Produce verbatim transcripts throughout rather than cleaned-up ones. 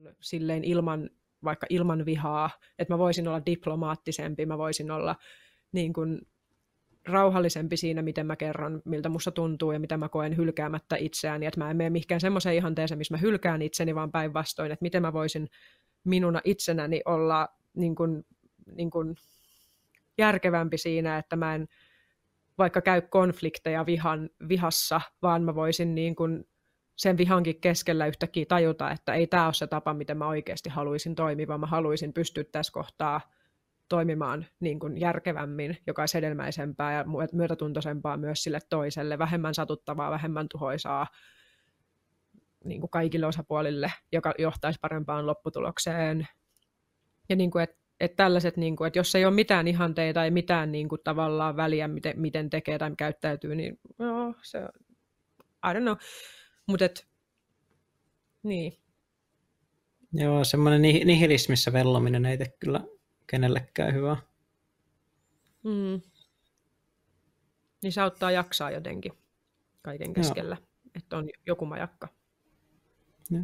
silleen ilman, vaikka ilman vihaa, että mä voisin olla diplomaattisempi, mä voisin olla niin kuin rauhallisempi siinä, miten mä kerron, miltä musta tuntuu ja mitä mä koen hylkäämättä itseäni, että mä en mene mihinkään semmoiseen ihanteeseen, missä mä hylkään itseni, vaan päinvastoin, että miten mä voisin minuna itsenäni olla niin kuin, niin kuin järkevämpi siinä, että mä en vaikka käy konflikteja vihan, vihassa, vaan mä voisin niin kuin sen vihankin keskellä yhtäkkiä tajuta, että ei tämä ole se tapa, miten mä oikeasti haluaisin toimia, vaan mä haluaisin pystyä tässä kohtaa toimimaan niin kuin järkevämmin, joka olisi hedelmäisempää ja myötätuntoisempaa myös sille toiselle, vähemmän satuttavaa, vähemmän tuhoisaa niin kuin kaikille osapuolille, joka johtaisi parempaan lopputulokseen. Ja niin kuin, että et tällaiset, niin kuin, että jos ei ole mitään ihanteita tai mitään niin kuin, tavallaan väliä, miten, miten tekee tai käyttäytyy, niin no, se I don't know. Mutta et, niin. Joo, semmoinen nihilismissä vellominen ei tee kyllä kenellekään hyvää. Mm. Niin se auttaa jaksaa jotenkin kaiken keskellä, joo, että on joku majakka. Ja.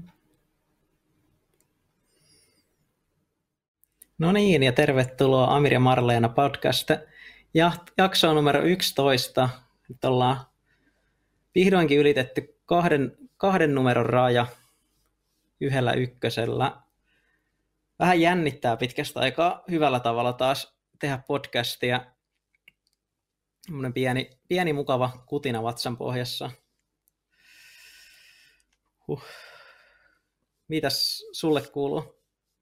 No niin, ja tervetuloa Amir ja Marleena podcast. Ja jakso on numero yksitoista. Nyt ollaan vihdoinkin ylitetty kahden, kahden numeron raja yhdellä ykkösellä. Vähän jännittää pitkästä aikaa hyvällä tavalla taas tehdä podcastia. Semmoinen pieni, pieni mukava kutina vatsan pohjassa. Huh. Mitäs sulle kuuluu?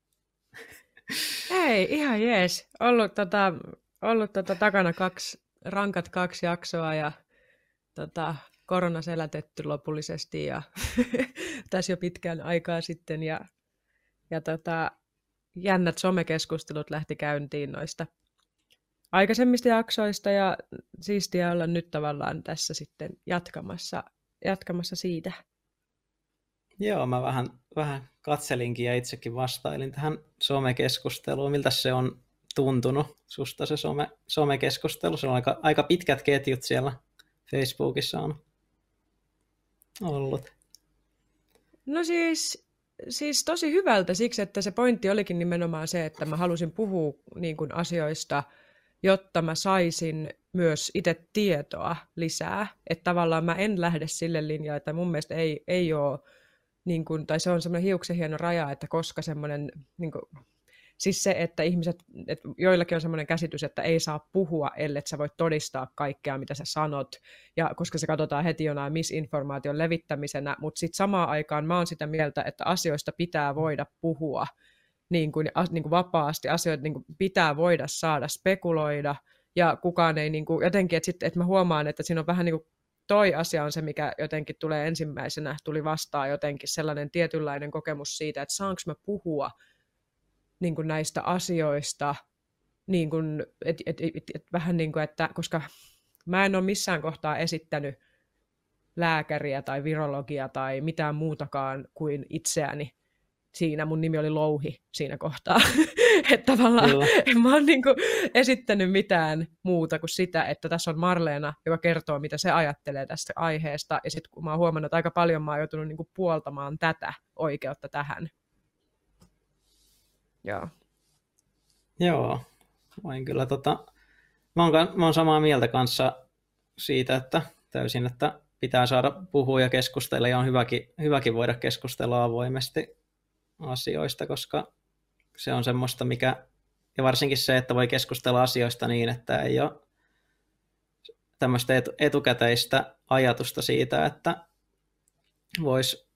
Ei, ihan jees. Ollut, tota, ollut tota, takana kaksi, rankat kaksi jaksoa ja tota, korona selätetty lopullisesti ja tässä jo pitkään aikaa sitten. Ja, ja tota, jännät somekeskustelut lähti käyntiin noista aikaisemmista jaksoista ja siistiä olla nyt tavallaan tässä sitten jatkamassa, jatkamassa siitä. Joo, mä vähän, vähän katselinkin ja itsekin vastailin tähän somekeskusteluun. Miltä se on tuntunut susta se some, somekeskustelu? Se on aika, aika pitkät ketjut siellä Facebookissa on ollut. No siis, siis tosi hyvältä siksi, että se pointti olikin nimenomaan se, että mä halusin puhua niin kuin asioista, jotta mä saisin myös itse tietoa lisää. Että tavallaan mä en lähde sille linjalle, että mun mielestä ei, ei ole niin kuin, tai se on semmoinen hiuksen hieno raja, että koska semmoinen, niin kuin, siis se, että ihmiset, että joillakin on semmoinen käsitys, että ei saa puhua, ellei sä voit todistaa kaikkea, mitä sä sanot, ja koska se katsotaan heti jonain misinformaation levittämisenä, mutta sitten samaan aikaan mä oon sitä mieltä, että asioista pitää voida puhua niin kuin, niin kuin vapaasti, asioita niin kuin pitää voida saada spekuloida, ja kukaan ei niin kuin, jotenkin, että, sit, että mä huomaan, että siinä on vähän niin kuin toi asia on se, mikä jotenkin tulee ensimmäisenä, tuli vastaan jotenkin sellainen tietynlainen kokemus siitä, että saanko mä puhua niin kuin näistä asioista, niin kuin, et, et, et, et, vähän niin kuin, että koska mä en ole missään kohtaa esittänyt lääkäriä tai virologia tai mitään muutakaan kuin itseäni. Siinä mun nimi oli Louhi siinä kohtaa. Että tavallaan Kyllä. en mä ole niin kuin esittänyt mitään muuta kuin sitä, että tässä on Marleena, joka kertoo, mitä se ajattelee tästä aiheesta. Ja sitten kun mä oon huomannut, että aika paljon mä oon joutunut niin kuin puoltamaan tätä oikeutta tähän. Joo. Joo. Voin kyllä tota... Mä oon, mä oon samaa mieltä kanssa siitä, että täysin, että pitää saada puhua ja keskustella. Ja on hyväkin, hyväkin voida keskustella avoimesti asioista, koska se on semmoista, mikä, ja varsinkin se, että voi keskustella asioista niin, että ei ole tämmöistä etukäteistä ajatusta siitä, että voisi,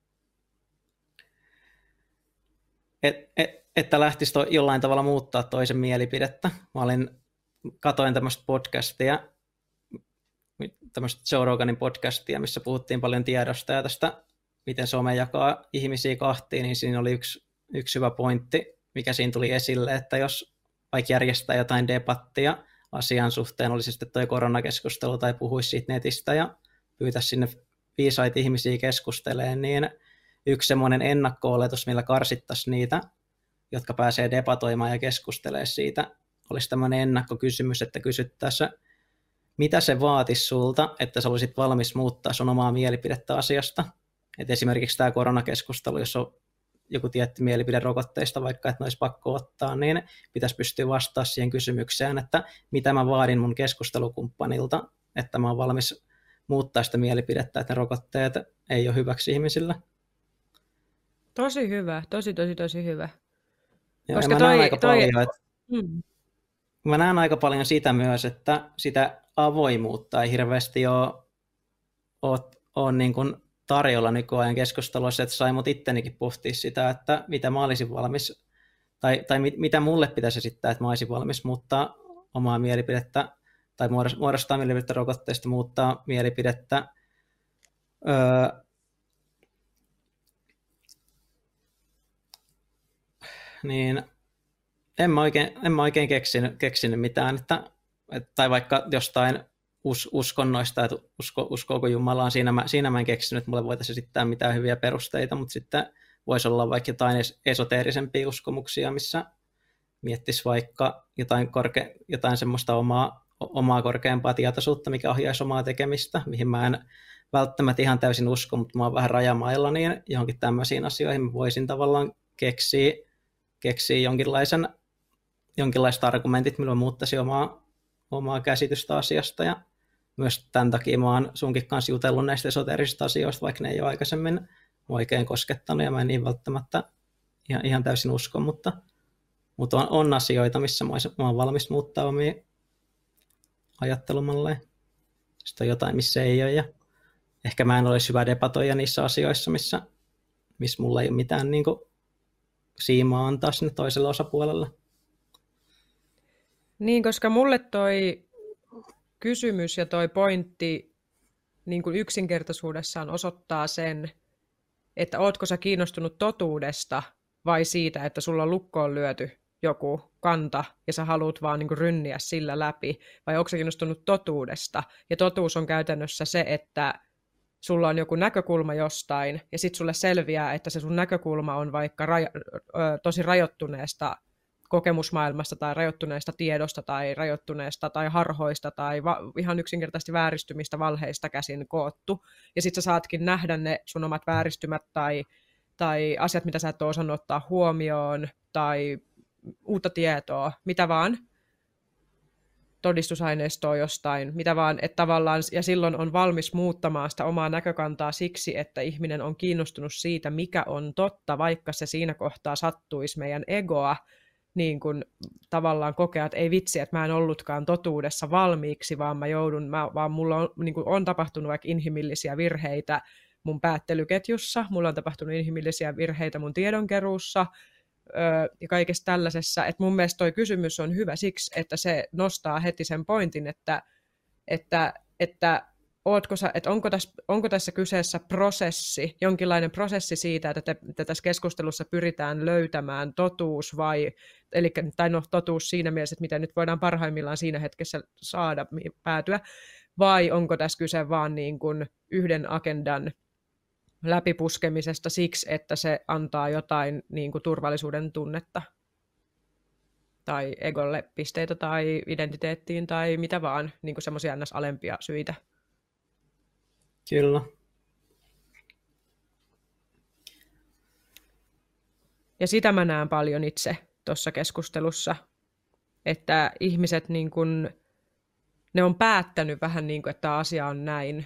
et, et, että lähtisi to, jollain tavalla muuttaa toisen mielipidettä. Mä olin, katoin tämmöistä podcastia, tämmöistä Joe Roganin podcastia, missä puhuttiin paljon tiedosta ja tästä miten some jakaa ihmisiä kahtiin, niin siinä oli yksi, yksi hyvä pointti, mikä siinä tuli esille, että jos vaikka järjestää jotain debattia asian suhteen, olisi sitten tuo koronakeskustelu tai puhuisi siitä netistä ja pyytäisi sinne viisaita ihmisiä keskustelemaan, niin yksi semmoinen ennakko-oletus, millä karsittaisiin niitä, jotka pääsee debatoimaan ja keskustelemaan siitä, olisi tämmöinen ennakkokysymys, että kysyttäisiin, mitä se vaatisi sulta, että sä olisit valmis muuttaa sun omaa mielipidettä asiasta. Et esimerkiksi tämä koronakeskustelu, jos on joku tietty mielipide rokotteista, vaikka että ne olisi pakko ottaa, niin pitäisi pystyä vastaamaan siihen kysymykseen, että mitä mä vaadin mun keskustelukumppanilta, että mä oon valmis muuttaa sitä mielipidettä, että ne rokotteet ei ole hyväksi ihmisille. Tosi hyvä, tosi tosi tosi hyvä. Joo, Koska mä, toi, näen aika toi... paljon, että, Mm. mä näen aika paljon sitä myös, että sitä avoimuutta ei hirveästi ole, ole, ole niin kuin tarjolla nykyajan keskustelussa, että sai mut ittenikin pohtia sitä, että mitä mä olisin valmis, tai, tai mit, mitä mulle pitäisi esittää, että mä olisin valmis muuttaa omaa mielipidettä, tai muodostaa mielipidettä rokotteista, muuttaa mielipidettä. Öö, niin en mä oikein, en mä oikein keksinyt, keksinyt mitään, että, et, tai vaikka jostain us, uskonnoista, että usko, uskoako Jumalaan, siinä mä, siinä mä en keksinyt, että mulle voitaisiin esittää mitään hyviä perusteita, mutta sitten voisi olla vaikka jotain esoteerisempia uskomuksia, missä miettisi vaikka jotain, korke, jotain semmoista omaa, omaa korkeampaa tietoisuutta, mikä ohjaisi omaa tekemistä, mihin mä en välttämättä ihan täysin usko, mutta mä oon vähän rajamailla, niin johonkin tämmöisiin asioihin mä voisin tavallaan keksiä, keksiä jonkinlaisen, jonkinlaiset argumentit, millä mä muuttaisin omaa, omaa käsitystä asiasta, ja myös tämän takia mä oon sunkin kanssa jutellut näistä esoteerisista asioista, vaikka ne ei ole aikaisemmin oikein koskettanut, ja mä en niin välttämättä ihan, ihan täysin usko, mutta, mutta on, on asioita, missä mä, olisin, mä oon valmis muuttaa omia ajattelumalleja. Sitten on jotain, missä ei ole, ja ehkä mä en olisi hyvä debatoija niissä asioissa, missä, missä mulla ei ole mitään niin kuin siimaa antaa sinne toiselle osapuolelle. Niin, koska mulle toi kysymys ja toi pointti niin kuin yksinkertaisuudessaan osoittaa sen, että ootko sä kiinnostunut totuudesta vai siitä, että sulla on lukkoon lyöty joku kanta ja sä haluat vaan niin kuin rynniä sillä läpi, vai onko sä kiinnostunut totuudesta? Ja totuus on käytännössä se, että sulla on joku näkökulma jostain ja sitten sulle selviää, että se sun näkökulma on vaikka rajo- tosi rajoittuneesta kokemusmaailmasta tai rajoittuneesta tiedosta tai rajoittuneesta tai harhoista tai va- ihan yksinkertaisesti vääristymistä valheista käsin koottu. Ja sitten sä saatkin nähdä ne sun omat vääristymät tai, tai asiat, mitä sä et ole osannut ottaa huomioon tai uutta tietoa, mitä vaan, todistusaineistoa jostain, mitä vaan, että tavallaan, ja silloin on valmis muuttamaan sitä omaa näkökantaa siksi, että ihminen on kiinnostunut siitä, mikä on totta, vaikka se siinä kohtaa sattuisi meidän egoa, niin kuin tavallaan kokea, että ei vitsi, että mä en ollutkaan totuudessa valmiiksi, vaan mä joudun, mä, vaan mulla on, niin kuin on tapahtunut vaikka inhimillisiä virheitä mun päättelyketjussa, mulla on tapahtunut inhimillisiä virheitä mun tiedonkeruussa, öö, ja kaikessa tällaisessa, että mun mielestä toi kysymys on hyvä siksi, että se nostaa heti sen pointin, että, että, että Ootko sä, että onko, tässä, onko tässä kyseessä prosessi, jonkinlainen prosessi siitä, että, te, että tässä keskustelussa pyritään löytämään totuus vai, eli, tai no totuus siinä mielessä, että mitä nyt voidaan parhaimmillaan siinä hetkessä saada päätyä, vai onko tässä kyse vaan niin kuin yhden agendan läpipuskemisesta siksi, että se antaa jotain niin kuin turvallisuuden tunnetta tai egolle pisteitä tai identiteettiin tai mitä vaan, niin kuin semmoisia ns. Alempia syitä. Kyllä. Ja sitä mä näen paljon itse tuossa keskustelussa, että ihmiset niin kun, ne on päättänyt vähän niin kuin, että tämä asia on näin.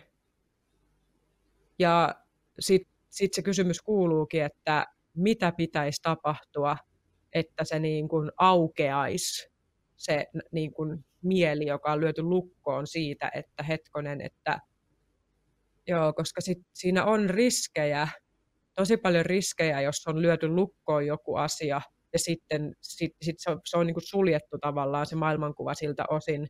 Ja sitten sit se kysymys kuuluukin, että mitä pitäisi tapahtua, että se niin kun aukeaisi se niin kun mieli, joka on lyöty lukkoon siitä, että hetkonen, että joo, koska sit siinä on riskejä, tosi paljon riskejä, jos on lyöty lukkoon joku asia ja sitten sit, sit se on, se on niin kuin suljettu tavallaan se maailmankuva siltä osin.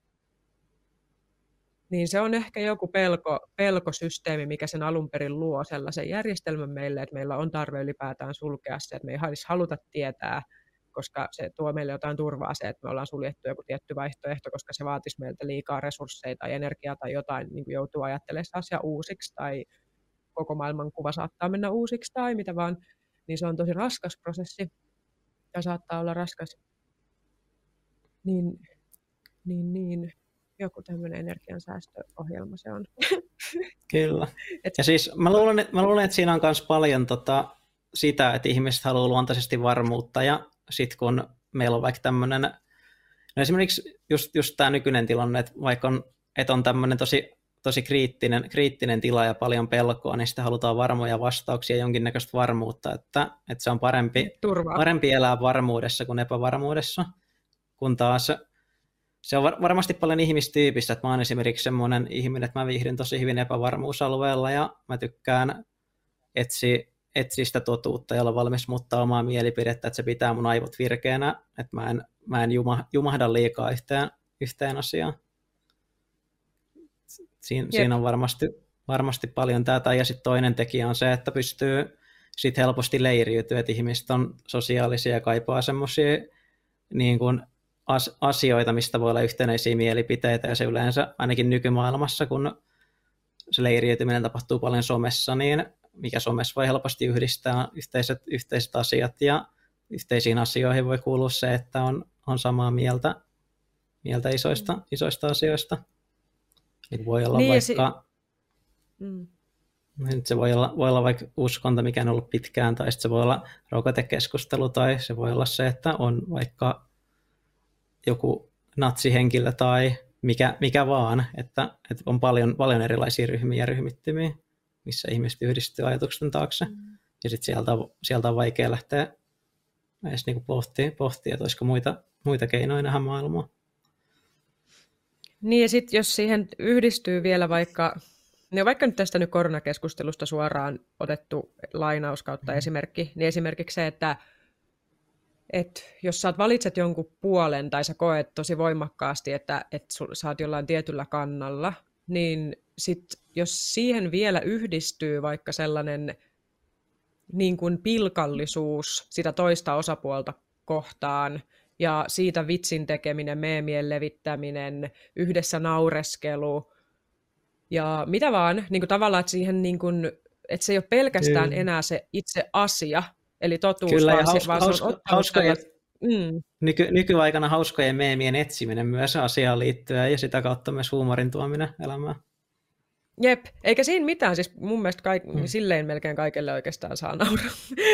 Niin se on ehkä joku pelko, pelkosysteemi, mikä sen alun perin luo sellaisen järjestelmän meille, että meillä on tarve ylipäätään sulkea se, että me ei haluta tietää, koska se tuo meille jotain turvaa se, että me ollaan suljettu joku tietty vaihtoehto, koska se vaatisi meiltä liikaa resursseja tai energiaa tai jotain, niin kuin joutuu ajattelemaan sitä asiaa uusiksi tai koko maailmankuva saattaa mennä uusiksi tai mitä vaan, niin se on tosi raskas prosessi ja saattaa olla raskas. Niin, niin, niin. Joku tämmöinen energiansäästöohjelma se on. Kyllä. Et... Ja siis mä luulen, että, mä luulen, että siinä on myös paljon tota, sitä, että ihmiset haluaa luontaisesti varmuutta, ja sitten kun meillä on vaikka tämmöinen, no esimerkiksi just, just tämä nykyinen tilanne, että vaikka on, että on tämmöinen tosi, tosi kriittinen, kriittinen tila ja paljon pelkoa, niin sitten halutaan varmoja vastauksia, jonkinnäköistä varmuutta, että, että se on parempi, parempi elää varmuudessa kuin epävarmuudessa, kun taas se on varmasti paljon ihmistyypistä, että mä oon esimerkiksi semmoinen ihminen, että mä viihdyn tosi hyvin epävarmuusalueella ja mä tykkään etsiä, etsiä sitä totuutta ja olla valmis muuttaa omaa mielipidettä, että se pitää mun aivot virkeänä, että mä en, mä en juma, jumahda liikaa yhteen, yhteen asiaan. Siin, siinä on varmasti, varmasti paljon tätä, ja sitten toinen tekijä on se, että pystyy sit helposti leiriytyä, että ihmiset on sosiaalisia ja kaipaa semmoisia niin kuin asioita, mistä voi olla yhtenäisiä mielipiteitä, ja se yleensä ainakin nykymaailmassa, kun se leiriytyminen tapahtuu paljon somessa, niin mikä somessa voi helposti yhdistää yhteiset, yhteiset asiat, ja yhteisiin asioihin voi kuulua se, että on, on samaa mieltä, mieltä isoista, isoista asioista. Niin voi olla niin vaikka, si- mm. se voi olla, voi olla vaikka uskonto, mikä on ollut pitkään, tai se voi olla rokotekeskustelu, tai se voi olla se, että on vaikka joku natsihenkilö tai mikä, mikä vaan, että, että on paljon, paljon erilaisia ryhmiä ja ryhmittymiä, missä ihmiset yhdistyy ajatuksen taakse. Mm. Ja sitten sieltä, sieltä on vaikea lähteä edes niinku pohtia, pohtia, että olisiko muita, muita keinoja nähdä maailmaa. Niin ja sitten jos siihen yhdistyy vielä vaikka, no vaikka nyt tästä nyt koronakeskustelusta suoraan otettu lainaus kautta mm. esimerkki, niin esimerkiksi se, että että jos sä valitset jonkun puolen tai sä koet tosi voimakkaasti, että, että sä oot jollain tietyllä kannalla, niin sit jos siihen vielä yhdistyy vaikka sellainen niin kuin pilkallisuus sitä toista osapuolta kohtaan ja siitä vitsin tekeminen, meemien levittäminen, yhdessä naureskelu ja mitä vaan, niin kuin tavallaan, että, siihen niin kuin, että se ei ole pelkästään Kyllä. enää se itse asia, eli totuus, Kyllä, vaan, hauska, se, vaan hauska, se on hauskojen, mm. nyky, nykyaikana hauskojen meemien etsiminen myös asiaan liittyen ja sitä kautta myös huumorin tuominen elämään. Jep, eikä siinä mitään, siis mun mielestä kaik- mm. silleen melkein kaikille oikeastaan saa nauraa.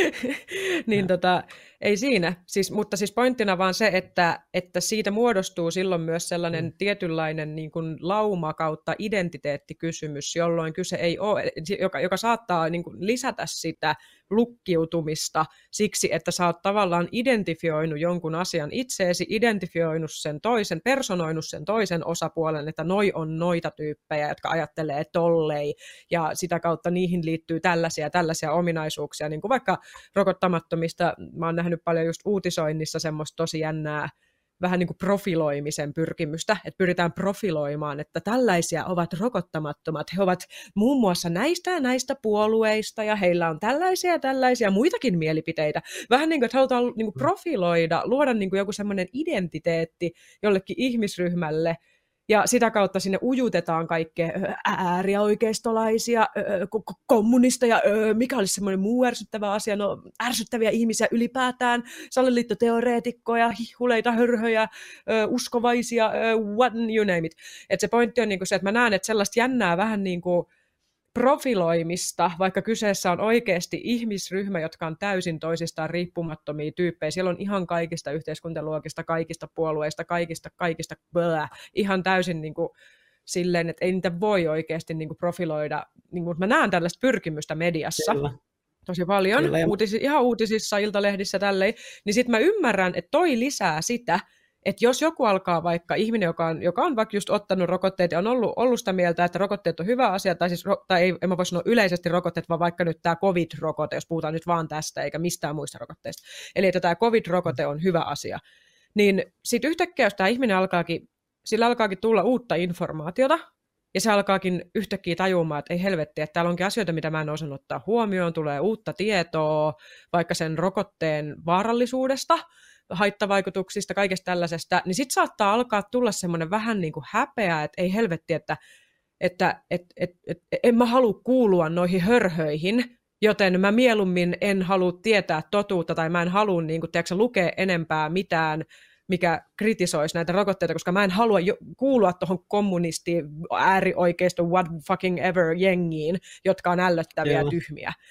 niin tota, ei siinä, siis, mutta siis pointtina vaan se, että, että siitä muodostuu silloin myös sellainen mm. tietynlainen niin kuin lauma kautta identiteettikysymys, jolloin kyse ei ole, joka, joka saattaa niin kuin lisätä sitä lukkiutumista siksi, että sä oot tavallaan identifioinut jonkun asian itseesi, identifioinut sen toisen, personoinut sen toisen osapuolen, että noi on noita tyyppejä, jotka ajattelee tollei, ja sitä kautta niihin liittyy tällaisia tällaisia ominaisuuksia, niin kuin vaikka rokottamattomista, mä oon nähnyt paljon just uutisoinnissa semmoista tosi jännää, vähän niin kuin profiloimisen pyrkimystä, että pyritään profiloimaan, että tällaisia ovat rokottamattomat. He ovat muun muassa näistä ja näistä puolueista, ja heillä on tällaisia ja tällaisia muitakin mielipiteitä. Vähän niin kuin, että halutaan niin kuin profiloida, luoda niin kuin joku semmoinen identiteetti jollekin ihmisryhmälle, ja sitä kautta sinne ujutetaan kaikkea ääriäoikeistolaisia, kommunisteja, mikä olisi semmoinen muu ärsyttävä asia, no ärsyttäviä ihmisiä ylipäätään, salaliittoteoreetikkoja, hihuleita, hörhöjä, uskovaisia, what, you name it. Et se pointti on niinku se, että mä näen, että sellaista jännää vähän niin kuin profiloimista, vaikka kyseessä on oikeasti ihmisryhmä, jotka on täysin toisistaan riippumattomia tyyppejä. Siellä on ihan kaikista yhteiskuntaluokista, kaikista puolueista, kaikista, kaikista, blää, ihan täysin niin kuin silleen, että ei niitä voi oikeasti niin kuin profiloida. Niin kuin, mä näen tällaista pyrkimystä mediassa. Kyllä. Tosi paljon, Kyllä. Uutis, ihan uutisissa, iltalehdissä, tälleen, niin sitten mä ymmärrän, että toi lisää sitä, että jos joku alkaa vaikka ihminen, joka on, joka on vaikka just ottanut rokotteet ja on ollut, ollut sitä mieltä, että rokotteet on hyvä asia, tai, siis, tai ei, en mä voi sanoa yleisesti rokotteet, vaan vaikka nyt tämä covid-rokote, jos puhutaan nyt vaan tästä eikä mistään muista rokotteista. Eli että tämä covid-rokote on hyvä asia. Niin sitten yhtäkkiä, jos tämä ihminen alkaakin, sillä alkaakin tulla uutta informaatiota, ja se alkaakin yhtäkkiä tajumaan, että ei helvetti, että täällä onkin asioita, mitä mä en osannut ottaa huomioon, tulee uutta tietoa vaikka sen rokotteen vaarallisuudesta, haittavaikutuksista, kaikesta tällaisesta, niin sitten saattaa alkaa tulla semmoinen vähän niin kuin häpeä, että ei helvetti, että, että et, et, et, en mä halua kuulua noihin hörhöihin, joten mä mieluummin en halua tietää totuutta tai mä en halua niin kuin, tiedätkö, lukea enempää mitään, mikä kritisoisi näitä rokotteita, koska mä en halua jo, kuulua tuohon kommunisti, äärioikeisto, what fucking ever jengiin, jotka on ällöttäviä ja tyhmiä.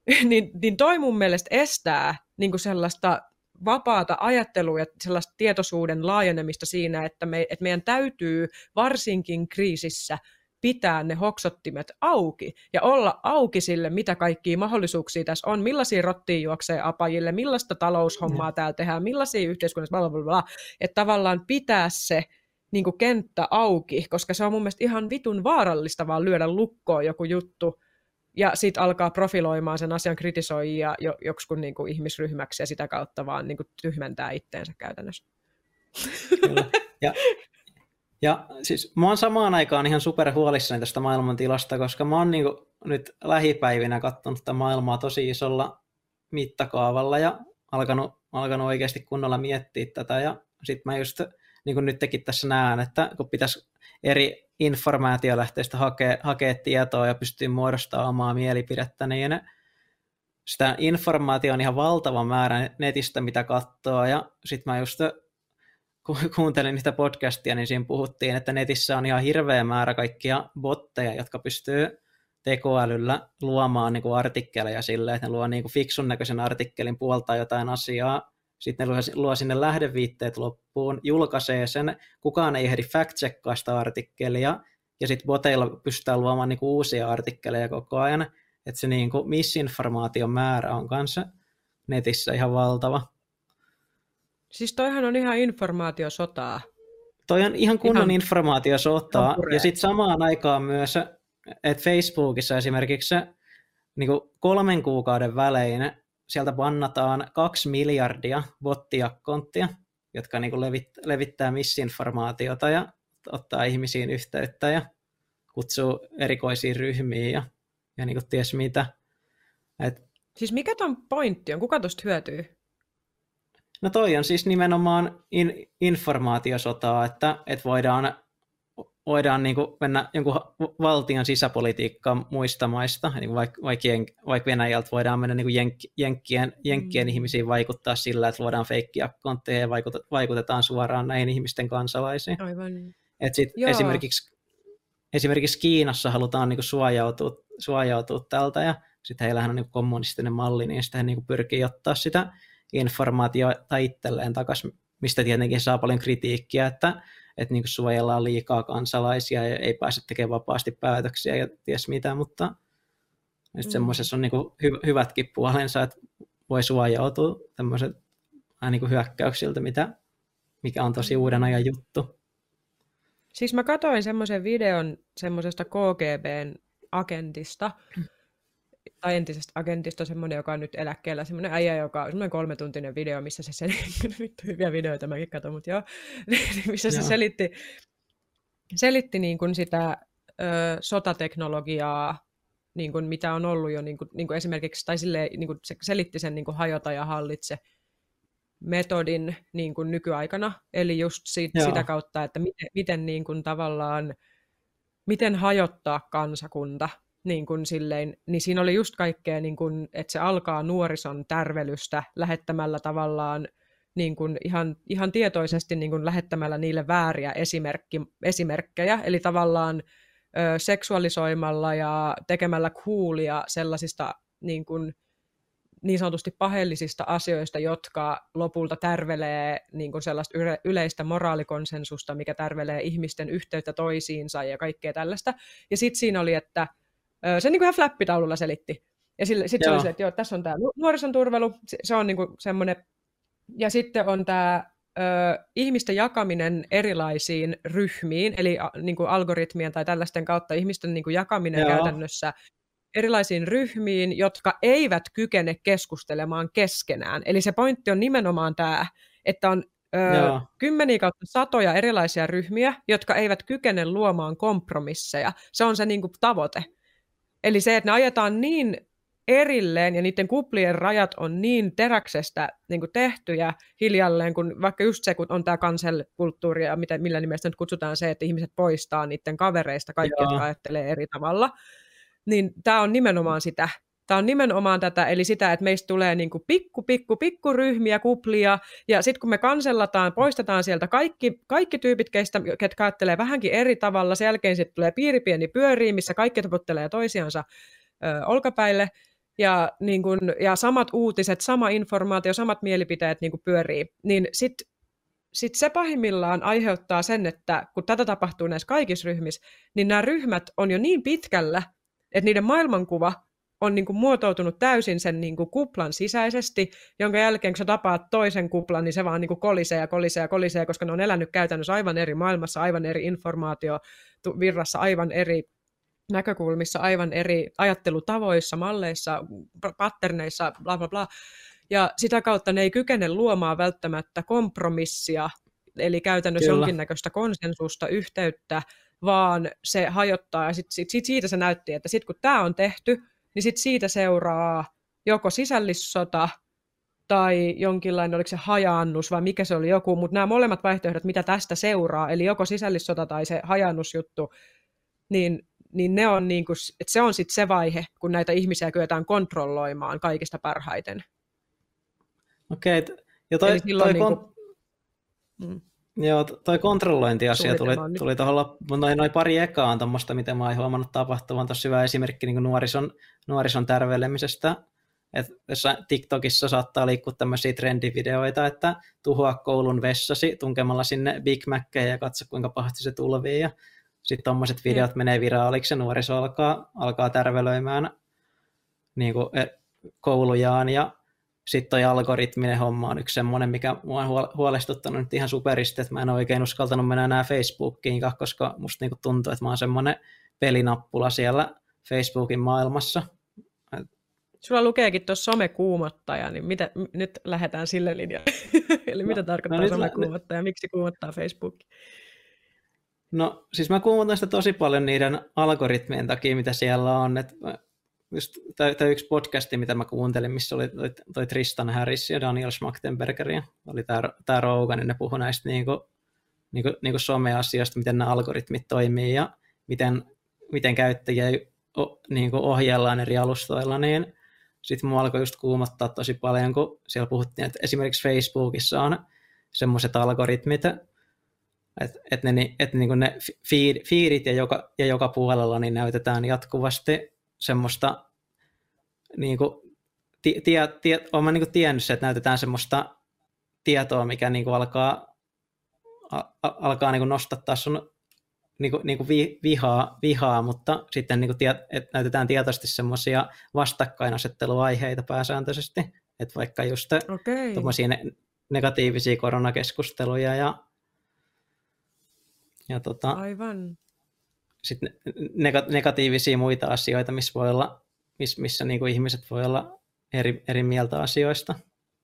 niin, niin toi mun mielestä estää niin kuin sellaista vapaata ajattelua ja sellaista tietoisuuden laajenemista siinä, että, me, että meidän täytyy varsinkin kriisissä pitää ne hoksottimet auki ja olla auki sille, mitä kaikkia mahdollisuuksia tässä on, millaisia rottia juoksee apajille, millaista taloushommaa mm. täällä tehdään, millaisia yhteiskunnassa, bla, bla, bla, että tavallaan pitää se niin kuin kenttä auki, koska se on mun mielestä ihan vitun vaarallista vaan lyödä lukkoon joku juttu ja sitten alkaa profiloimaan sen asian kritisoijia jo, joksikun niin kuin ihmisryhmäksi ja sitä kautta vaan niin kuin tyhmentää itteensä käytännössä. Kyllä. Ja Ja siis mä oon samaan aikaan ihan super huolissani tästä maailmantilasta, koska mä oon niinku nyt lähipäivinä katsonut tätä maailmaa tosi isolla mittakaavalla ja alkanut, alkanut oikeasti kunnolla miettiä tätä. Ja sitten mä just niin kuin nytkin tässä näen, että kun pitäisi eri informaatiolähteistä hakea, hakea tietoa ja pystyy muodostamaan omaa mielipidettä, niin sitä informaatiota on ihan valtava määrä netistä, mitä katsoo. Ja sitten mä just kun kuuntelin niitä podcastia, niin siinä puhuttiin, että netissä on ihan hirveä määrä kaikkia botteja, jotka pystyy tekoälyllä luomaan niin kuin artikkeleja silleen, että ne luo niin kuin fiksun näköisen artikkelin puoltaa jotain asiaa, sitten ne luo, luo sinne lähdeviitteet loppuun, julkaisee sen, kukaan ei ehdi fact-checkaa sitä artikkelia, ja sitten boteilla pystytään luomaan niin kuin uusia artikkeleja koko ajan, että se niin kuin misinformaation määrä on kanssa netissä ihan valtava. Siis toihan on ihan informaatiosotaa. Toi on ihan kunnon ihan informaatiosotaa, ja sitten samaan aikaan myös, että Facebookissa esimerkiksi se, niin kuin kolmen kuukauden välein sieltä bannataan kaksi miljardia bottiakkonttia, jotka niin kuin levittää, levittää misinformaatiota ja ottaa ihmisiin yhteyttä ja kutsuu erikoisiin ryhmiin ja, ja niin kuin ties mitä. Et, siis mikä ton pointti on? Kuka tosta hyötyy? No toi on siis nimenomaan in, informaatiosotaa, että, että voidaan, voidaan niin kuin mennä jonkun valtion sisäpolitiikkaan muista maista, niin kuin vaikka, vaikka, vaikka Venäjältä voidaan mennä niin kuin jenk, jenkkien, jenkkien mm. ihmisiin vaikuttaa sillä, että luodaan feikkiakkontteja ja vaikutetaan suoraan näihin ihmisten kansalaisiin. Aivan. Et sit esimerkiksi, esimerkiksi Kiinassa halutaan niin kuin suojautua, suojautua tältä, ja sitten heillähän on niin kuin kommunistinen malli, niin sitten he niin kuin pyrkii ottaa sitä informaatiota itselleen takaisin, mistä tietenkin saa paljon kritiikkiä, että, että niin kuin suojellaan liikaa kansalaisia ja ei pääse tekemään vapaasti päätöksiä ja ties mitä, mutta mm. semmoisessa on niin kuin hy- hyvätkin puolensa, että voi suojautua tämmöiset niin kuin hyökkäyksiltä, mitä, mikä on tosi uuden ajan juttu. Siis mä katsoin semmoisen videon semmoisesta K G B:n agentista, mm. tai entisestä agentista, semmoinen, joka on nyt eläkkeellä, semmoinen äijä, joka on semmoinen kolmetuntinen video, missä se selitti, vittu hyviä videoita mäkin katson, mutta joo, missä joo. se selitti, selitti niin kuin sitä ö, sotateknologiaa, niin kuin mitä on ollut jo niin kuin, niin kuin esimerkiksi, tai silleen, niin kuin se selitti sen niin kuin hajota ja hallitse metodin niin kuin nykyaikana, eli just siitä, sitä kautta, että miten, miten niin kuin tavallaan, miten hajottaa kansakunta, niin, kuin silleen, niin siinä oli just kaikkea, niin kuin, että se alkaa nuorison tärvelystä lähettämällä tavallaan niin kuin ihan, ihan tietoisesti niin kuin lähettämällä niille vääriä esimerkki, esimerkkejä, eli tavallaan ö, seksuaalisoimalla ja tekemällä coolia sellaisista niin, kuin, niin sanotusti paheellisista asioista, jotka lopulta tärvelee niin kuin sellaista yleistä moraalikonsensusta, mikä tärvelee ihmisten yhteyttä toisiinsa ja kaikkea tällaista. Ja sitten siinä oli, että se niin kuin ihan flappitaululla selitti. Ja sitten se oli silleen, että joo, tässä on tämä nuorison turvelu, se on niin kuin semmoinen. Ja sitten on tämä ö, ihmisten jakaminen erilaisiin ryhmiin, eli a, niin kuin algoritmien tai tällaisten kautta ihmisten niin kuin jakaminen joo. käytännössä erilaisiin ryhmiin, jotka eivät kykene keskustelemaan keskenään. Eli se pointti on nimenomaan tämä, että on ö, kymmeniä kautta satoja erilaisia ryhmiä, jotka eivät kykene luomaan kompromisseja. Se on se niin kuin tavoite. Eli se, että ne ajetaan niin erilleen ja niiden kuplien rajat on niin teräksestä niin kuin tehtyjä hiljalleen, kun vaikka just se, kun on tämä cancel-kulttuuri ja mitä, millä nimellä nyt kutsutaan se, että ihmiset poistaa niiden kavereista kaikki, Joo. jotka ajattelee eri tavalla, niin tämä on nimenomaan sitä. Tämä on nimenomaan tätä, eli sitä, että meistä tulee niin kuin pikku, pikku, pikku ryhmiä, kuplia, ja sitten kun me kansellataan, poistetaan sieltä kaikki, kaikki tyypit, keistä, ketkä ajattelee vähänkin eri tavalla, sen jälkeen sitten tulee piiri pieni pyöriin, missä kaikki toputtelee toisiansa ö, olkapäille, ja, niin kun, ja samat uutiset, sama informaatio, samat mielipiteet niin kun pyörii, niin sitten sit se pahimmillaan aiheuttaa sen, että kun tätä tapahtuu näissä kaikissa ryhmissä, niin nämä ryhmät on jo niin pitkällä, että niiden maailmankuva on niin kuin muotoutunut täysin sen niin kuin kuplan sisäisesti, jonka jälkeen kun sä tapaat toisen kuplan, niin se vaan niin kuin kolisee ja kolisee ja kolisee, koska ne on elänyt käytännössä aivan eri maailmassa, aivan eri informaatio virrassa, aivan eri näkökulmissa, aivan eri ajattelutavoissa, malleissa, patterneissa, bla bla bla. Ja sitä kautta ne ei kykene luomaan välttämättä kompromissia, eli käytännössä Kyllä. jonkinnäköistä konsensusta, yhteyttä, vaan se hajottaa, ja sit, sit, sit siitä se näytti, että sitten kun tämä on tehty, niin sit siitä seuraa joko sisällissota tai jonkinlainen, oliko se hajaannus vai mikä se oli joku, mutta nämä molemmat vaihtoehdot, mitä tästä seuraa, eli joko sisällissota tai se hajaannusjuttu, niin, niin, ne on niin kuin, että se on sitten se vaihe, kun näitä ihmisiä kyetään kontrolloimaan kaikista parhaiten. Okei, okay, ja toi, toi, niin kuin, kon... mm. Joo, toi kontrollointiasia tuli, tuli tuohon loppuun. Noin noi pari ekaa on tuommoista, mitä mä oon huomannut tapahtuvan. Tuossa hyvä esimerkki niin nuorison, nuorison tärveilemisestä. Että TikTokissa saattaa liikkua tämmöisiä trendivideoita, että tuhoa koulun vessasi tunkemalla sinne Big Mackeja ja katso kuinka pahasti se tulvii. Ja sitten tuommoiset videot mm. menee viraaliksi ja nuoriso alkaa, alkaa tärvelöimään niin kuin koulujaan. Ja sitten toi algoritminen homma on yksi semmoinen, mikä mua on huolestuttanut nyt ihan superisti, että mä en oikein uskaltanut mennä enää Facebookiin, koska musta niinku tuntuu, että mä oon semmoinen pelinappula siellä Facebookin maailmassa. Sulla lukeekin tuossa somekuumottaja, niin mitä, nyt lähdetään sille linjalle. Eli no, mitä tarkoittaa no, somekuumottaja ja miksi kuumottaa Facebookin? No siis mä kuumotan sitä tosi paljon niiden algoritmien takia, mitä siellä on, että just tämä yksi podcasti, mitä mä kuuntelin, missä oli toi, toi Tristan Harris ja Daniel Schmachtenberger, ja oli tämä Rogan, niin ne puhui näistä niinku, niinku, niinku some-asioista, miten nämä algoritmit toimii ja miten, miten käyttäjiä niinku ohjaillaan eri alustoilla, niin sitten mua alkoi just kuumottaa tosi paljon, kun siellä puhuttiin, että esimerkiksi Facebookissa on semmoiset algoritmit, että et ne, et niinku ne feed, feedit ja joka, ja joka puolella niin näytetään jatkuvasti semmoista, niin kuin, tie, tie, olen mä niin kuin tiennyt se, että näytetään semmoista tietoa, mikä niin kuin alkaa, a, alkaa niin kuin nostattaa sun niin kuin, niin kuin vihaa, vihaa, mutta sitten niin kuin tie, että näytetään tietoisesti semmoisia vastakkainasetteluaiheita pääsääntöisesti, että vaikka just okay. tuommoisia ne, negatiivisia koronakeskusteluja ja, ja tota, aivan. Sitten negatiivisia muita asioita, missä, voi olla, missä, missä niin kuin ihmiset voi olla eri, eri mieltä asioista.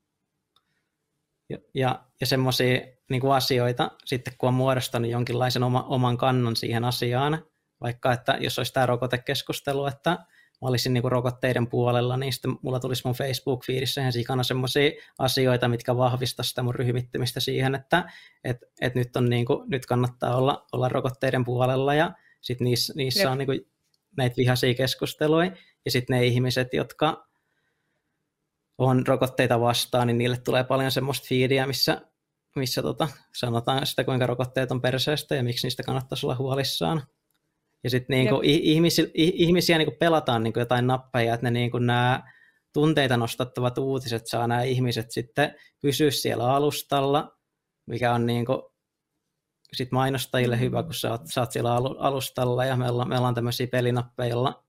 Ja, ja, ja semmoisia niin kuin asioita, sitten kun on muodostanut jonkinlaisen oma, oman kannan siihen asiaan, vaikka että jos olisi tämä rokotekeskustelu, että mä olisin niin kuin rokotteiden puolella, niin sitten mulla tulisi mun Facebook-fiidissä ihan sikana semmoisia asioita, mitkä vahvistaisivat sitä mun ryhmittymistä siihen, että et, et nyt, on niin kuin, nyt kannattaa olla, olla rokotteiden puolella ja sitten niissä, niissä on niinku näitä vihaisia keskusteluja, ja sitten ne ihmiset, jotka on rokotteita vastaan, niin niille tulee paljon semmoista feedia, missä, missä tota, sanotaan sitä, kuinka rokotteet on perseestä ja miksi niistä kannattaisi olla huolissaan. Ja sitten niinku ihmisiä, ihmisiä niinku pelataan niinku jotain nappeja, että ne niinku nämä tunteita nostattavat uutiset saa nämä ihmiset sitten pysyä siellä alustalla, mikä on niinku sitten mainostajille mm-hmm. hyvä, kun sä oot, sä oot siellä alustalla ja me ollaan, me ollaan tämmöisiä pelinappeja, jolla,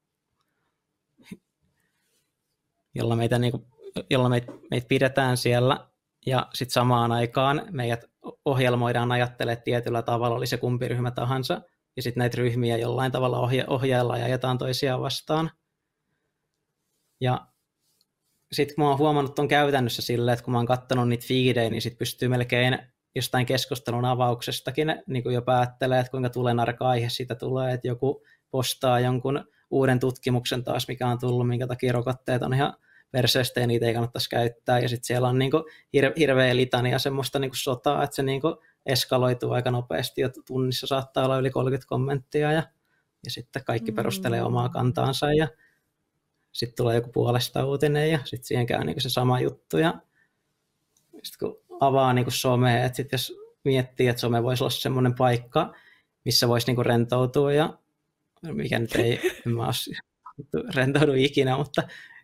jolla, meitä, niin kuin, jolla meitä, meitä pidetään siellä ja sitten samaan aikaan meidät ohjelmoidaan ajattelemaan tietyllä tavalla, oli se kumpi ryhmä tahansa, ja sitten näitä ryhmiä jollain tavalla ohja- ohjaillaan ja ajetaan toisiaan vastaan. Ja sitten kun mä oon huomannut ton käytännössä silleen, että kun mä oon katsonut niitä feedejä, niin sitten pystyy melkein jostain keskustelun avauksestakin niin kuin jo päättelee, että kuinka tulenarka aihe siitä tulee, että joku postaa jonkun uuden tutkimuksen taas, mikä on tullut, minkä takia rokotteet on ihan perseestä ja niitä ei kannattaisi käyttää, ja sitten siellä on niin kuin hir- hirveä litania semmoista niin kuin sotaa, että se niin kuin eskaloituu aika nopeasti, ja tunnissa saattaa olla yli kolmekymmentä kommenttia, ja, ja sitten kaikki perustelee omaa kantaansa, ja sitten tulee joku puolesta uutinen, ja sitten siihen käy niin kuin se sama juttu, ja sitten kun avaa niin kuin somea, että sit jos miettii, että some voisi olla semmoinen paikka, missä voisi niin kuin rentoutua, ja mikä nyt ei, en mä ole rentoudu ikinä, mutta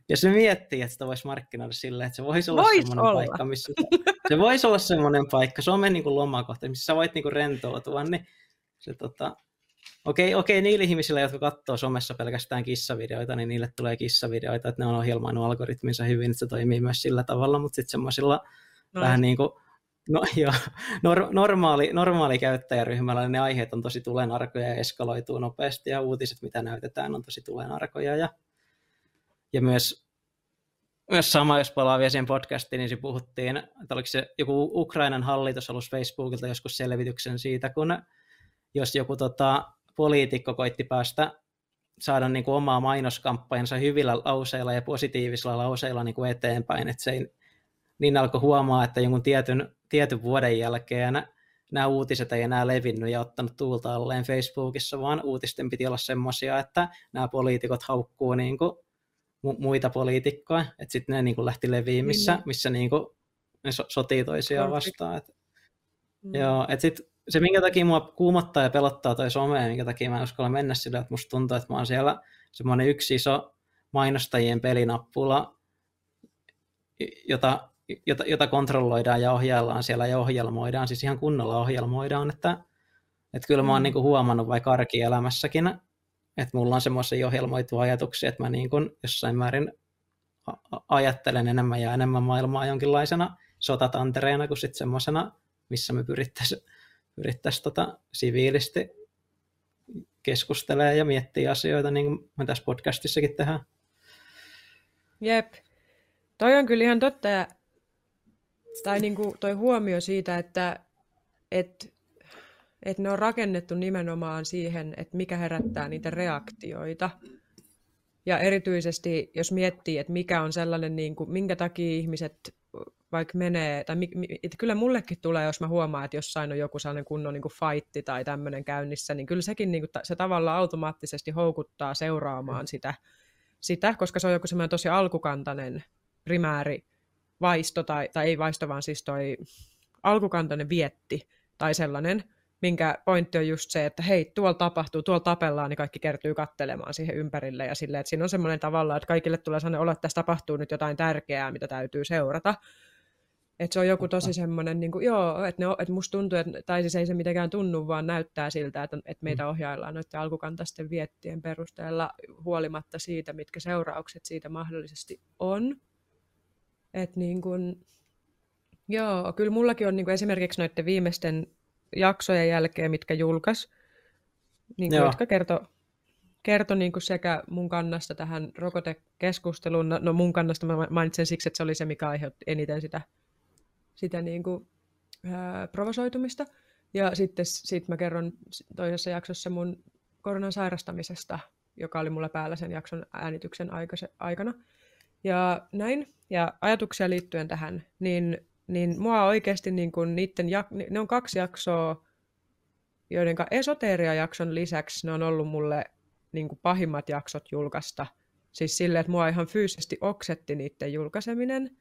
jos ne miettii, että sitä voisi markkinoida silleen, että se voisi olla Vois semmoinen olla. paikka, missä se voisi olla semmoinen paikka, somen niin kuin lomakohta, missä sä voit niin kuin rentoutua, niin se tota, okei, okei, niille ihmisille, jotka katsoo somessa pelkästään kissavideoita, niin niille tulee kissavideoita, että ne on ohjelmoinut algoritminsa hyvin, että se toimii myös sillä tavalla, mutta sitten semmoisilla no, vähän niin kuin no, joo, nor- normaali, normaali käyttäjäryhmällä niin ne aiheet on tosi tulenarkoja ja eskaloituu nopeasti ja uutiset, mitä näytetään, on tosi tulenarkoja ja, ja myös, myös sama, jos palaa vielä siihen podcastiin, niin se puhuttiin, että oliko se joku Ukrainan hallitus halusi Facebookilta joskus selvityksen siitä, kun jos joku tota, poliitikko koitti päästä saada niin kuin omaa mainoskampanjansa hyvillä lauseilla ja positiivisilla lauseilla niin kuin eteenpäin, että se ei, niin alkoi huomaa, että jonkun tietyn, tietyn vuoden jälkeen nämä uutiset ei enää levinnyt ja ottanut tuulta alleen Facebookissa, vaan uutisten piti olla semmoisia, että nämä poliitikot haukkuu niin kuin muita poliitikkoja, että sitten ne niin kuin lähti leviin, missä, missä niin kuin ne so- sotii toisiaan vastaan. Et, mm. Joo, et sit se, minkä takia mua kuumottaa ja pelottaa toi some, ja minkä takia mä en uskalla mennä sillä, että musta tuntuu, että mä oon siellä semmoinen yksi iso mainostajien pelinappula, jota, jota, jota kontrolloidaan ja ohjaillaan siellä ja ohjelmoidaan, siis ihan kunnolla ohjelmoidaan, että, että kyllä mä oon mm. niinku huomannut vaikka arkielämässäkin, että mulla on semmoisia ohjelmoituja ajatuksia, että mä niin kuin jossain määrin ajattelen enemmän ja enemmän maailmaa jonkinlaisena sotatantereena kuin sitten semmoisena, missä me pyrittäisiin pyrittäisi tota siviilisti keskustelemaan ja miettiä asioita, niin kuin me tässä podcastissakin tehdään. Jep. Toi on kyllä ihan totta. Ja, tai niin kuin toi huomio siitä, että et, et ne on rakennettu nimenomaan siihen, että mikä herättää niitä reaktioita. Ja erityisesti, jos miettii, että mikä on sellainen, niin kuin, minkä takia ihmiset vaikka menee, tai mi, mi, että kyllä mullekin tulee, jos mä huomaan, että jossain on joku sellainen kunnon niin kuin fightti tai tämmöinen käynnissä, niin kyllä sekin niin kuin, se tavallaan automaattisesti houkuttaa seuraamaan sitä, sitä, koska se on joku semmoinen tosi alkukantainen primääri vaisto, tai, tai ei vaisto, vaan siis toi alkukantainen vietti, tai sellainen, minkä pointti on just se, että hei, tuolla tapahtuu, tuolla tapellaan, niin kaikki kertyy katselemaan siihen ympärille, ja silleen, että siinä on semmoinen tavalla, että kaikille tulee sellainen olo, että tässä tapahtuu nyt jotain tärkeää, mitä täytyy seurata. Että se on joku tosi semmoinen, niin kuin, joo, että, ne, että musta tuntuu, että, tai siis ei se mitenkään tunnu, vaan näyttää siltä, että, että meitä ohjaillaan noiden alkukantaisten viettien perusteella huolimatta siitä, mitkä seuraukset siitä mahdollisesti on. Että niin kuin, joo, kyllä mullakin on niin kuin esimerkiksi noiden viimeisten jaksojen jälkeen, mitkä julkaisi, niin kuin, jotka kertoi kertoi niin kuin sekä mun kannasta tähän rokotekeskusteluun, no mun kannasta mä mainitsen siksi, että se oli se, mikä aiheutti eniten sitä, sitä niin kuin, ää, provosoitumista. Ja sitten sit mä kerron toisessa jaksossa mun koronan sairastamisesta, joka oli mulla päällä sen jakson äänityksen aikana. Ja näin, ja ajatuksia liittyen tähän, niin, niin mua oikeasti niin kuin niiden, jak- ne on kaksi jaksoa, joiden esoteria-jakson lisäksi ne on ollut mulle niin kuin pahimmat jaksot julkaista. Siis silleen, että mua ihan fyysisesti oksetti niiden julkaiseminen.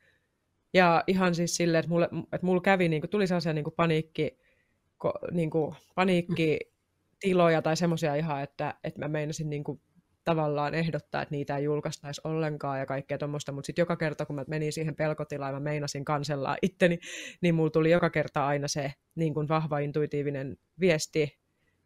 Ja ihan siis silleen, että mulle, että mulla kävi, niin kuin, tuli sellaisia niin kuin paniikki, niin kuin paniikkitiloja tai semmoisia ihan, että, että mä meinasin niin kuin tavallaan ehdottaa, että niitä ei julkaistaisi ollenkaan ja kaikkea tuommoista, mutta sitten joka kerta, kun mä menin siihen pelkotilaan ja mä meinasin kansellaa itteni, niin mulla tuli joka kerta aina se niin kuin vahva intuitiivinen viesti,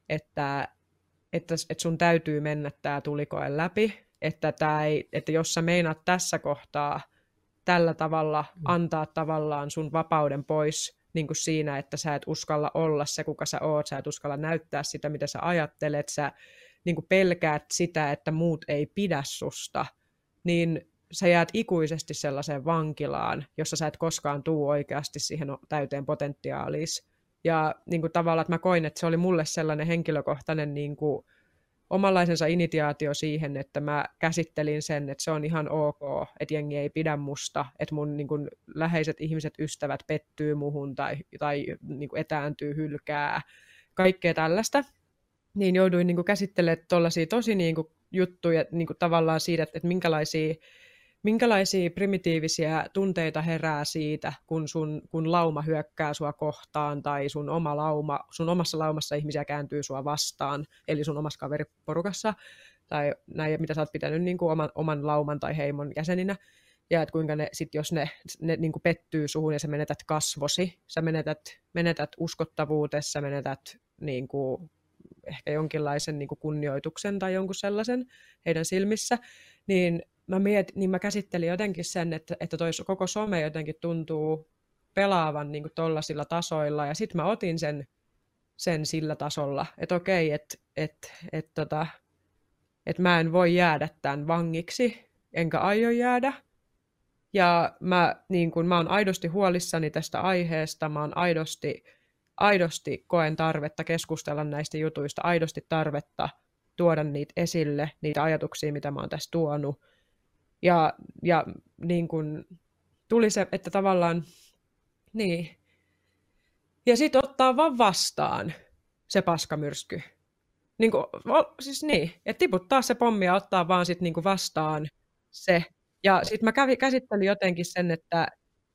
että, että, että sun täytyy mennä tämä tulikoe läpi, että, tää ei, että jos sä meinaat tässä kohtaa tällä tavalla antaa tavallaan sun vapauden pois niin kuin siinä, että sä et uskalla olla se, kuka sä oot, sä et uskalla näyttää sitä, mitä sä ajattelet, sä niin kuin pelkäät sitä, että muut ei pidä susta, niin sä jäät ikuisesti sellaiseen vankilaan, jossa sä et koskaan tuu oikeasti siihen täyteen potentiaaliin. Ja niin kuin tavallaan, että mä koin, että se oli mulle sellainen henkilökohtainen niin kuin omanlaisensa initiaatio siihen, että mä käsittelin sen, että se on ihan ok, että jengi ei pidä musta, että mun niin kuin läheiset ihmiset, ystävät pettyy muhun tai, tai niin kuin etääntyy, hylkää, kaikkea tällaista. Niin jouduin niin kuin käsittelemään tuollaisia tosi niin kuin juttuja niin kuin tavallaan siitä, että, että minkälaisia, minkälaisia primitiivisiä tunteita herää siitä, kun, sun, kun lauma hyökkää sua kohtaan tai sun, oma lauma, sun omassa laumassa ihmisiä kääntyy sua vastaan, eli sun omassa kaveriporukassa. tai näin, mitä sä oot pitänyt niin kuin oman, oman lauman tai heimon jäseninä, ja että kuinka ne sit, jos ne, ne niin kuin pettyy suhun ja sä menetät kasvosi, sä menetät, menetät uskottavuutessa, menetät niin kuin, ehkä jonkinlaisen niin kuin kunnioituksen tai jonkun sellaisen heidän silmissä, niin mä, miet, niin mä käsittelin jotenkin sen, että, että toi koko some jotenkin tuntuu pelaavan niin kuin tollasilla tasoilla, ja sitten mä otin sen, sen sillä tasolla, että okei, että et, et, tota, et mä en voi jäädä tämän vangiksi, enkä aio jäädä, ja mä, niin kun, mä oon aidosti huolissani tästä aiheesta, mä oon aidosti, aidosti koen tarvetta keskustella näistä jutuista, aidosti tarvetta tuoda niitä esille, niitä ajatuksia, mitä mä oon tässä tuonut. Ja, ja niin kun tuli se, että tavallaan, niin, ja sitten ottaa vaan vastaan se paskamyrsky. Niin kun, siis niin, että tiputtaa se pommi ja ottaa vaan sit niin kun vastaan se. Ja sitten mä kävin, käsittelin jotenkin sen, että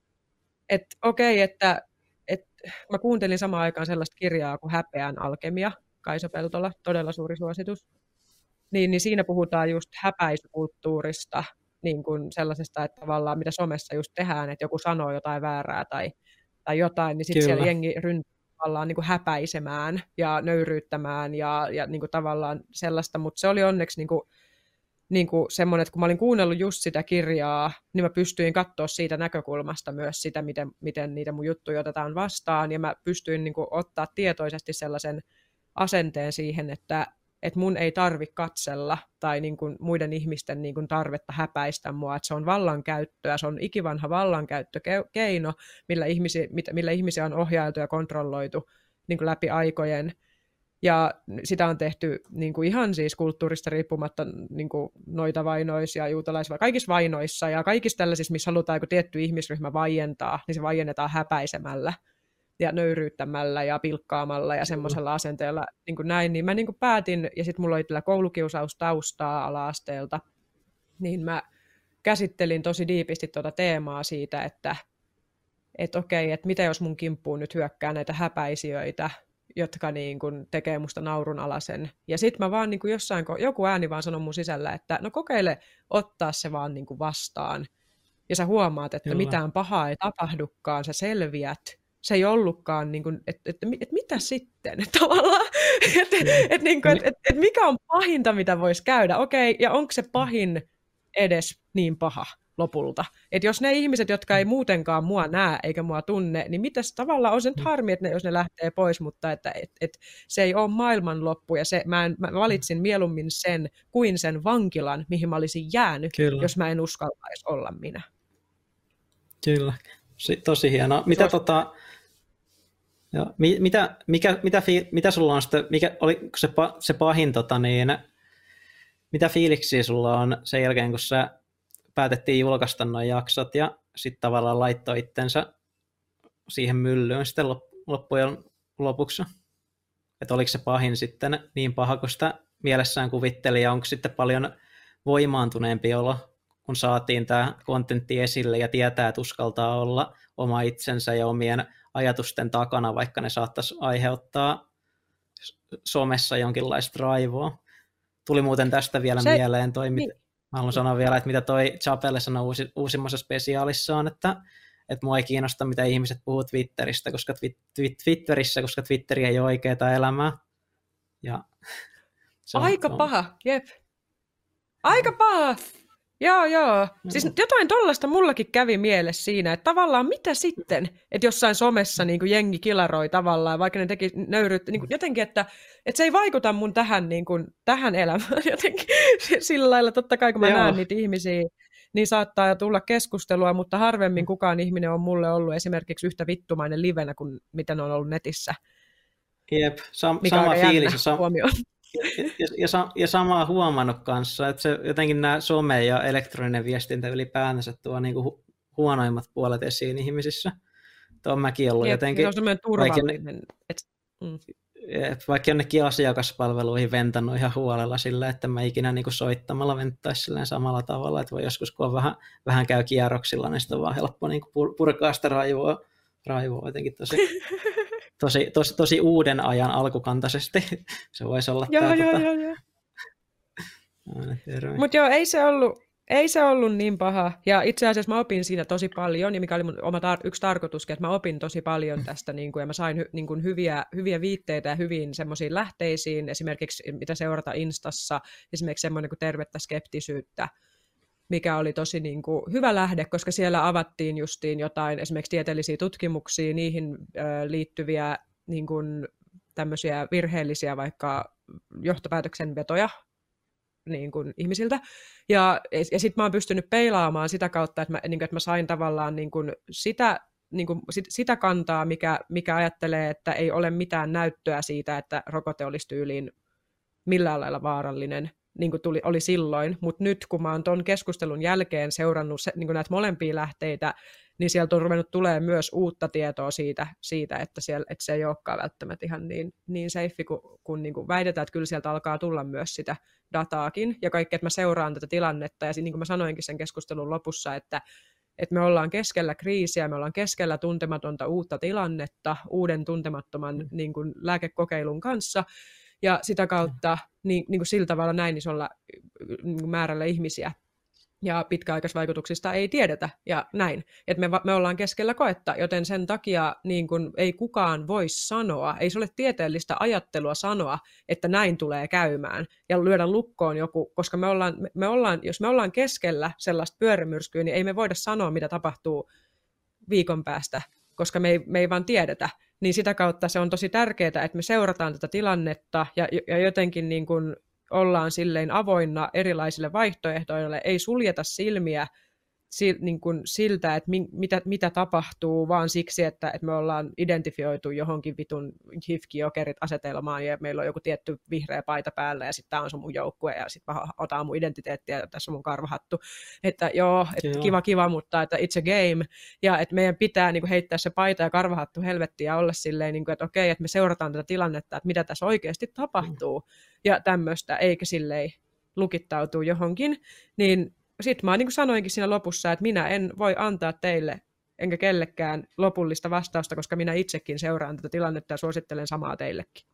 et, okei, okay, että et, mä kuuntelin samaan aikaan sellaista kirjaa kuin Häpeän alkemia, Kaisa Peltola, todella suuri suositus. Niin, niin siinä puhutaan just häpäisykulttuurista, niin kuin sellaisesta, että tavallaan mitä somessa just tehdään, että joku sanoo jotain väärää tai, tai jotain, niin sitten siellä jengi ryntää tavallaan niin kuin häpäisemään ja nöyryyttämään ja, ja niin kuin tavallaan sellaista, mutta se oli onneksi niin kuin, niin kuin semmoinen, että kun mä olin kuunnellut just sitä kirjaa, niin mä pystyin katsoa siitä näkökulmasta myös sitä, miten, miten niitä mun juttuja otetaan vastaan, ja mä pystyin niin kuin ottaa tietoisesti sellaisen asenteen siihen, että että mun ei tarvitse katsella tai niin kuin muiden ihmisten niin kuin tarvetta häpäistä mua, että se on vallankäyttöä, se on ikivanha vallankäyttökeino, millä ihmisiä, millä ihmisiä on ohjailtu ja kontrolloitu niin kuin läpi aikojen. Ja sitä on tehty niin kuin ihan siis kulttuurista riippumatta niin kuin noita vainoissa ja juutalaisissa, kaikissa vainoissa ja kaikissa tällaisissa, missä halutaan joku tietty ihmisryhmä vaientaa, niin se vaiennetaan häpäisemällä ja nöyryyttämällä ja pilkkaamalla ja semmoisella asenteella niin kuin näin, niin mä niin kuin päätin, ja sitten mulla oli tällä koulukiusaustaustaa ala-asteelta, niin mä käsittelin tosi diipisti tuota teemaa siitä, että et okei, että mitä jos mun kimppuun nyt hyökkää näitä häpäisijöitä, jotka niin kuin tekee musta naurunalaisen. Ja sitten mä vaan niin kuin jossain, joku ääni vaan sanoi mun sisällä, että no kokeile ottaa se vaan niin kuin vastaan. Ja sä huomaat, että Kyllä. mitään pahaa ei tapahdukaan, sä selviät. Se ei ollutkaan, niin kuin, että, että, että, että mitä sitten tavallaan, että, että, niin kuin, että, että, että mikä on pahinta, mitä voisi käydä, okei, ja onko se pahin edes niin paha lopulta, että jos ne ihmiset, jotka ei muutenkaan mua näe eikä mua tunne, niin mitäs tavallaan on se nyt harmi, että ne, jos ne lähtee pois, mutta että et, et, se ei ole maailmanloppu, ja se, mä, en, mä valitsin mieluummin sen kuin sen vankilan, mihin mä olisin jäänyt, Kyllä. jos mä en uskaltaisi olla minä. Kyllä, tosi hienoa. Mitä tota... Joo. Mitä, mikä, mitä, fi, mitä sulla on sitten, mikä oli se, se pahin, tota niin, mitä fiiliksiä sulla on sen jälkeen, kun sä päätettiin julkaista nuo jaksot ja sitten tavallaan laittoi itsensä siihen myllyyn sitten loppujen lopuksi? Että oliko se pahin sitten niin paha, kun sitä mielessään kuvitteli, ja onko sitten paljon voimaantuneempi olo, kun saatiin tämä kontentti esille ja tietää, että uskaltaa olla oma itsensä ja omien ajatusten takana, vaikka ne saattaisi aiheuttaa somessa jonkinlaista raivoa. Tuli muuten tästä vielä se, mieleen toi, niin. Mä haluan sanoa vielä, että mitä toi Chapelle sanoi uusi, uusimmassa spesiaalissaan, että, että mua ei kiinnosta, mitä ihmiset puhuu Twitteristä, koska twi- Twitterissä, koska Twitteri ei ole oikeaa elämää. Ja se on, Aika on... paha, jep. Aika paha. Joo, joo. Siis jotain tollaista mullakin kävi mielessä siinä, että tavallaan mitä sitten, että jossain somessa niin kuin jengi kilaroi tavallaan, vaikka ne teki nöyryyttä, niin kuin jotenkin, että, että se ei vaikuta mun tähän, niin kuin, tähän elämään jotenkin sillä lailla. Totta kai kun mä joo. näen niitä ihmisiä, niin saattaa tulla keskustelua, mutta harvemmin kukaan ihminen on mulle ollut esimerkiksi yhtä vittumainen livenä kuin mitä ne on ollut netissä. Jep, Sam- sama fiilis. Sam- Ja, ja, ja samaa huomannut kanssa, että se, jotenkin nämä some ja elektroninen viestintä ylipäätänsä tuo niinku hu, huonoimmat puolet esiin ihmisissä. Tuo on mäkin ollut Jep, jotenkin... Se on semmoinen turvallinen. Et, mm. Vaikka jonnekin asiakaspalveluihin ventannut ihan huolella sillä, että mä ikinä niinku soittamalla venttaisi samalla tavalla, että voi joskus kun on vähän, vähän käy kierroksilla, niin sitten on vaan helppo niinku purkaa sitä raivoa, raivoa jotenkin tosi... Tosi, tosi, tosi uuden ajan alkukantaisesti se voisi olla. Joo, tämä, joo, tota... joo, joo. Mutta joo, ei se ollut... Ei se ollut niin paha, ja itse asiassa mä opin siinä tosi paljon, ja mikä oli mun oma tar- yksi tarkoituskin, että mä opin tosi paljon tästä, niin kuin, ja mä sain hy- niin kuin hyviä, hyviä viitteitä ja hyviin semmoisiin lähteisiin, esimerkiksi mitä seurata Instassa, esimerkiksi semmoinen kuin tervettä skeptisyyttä, mikä oli tosi niin kuin hyvä lähde, koska siellä avattiin justiin jotain esimerkiksi tieteellisiä tutkimuksia, niihin ö, liittyviä niin kuin tämmöisiä virheellisiä vaikka johtopäätöksenvetoja, niin kuin ihmisiltä. Ja, ja sitten mä oon pystynyt peilaamaan sitä kautta, että mä, niin kuin, että mä sain tavallaan niin kuin sitä, niin kuin, sit, sitä kantaa, mikä, mikä ajattelee, että ei ole mitään näyttöä siitä, että rokote olisi tyyliin millään lailla vaarallinen, niin kuin tuli, oli silloin. Mutta nyt, kun mä oon ton keskustelun jälkeen seurannut se, niin kuin näitä molempia lähteitä, niin sieltä on ruvennut tulemaan myös uutta tietoa siitä, siitä että, siellä, että se ei olekaan välttämättä ihan niin, niin safe, kun, kun niin kuin väitetään, että kyllä sieltä alkaa tulla myös sitä dataakin, ja kaikki, että mä seuraan tätä tilannetta, ja niin kuin mä sanoinkin sen keskustelun lopussa, että, että me ollaan keskellä kriisiä, me ollaan keskellä tuntematonta uutta tilannetta, uuden tuntemattoman niin kuin lääkekokeilun kanssa, ja sitä kautta niin, niin kuin sillä tavalla näin isolla niin kuin määrällä ihmisiä, ja pitkäaikaisvaikutuksista ei tiedetä, ja näin. Et me, me ollaan keskellä koetta, joten sen takia niin kun ei kukaan voi sanoa, ei se ole tieteellistä ajattelua sanoa, että näin tulee käymään, ja lyödä lukkoon joku, koska me ollaan, me ollaan, jos me ollaan keskellä sellaista pyörämyrskyä, niin ei me voida sanoa, mitä tapahtuu viikon päästä, koska me ei, me ei vaan tiedetä. Niin sitä kautta se on tosi tärkeää, että me seurataan tätä tilannetta, ja, ja jotenkin niin kun ollaan silleen avoinna erilaisille vaihtoehtoille, ei suljeta silmiä sil, niin kuin siltä, että mi, mitä, mitä tapahtuu, vaan siksi, että, että me ollaan identifioitu johonkin vitun hifki-jokerit asetelmaan, ja meillä on joku tietty vihreä paita päällä, ja sitten tämä on se mun joukkue, ja sitten mä otan mun identiteettiä, ja tässä on mun karvahattu. Että joo, että joo. kiva kiva, mutta että it's a game, ja että meidän pitää niin kuin heittää se paita ja karvahattu helvettiin, ja olla silleen, niin kuin, että okei, että me seurataan tätä tilannetta, että mitä tässä oikeasti tapahtuu, mm. ja tämmöistä, eikä silleen lukittautuu johonkin, niin sitten mä niin kuin sanoinkin siinä lopussa, että minä en voi antaa teille enkä kellekään lopullista vastausta, koska minä itsekin seuraan tätä tilannetta ja suosittelen samaa teillekin.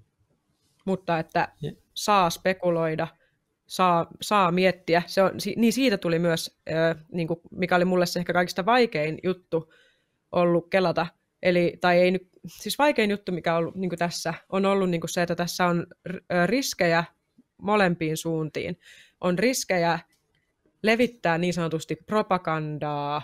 Mutta että saa spekuloida, saa, saa miettiä. Se on, niin siitä tuli myös, niin kuin, mikä oli mulle se ehkä kaikista vaikein juttu ollut kelata. Eli, tai ei nyt, siis vaikein juttu, mikä on ollut niin kuin tässä, on ollut niin kuin se, että tässä on riskejä molempiin suuntiin. On riskejä levittää niin sanotusti propagandaa,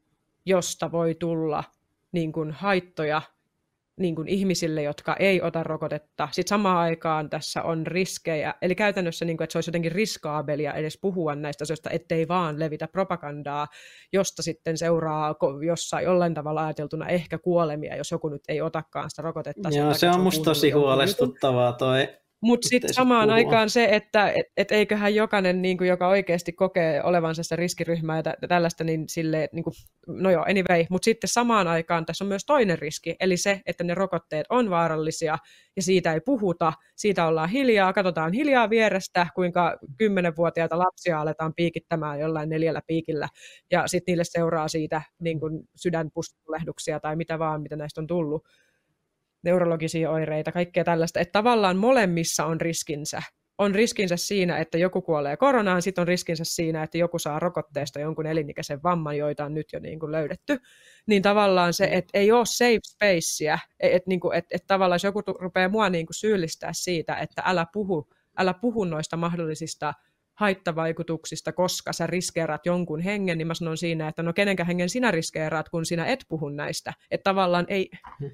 josta voi tulla niin kuin haittoja niin kuin ihmisille, jotka ei ota rokotetta. Sitten samaan aikaan tässä on riskejä, eli käytännössä, niin kuin, että se olisi jotenkin riskaabelia edes puhua näistä asioista, ettei vaan levitä propagandaa, josta sitten seuraa jossain jollain tavalla ajateltuna ehkä kuolemia, jos joku nyt ei otakaan sitä rokotetta. Joo, se on, on musta tosi huolestuttavaa toi. Mutta sitten samaan puhua. aikaan se, että et, et eiköhän jokainen, niin kuin, joka oikeasti kokee olevansa sitä riskiryhmää ja tä, tällaista, niin sille, niin kuin, no joo, anyway, mutta sitten samaan aikaan tässä on myös toinen riski, eli se, että ne rokotteet on vaarallisia ja siitä ei puhuta, siitä ollaan hiljaa, katsotaan hiljaa vierestä, kuinka kymmenvuotiaita lapsia aletaan piikittämään jollain neljällä piikillä, ja sitten niille seuraa siitä niin kuin sydänpustulehduksia tai mitä vaan, mitä näistä on tullut. Neurologisia oireita, kaikkea tällaista, että tavallaan molemmissa on riskinsä. On riskinsä siinä, että joku kuolee koronaan, sitten on riskinsä siinä, että joku saa rokotteesta jonkun elinikäisen vamman, joita on nyt jo niin kuin löydetty. Niin tavallaan se, että ei ole safe spacea, että, niin kuin, että, että tavallaan jos joku rupeaa mua niin kuin syyllistää siitä, että älä puhu, älä puhu noista mahdollisista haittavaikutuksista, koska sä riskeeraat jonkun hengen, niin mä sanon siinä, että no kenenkä hengen sinä riskeeraat, kun sinä et puhu näistä. Että tavallaan ei...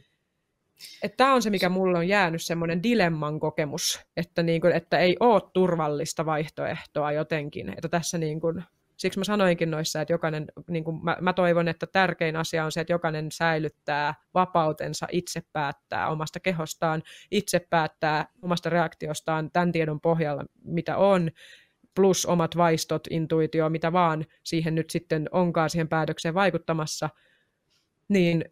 Tämä on se, mikä mulle on jäänyt semmoinen dilemman kokemus, että, niin kuin, että ei ole turvallista vaihtoehtoa jotenkin. Että tässä niin kuin, siksi mä sanoinkin noissa, että jokainen, niin kuin, mä, mä toivon, että tärkein asia on se, että jokainen säilyttää vapautensa itse päättää omasta kehostaan, itse päättää omasta reaktiostaan tämän tiedon pohjalla, mitä on, plus omat vaistot, intuitio, mitä vaan siihen nyt sitten onkaan siihen päätökseen vaikuttamassa, niin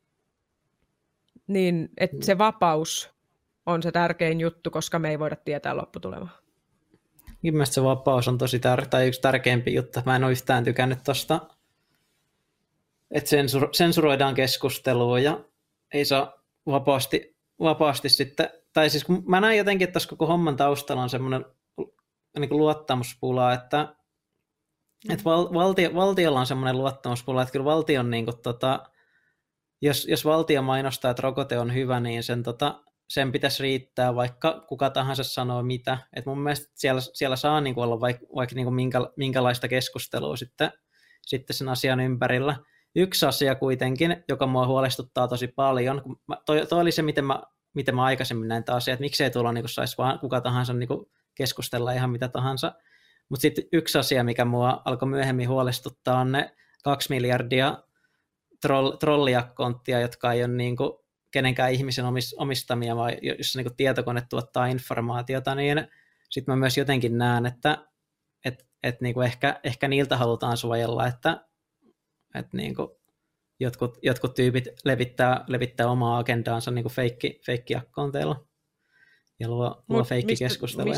Niin, että se vapaus on se tärkein juttu, koska me ei voida tietää lopputulemaa. Mielestäni se vapaus on tosi tär- tai yksi tärkeimpi juttu. Mä en ole yhtään tykännyt tuosta, että sensur- sensuroidaan keskustelua ja ei saa vapaasti, vapaasti sitten, tai siis kun mä näen jotenkin, että tässä koko homman taustalla on semmoinen niin kuin luottamuspula, että mm. et val, valtio, valtiolla on semmoinen luottamuspula, että kyllä valtion, niin kuin, tota, jos, jos valtio mainostaa, että rokote on hyvä, niin sen, tota, sen pitäisi riittää, vaikka kuka tahansa sanoo mitä. Et mun mielestä siellä, siellä saa niin kuin olla vaikka, vaikka niin kuin minkä, minkälaista keskustelua sitten, sitten sen asian ympärillä. Yksi asia kuitenkin, joka mua huolestuttaa tosi paljon, toi, toi oli se, miten mä, miten mä aikaisemmin näin taas, että miksei tuolla niin saisi vaan kuka tahansa niin keskustella ihan mitä tahansa. Mutta sitten yksi asia, mikä mua alkoi myöhemmin huolestuttaa, on ne kaksi miljardia troll, trolliakkonttia, jotka ei ole niin kuin kenenkään ihmisen omistamia, vaan jos niin kuin tietokone tuottaa informaatiota, niin sitten mä myös jotenkin näen, että et, et niin kuin ehkä, ehkä niiltä halutaan suojella, että että niin kuin jotkut, jotkut tyypit levittää, levittää omaa agendaansa niin kuin feikki, feikkiakkoonteilla ja luo, luo feikkikeskusteluja.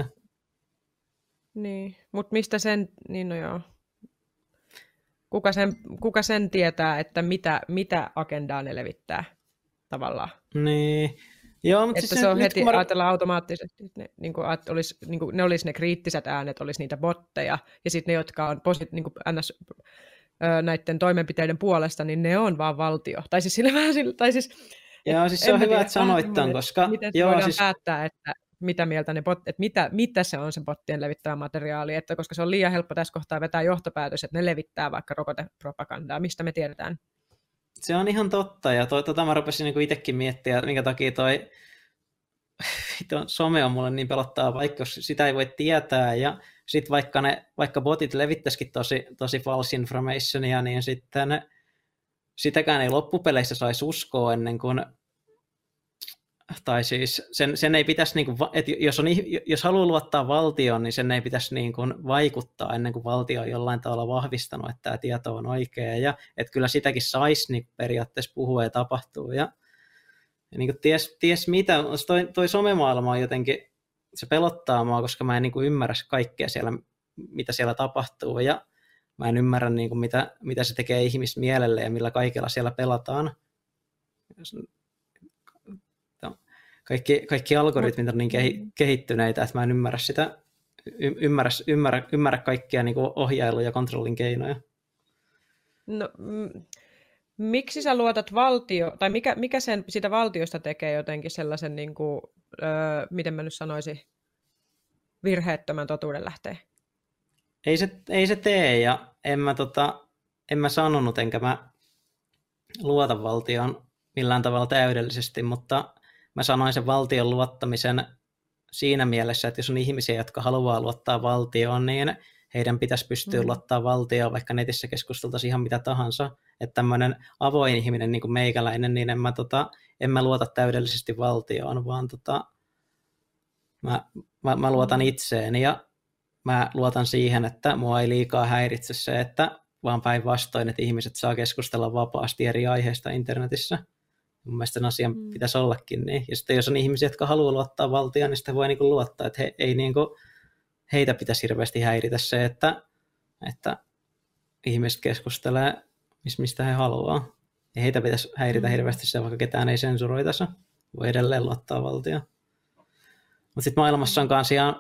Niin, mutta mistä sen, niin no joo. Kuka sen, kuka sen tietää, että mitä, mitä agendaa ne levittää tavallaan? Niin. Joo, mutta että siis se on nyt, heti mä... ajatellaan automaattisesti, että ne, niin kuin, olisi, niin kuin, ne olisi ne kriittiset äänet, olisi niitä botteja, ja sitten ne, jotka on posit, niin kuin ns, näiden toimenpiteiden puolesta, niin ne on vaan valtio. Tai siis sillä vähän sillä, tai siis... Joo, siis se on hyvä, tiedä, että sanoit ton, koska... Miten joo, voidaan siis... päättää, että mitä mieltä ne bot, että mitä, mitä se on se bottien levittävä materiaali, että koska se on liian helppo tässä kohtaa vetää johtopäätös, että ne levittää vaikka rokotepropagandaa, mistä me tiedetään. Se on ihan totta, ja toi, tota mä rupesin niin itsekin miettiä, minkä takia toi some on mulle niin pelottava, vaikka jos sitä ei voi tietää, ja sitten vaikka, ne, vaikka botit levittäisikin tosi, tosi false informationia, niin sitten sitäkään ei loppupeleissä saisi uskoa ennen kuin, tai siis sen, sen ei pitäisi, niin kuin, että jos, on, jos haluaa luottaa valtioon, niin sen ei pitäisi niin kuin vaikuttaa ennen kuin valtio on jollain tavalla vahvistanut, että tämä tieto on oikea, ja että kyllä sitäkin saisi niin periaatteessa puhua ja tapahtua, ja, ja niin kuin ties, ties mitä, toi, toi somemaailma on jotenkin, se pelottaa mua, koska mä en niin kuin ymmärrä kaikkea siellä, mitä siellä tapahtuu, ja mä en ymmärrä, niin kuin mitä, mitä se tekee ihmismielelle ja millä kaikella siellä pelataan. Kaikki, kaikki algoritmit on niin kehittyneitä, että mä en ymmärrä sitä, ymmärrä, ymmärrä, ymmärrä kaikkia niin kuin ohjailu- ja kontrollin keinoja. No, m- miksi sä luotat valtio, tai mikä, mikä sen, sitä valtiosta tekee jotenkin sellaisen, niin kuin, öö, miten mä nyt sanoisin, virheettömän totuuden lähteen? Ei se, ei se tee, ja en mä, tota, en mä sanonut, enkä mä luota valtioon millään tavalla täydellisesti, mutta mä sanoin sen valtion luottamisen siinä mielessä, että jos on ihmisiä, jotka haluaa luottaa valtioon, niin heidän pitäisi pystyä mm. luottaa valtioon, vaikka netissä keskusteltaisiin ihan mitä tahansa. Että tämmöinen avoin ihminen niin kuin meikäläinen, niin en mä, tota, en mä luota täydellisesti valtioon, vaan tota, mä, mä, mä luotan itseeni ja mä luotan siihen, että mua ei liikaa häiritse se, että vaan päinvastoin, että ihmiset saa keskustella vapaasti eri aiheista internetissä. Mun mielestä sen asian mm. pitäisi ollakin niin. Ja sitten jos on ihmisiä, jotka haluaa luottaa valtioon, niin sitä voi niinku luottaa, että he, ei niinku, heitä pitäisi hirveästi häiritä se, että, että ihmiset keskustelee, mistä he haluaa. Ja heitä pitäisi häiritä mm. hirveästi se, vaikka ketään ei sensuroitaisi. Voi edelleen luottaa valtioon. Mutta sitten maailmassa on kans ihan...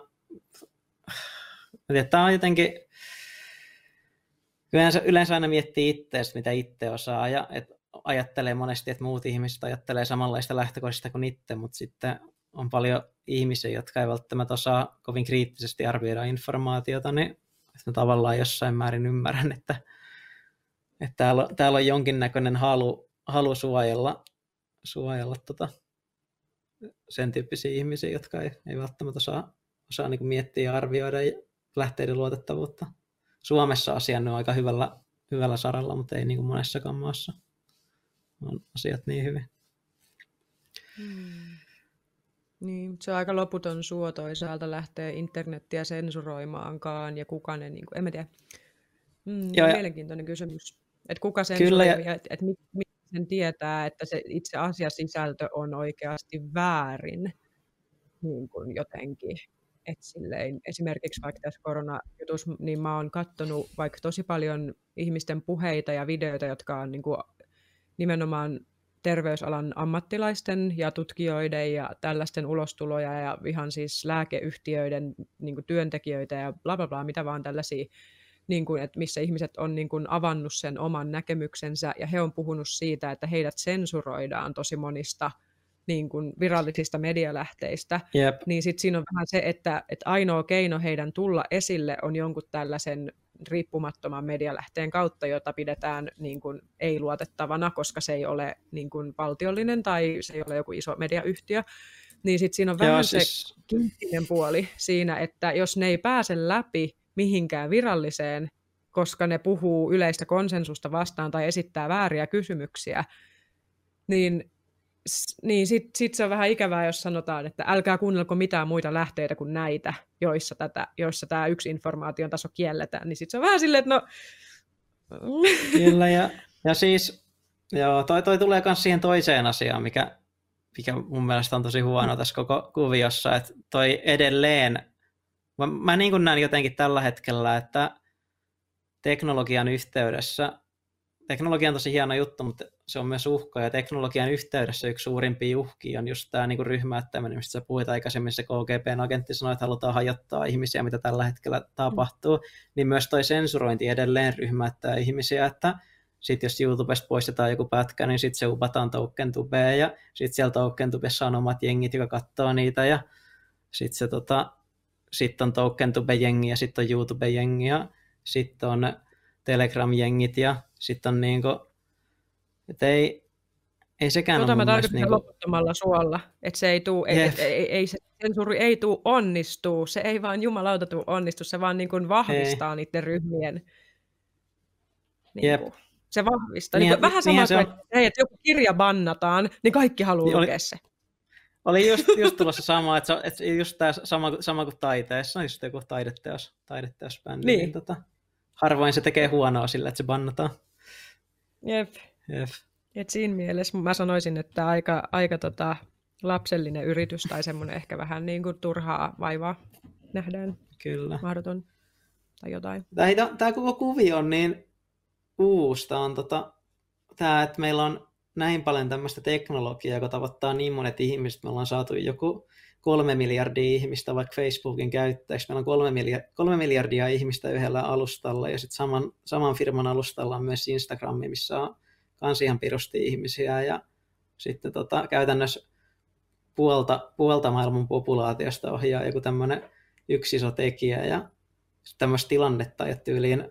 Tämä on jotenkin... Yleensä, yleensä aina miettii itseäsi, mitä itse osaa, ja et ajattelee monesti, että muut ihmiset ajattelee samanlaista lähtökohdista kuin itse, mutta sitten on paljon ihmisiä, jotka ei välttämättä osaa kovin kriittisesti arvioida informaatiota, niin tavallaan jossain määrin ymmärrän, että, että täällä, on, täällä on jonkinnäköinen halu, halu suojella, suojella tota, sen tyyppisiä ihmisiä, jotka ei, ei välttämättä osaa, osaa niin kuin miettiä ja arvioida lähteiden luotettavuutta. Suomessa asia on aika hyvällä, hyvällä saralla, mutta ei niin kuin monessakaan maassa on asiat niin hyvin. Hmm. Niin, se on aika loputon suo toisaalta lähtee internettiä sensuroimaankaan ja kuka ne, niin kuin, en mä tiedä. Hmm, ja, mielenkiintoinen kysymys. Että kuka sensuroi ja että et, mit, mit sen tietää, että se itse asiasisältö on oikeasti väärin niin kuin jotenkin. Et silleen, esimerkiksi vaikka tässä koronajutussa, niin mä oon katsonut vaikka tosi paljon ihmisten puheita ja videoita, jotka on niin kuin nimenomaan terveysalan ammattilaisten ja tutkijoiden ja tällaisten ulostuloja ja ihan siis lääkeyhtiöiden niin kuin työntekijöitä ja bla bla bla, mitä vaan tällaisia, niin kuin, että missä ihmiset on niin kuin avannut sen oman näkemyksensä ja he on puhunut siitä, että heidät sensuroidaan tosi monista niin kuin virallisista medialähteistä, Jep. niin sitten siinä on vähän se, että, että ainoa keino heidän tulla esille on jonkun tällaisen riippumattoman medialähteen kautta, jota pidetään niin kuin ei-luotettavana, koska se ei ole niin kuin valtiollinen tai se ei ole joku iso mediayhtiö. Niin sitten siinä on vähän Joo, siis... se kriittinen puoli siinä, että jos ne ei pääse läpi mihinkään viralliseen, koska ne puhuu yleistä konsensusta vastaan tai esittää vääriä kysymyksiä, niin niin sitten sit se on vähän ikävää, jos sanotaan, että älkää kuunnelko mitään muita lähteitä kuin näitä, joissa, tätä, joissa tämä yksi informaation taso kielletään, niin sitten se on vähän silleen, että no... Kyllä, ja, ja siis joo, toi, toi tulee myös siihen toiseen asiaan, mikä, mikä mun mielestä on tosi huono tässä koko kuviossa, että toi edelleen, mä, mä niin kuin näen jotenkin tällä hetkellä, että teknologian yhteydessä, teknologia on tosi hieno juttu, mutta se on myös uhka, ja teknologian yhteydessä yksi suurimpia uhkia on just tämä niin kuin ryhmäyttäminen, mistä sä puhuit aikaisemmin, se K G B:n agentti sanoi, että halutaan hajottaa ihmisiä, mitä tällä hetkellä tapahtuu, mm. niin myös toi sensurointi edelleen ryhmäyttää ihmisiä, että sitten jos YouTubesta poistetaan joku pätkä, niin sitten se upataan TokenTubeen, ja sitten siellä TokenTubessa on omat jengit, jotka katsoo niitä, ja sitten se tota, sit on TokenTube-jengi, ja sitten on YouTube-jengi, ja sitten on Telegram-jengit, ja sitten on niinku että ei, ei sekään tota ole mun mielestä... Tota mä tarkoitan loputtomalla suolla, että se ei tuu, ei, ei, ei, ei, se sensuuri ei tuu onnistuu, se ei vaan jumalauta tuu onnistu, se vaan niin kuin vahvistaa ei. niiden ryhmien... Niin kuin, se vahvistaa. Niin, niin, vähän sama kuin, että, hei, että joku kirja bannataan, niin kaikki haluaa niin, lukea oli, se. Oli just, just tulossa sama, että, että just tämä sama, sama kuin taiteessa, just joku taideteos, taideteosbändi, niin, niin tota, harvoin se tekee huonoa sillä, että se bannataan. Jep. Jep. Et siinä mielessä mä sanoisin, että aika, aika tota lapsellinen yritys tai semmoinen ehkä vähän niin kuin turhaa vaivaa nähdään. Kyllä. Mahdoton tai jotain. Tämä koko kuvio on niin uusta. On tota, tämä, että meillä on näin paljon tämmöistä teknologiaa, joka tavoittaa niin monet ihmiset. Me ollaan saatu joku kolme miljardia ihmistä vaikka Facebookin käyttäjäksi. Meillä on kolme miljardia, kolme miljardia ihmistä yhdellä alustalla ja sitten saman, saman firman alustalla on myös Instagram, missä on kans ihan pirusti ihmisiä ja sitten tota, käytännössä puolta, puolta maailman populaatiosta ohjaa joku tämmöinen yksi iso tekijä ja tämmöistä tilannetta ei ole tyyliin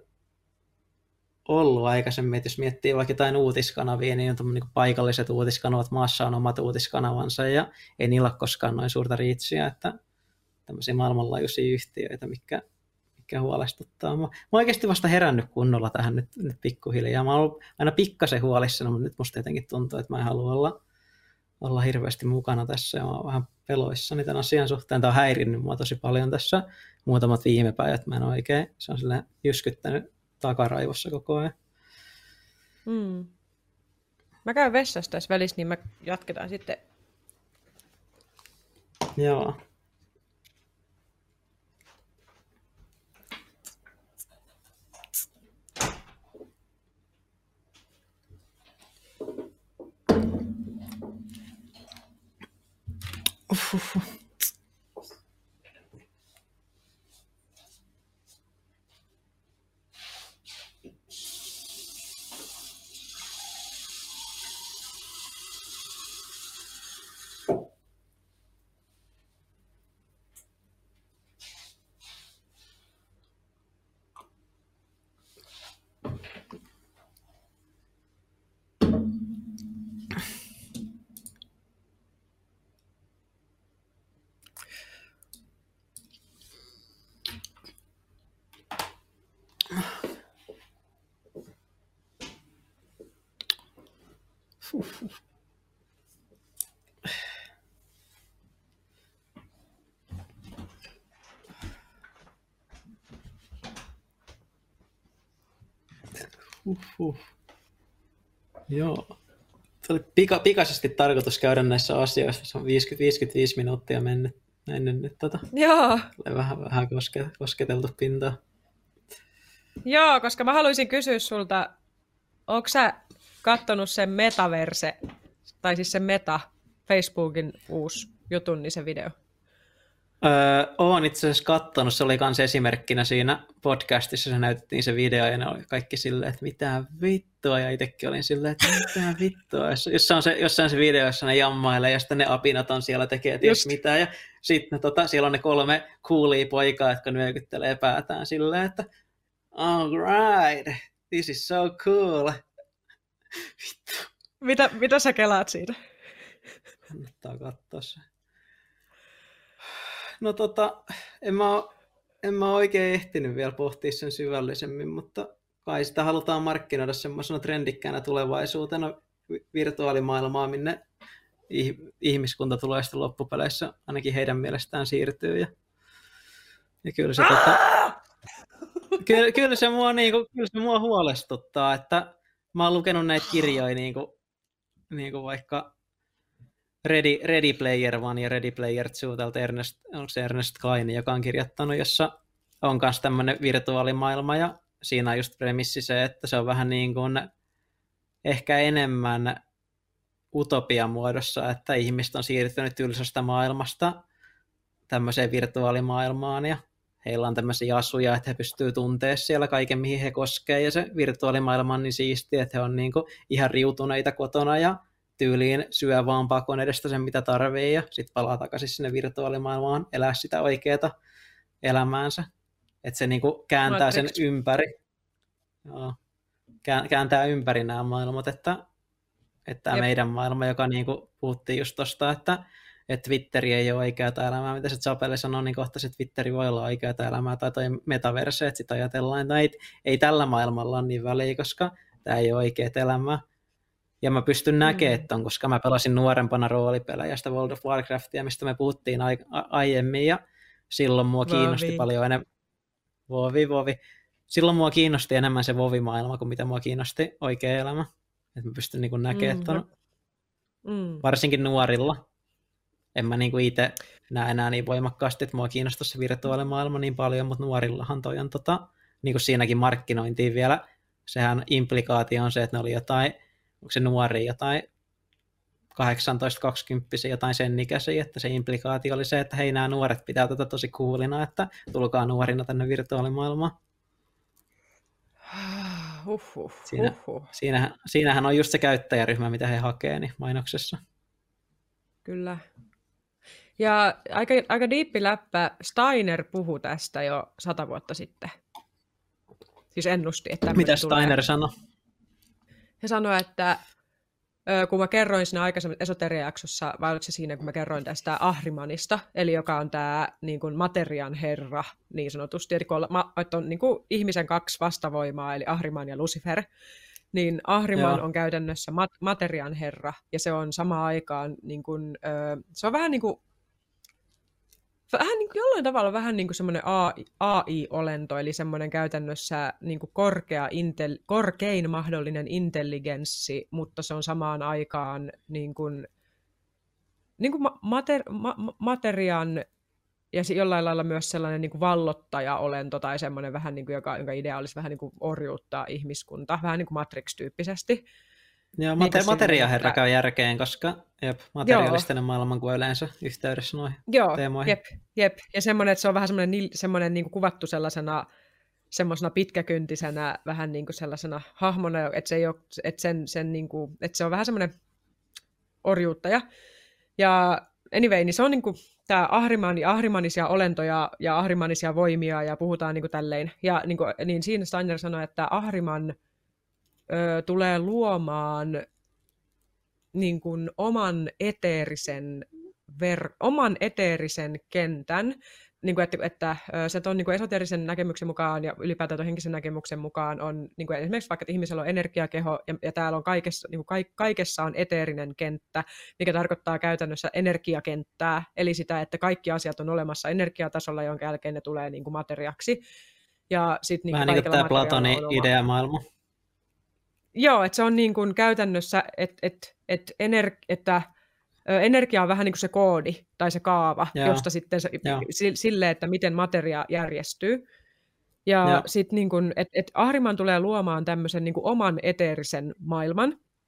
ollut aikaisemmin, että jos miettii vaikka jotain uutiskanavia, niin on niin paikalliset uutiskanavat, maassa on omat uutiskanavansa ja ei niillä ole koskaan noin suurta riitsiä, että tämmöisiä maailmanlaajuisia yhtiöitä, mikä, mikä huolestuttaa. Mä, mä oikeasti vasta herännyt kunnolla tähän nyt, nyt pikkuhiljaa. Mä oon ollut aina pikkasen huolissani, mutta nyt musta jotenkin tuntuu, että mä en halua olla, olla hirveästi mukana tässä ja mä oon vähän peloissani tämän asian suhteen. Tämä on häirinnyt mua tosi paljon tässä muutamat viime päivät. Mä en oikein, se on silleen jyskyttänyt takaraivossa koko ajan. Hmm. Mä käyn vessassa tässä välissä, niin me jatketaan sitten. Joo. Uhuhu. Uhuh. Joo. Se oli pika, pikaisesti tarkoitus käydä näissä asioissa. Se on viisikymmentä viisikymmentäviisi minuuttia mennyt. Mennyt nyt tota. Joo. Vähän, vähän koske, kosketeltu pintaa. Joo, koska mä haluaisin kysyä sulta, onko sä kattonut sen Metaverse tai siis se Meta, Facebookin uusi jutun, niin se video? Öö, oon itse asiassa katsonut, se oli myös esimerkkinä siinä podcastissa, se näytettiin se video ja ne oli kaikki silleen, että mitä vittua, ja itsekin olin silleen, että mitä vittua, jos on se, jossain se video, jossa ne jammailee ja sitten ne apinat on siellä tekee ties mitä, ja sitten tota, siellä on ne kolme coolia poikaa, jotka nyökyttelee päätään silleen, että all right, this is so cool. Vittu. Mitä, mitä sä kelaat siitä? Kannattaa katsoa se. No tota, en mä, ole, en mä oikein ehtinyt vielä pohtia sen syvällisemmin, mutta kai sitä halutaan markkinoida semmoisena trendikkäänä tulevaisuutena virtuaalimaailmaa, minne ihmiskunta tulee sitten loppupeleissä ainakin heidän mielestään siirtyy. Ja, ja kyllä, se, tota, kyllä, kyllä, se mua, niinku, kyllä se mua huolestuttaa, että mä oon lukenut näitä kirjoja niinku, niinku vaikka Ready, Ready Player One ja Ready Player Two, tältä Ernest, onko se Ernest Cline, joka on kirjoittanut, jossa on myös tämmöinen virtuaalimaailma, ja siinä on just premissi se, että se on vähän niin kuin ehkä enemmän utopian muodossa, että ihmiset on siirtynyt tylsästä maailmasta tämmöiseen virtuaalimaailmaan, ja heillä on tämmöisiä asuja, että he pystyvät tuntemaan siellä kaiken, mihin he koskee, ja se virtuaalimaailma on niin siistiä, että he on niin kuin ihan riutuneita kotona, ja tyyliin syö vaan pakon edestä sen, mitä tarvii, ja sitten palaa takaisin sinne virtuaalimaailmaan, elää sitä oikeaa elämäänsä. Että se niinku kääntää sen ympäri. Joo. Kääntää ympäri nämä maailmat, että, että Jep. meidän maailma, joka niinku puhuttiin just tosta, että, että Twitteri ei ole oikeaa elämää, mitä se Zappeli sanoo, niin kohta se Twitteri voi olla oikeaa elämää, tai toi metaverse, että sitä ajatellaan, että ei, ei tällä maailmalla ole niin väliä, koska tämä ei ole oikeaa elämää. Ja mä pystyn näkemään, että on, koska mä pelasin nuorempana roolipelejä, sitä World of Warcraftia, mistä me puhuttiin a- a- aiemmin, ja silloin mua kiinnosti Vovi. paljon enemmän. Vovi, vovi. Silloin mua kiinnosti enemmän se Vovi-maailma, kuin mitä mua kiinnosti oikea elämä. Että mä pystyn niin kuin näkemään, että on mm. varsinkin nuorilla. En mä niin kuin itse näe enää niin voimakkaasti, että mua kiinnostaa se virtuaalimaailma niin paljon, mutta nuorillahan toi on tota, niin kuin siinäkin markkinointiin vielä. Sehän implikaatio on se, että ne oli jotain onko se nuori jotain kahdeksantoista kaksikymmentä jotain sen ikäisiä, että se implikaatio oli se, että hei, nämä nuoret pitää tätä tosi coolina, että tulkaa nuorina tänne virtuaalimaailmaan. Uhuh, Siinä, uhuh. Siinähän, siinähän on just se käyttäjäryhmä, mitä he hakee niin mainoksessa. Kyllä. Ja aika, aika diippi läppä. Steiner puhui tästä jo sata vuotta sitten. Siis ennusti, että mitä Steiner sanoi? He sanoi, että kun mä kerroin siinä aikaisemmin esoteria-jaksossa, vai oliko se siinä, kun mä kerroin tästä Ahrimanista, eli joka on tämä niin kuin materian herra, niin sanotusti, eli kun on niin kuin ihmisen kaksi vastavoimaa, eli Ahriman ja Lucifer, niin Ahriman Joo. on käytännössä mat- materian herra, ja se on samaan aikaan, niin kuin, se on vähän niin kuin, vähän niin kuin, jollain tavalla vähän niin kuin semmoinen A I-olento, eli semmoinen käytännössä niin kuin korkea intel, korkein mahdollinen intelligenssi, mutta se on samaan aikaan niin kuin, niin kuin mater, ma, materian ja jollain lailla myös sellainen niin kuin vallottaja-olento tai semmoinen vähän niin kuin, joka, jonka idea olisi vähän niin kuin orjuuttaa ihmiskunta, vähän niin kuin Matrix-tyyppisesti. Joo, mate- niin materiaherra käy järkeen, koska jep, materialistinen maailman kuin yleensä yhteydessä noihin Joo, teemoihin. Jep, jep. Ja semmoinen, että se on vähän semmoinen, semmoinen niin kuin kuvattu sellaisena semmoisena pitkäkyntisenä, vähän niin kuin sellaisena hahmona, että se, ei ole, että sen, sen niin kuin, että se on vähän semmoinen orjuuttaja. Ja anyway, niin se on niin kuin tämä Ahriman ja ahrimanisia olentoja ja ahrimanisia voimia, ja puhutaan niin kuin tälleen. Ja niin, kuin, niin siinä Steiner sanoi, että Ahriman Ö, tulee luomaan niin kuin oman eteerisen, ver, oman eteerisen kentän, niin kuin, että, että se on niin kuin esoteerisen näkemyksen mukaan ja ylipäätään henkisen näkemyksen mukaan on niin kuin esimerkiksi vaikka, että ihmisellä on energiakeho ja, ja täällä on kaikessa, niin kuin kaikessa on eteerinen kenttä, mikä tarkoittaa käytännössä energiakenttää, eli sitä, että kaikki asiat on olemassa energiatasolla, jonka jälkeen ne tulee niin kuin materiaksi. Ja sit, niin vähän niin kuin tämä Platonin ideamaailma. Joo, että se on niin kuin käytännössä, että, että, että, ener- että energia on vähän niin kuin se koodi tai se kaava, Joo. josta sitten se, silleen, että miten materia järjestyy. Ja sitten niin kuin, että, että Ahriman tulee luomaan tämmöisen niin kuin oman eteerisen maailman,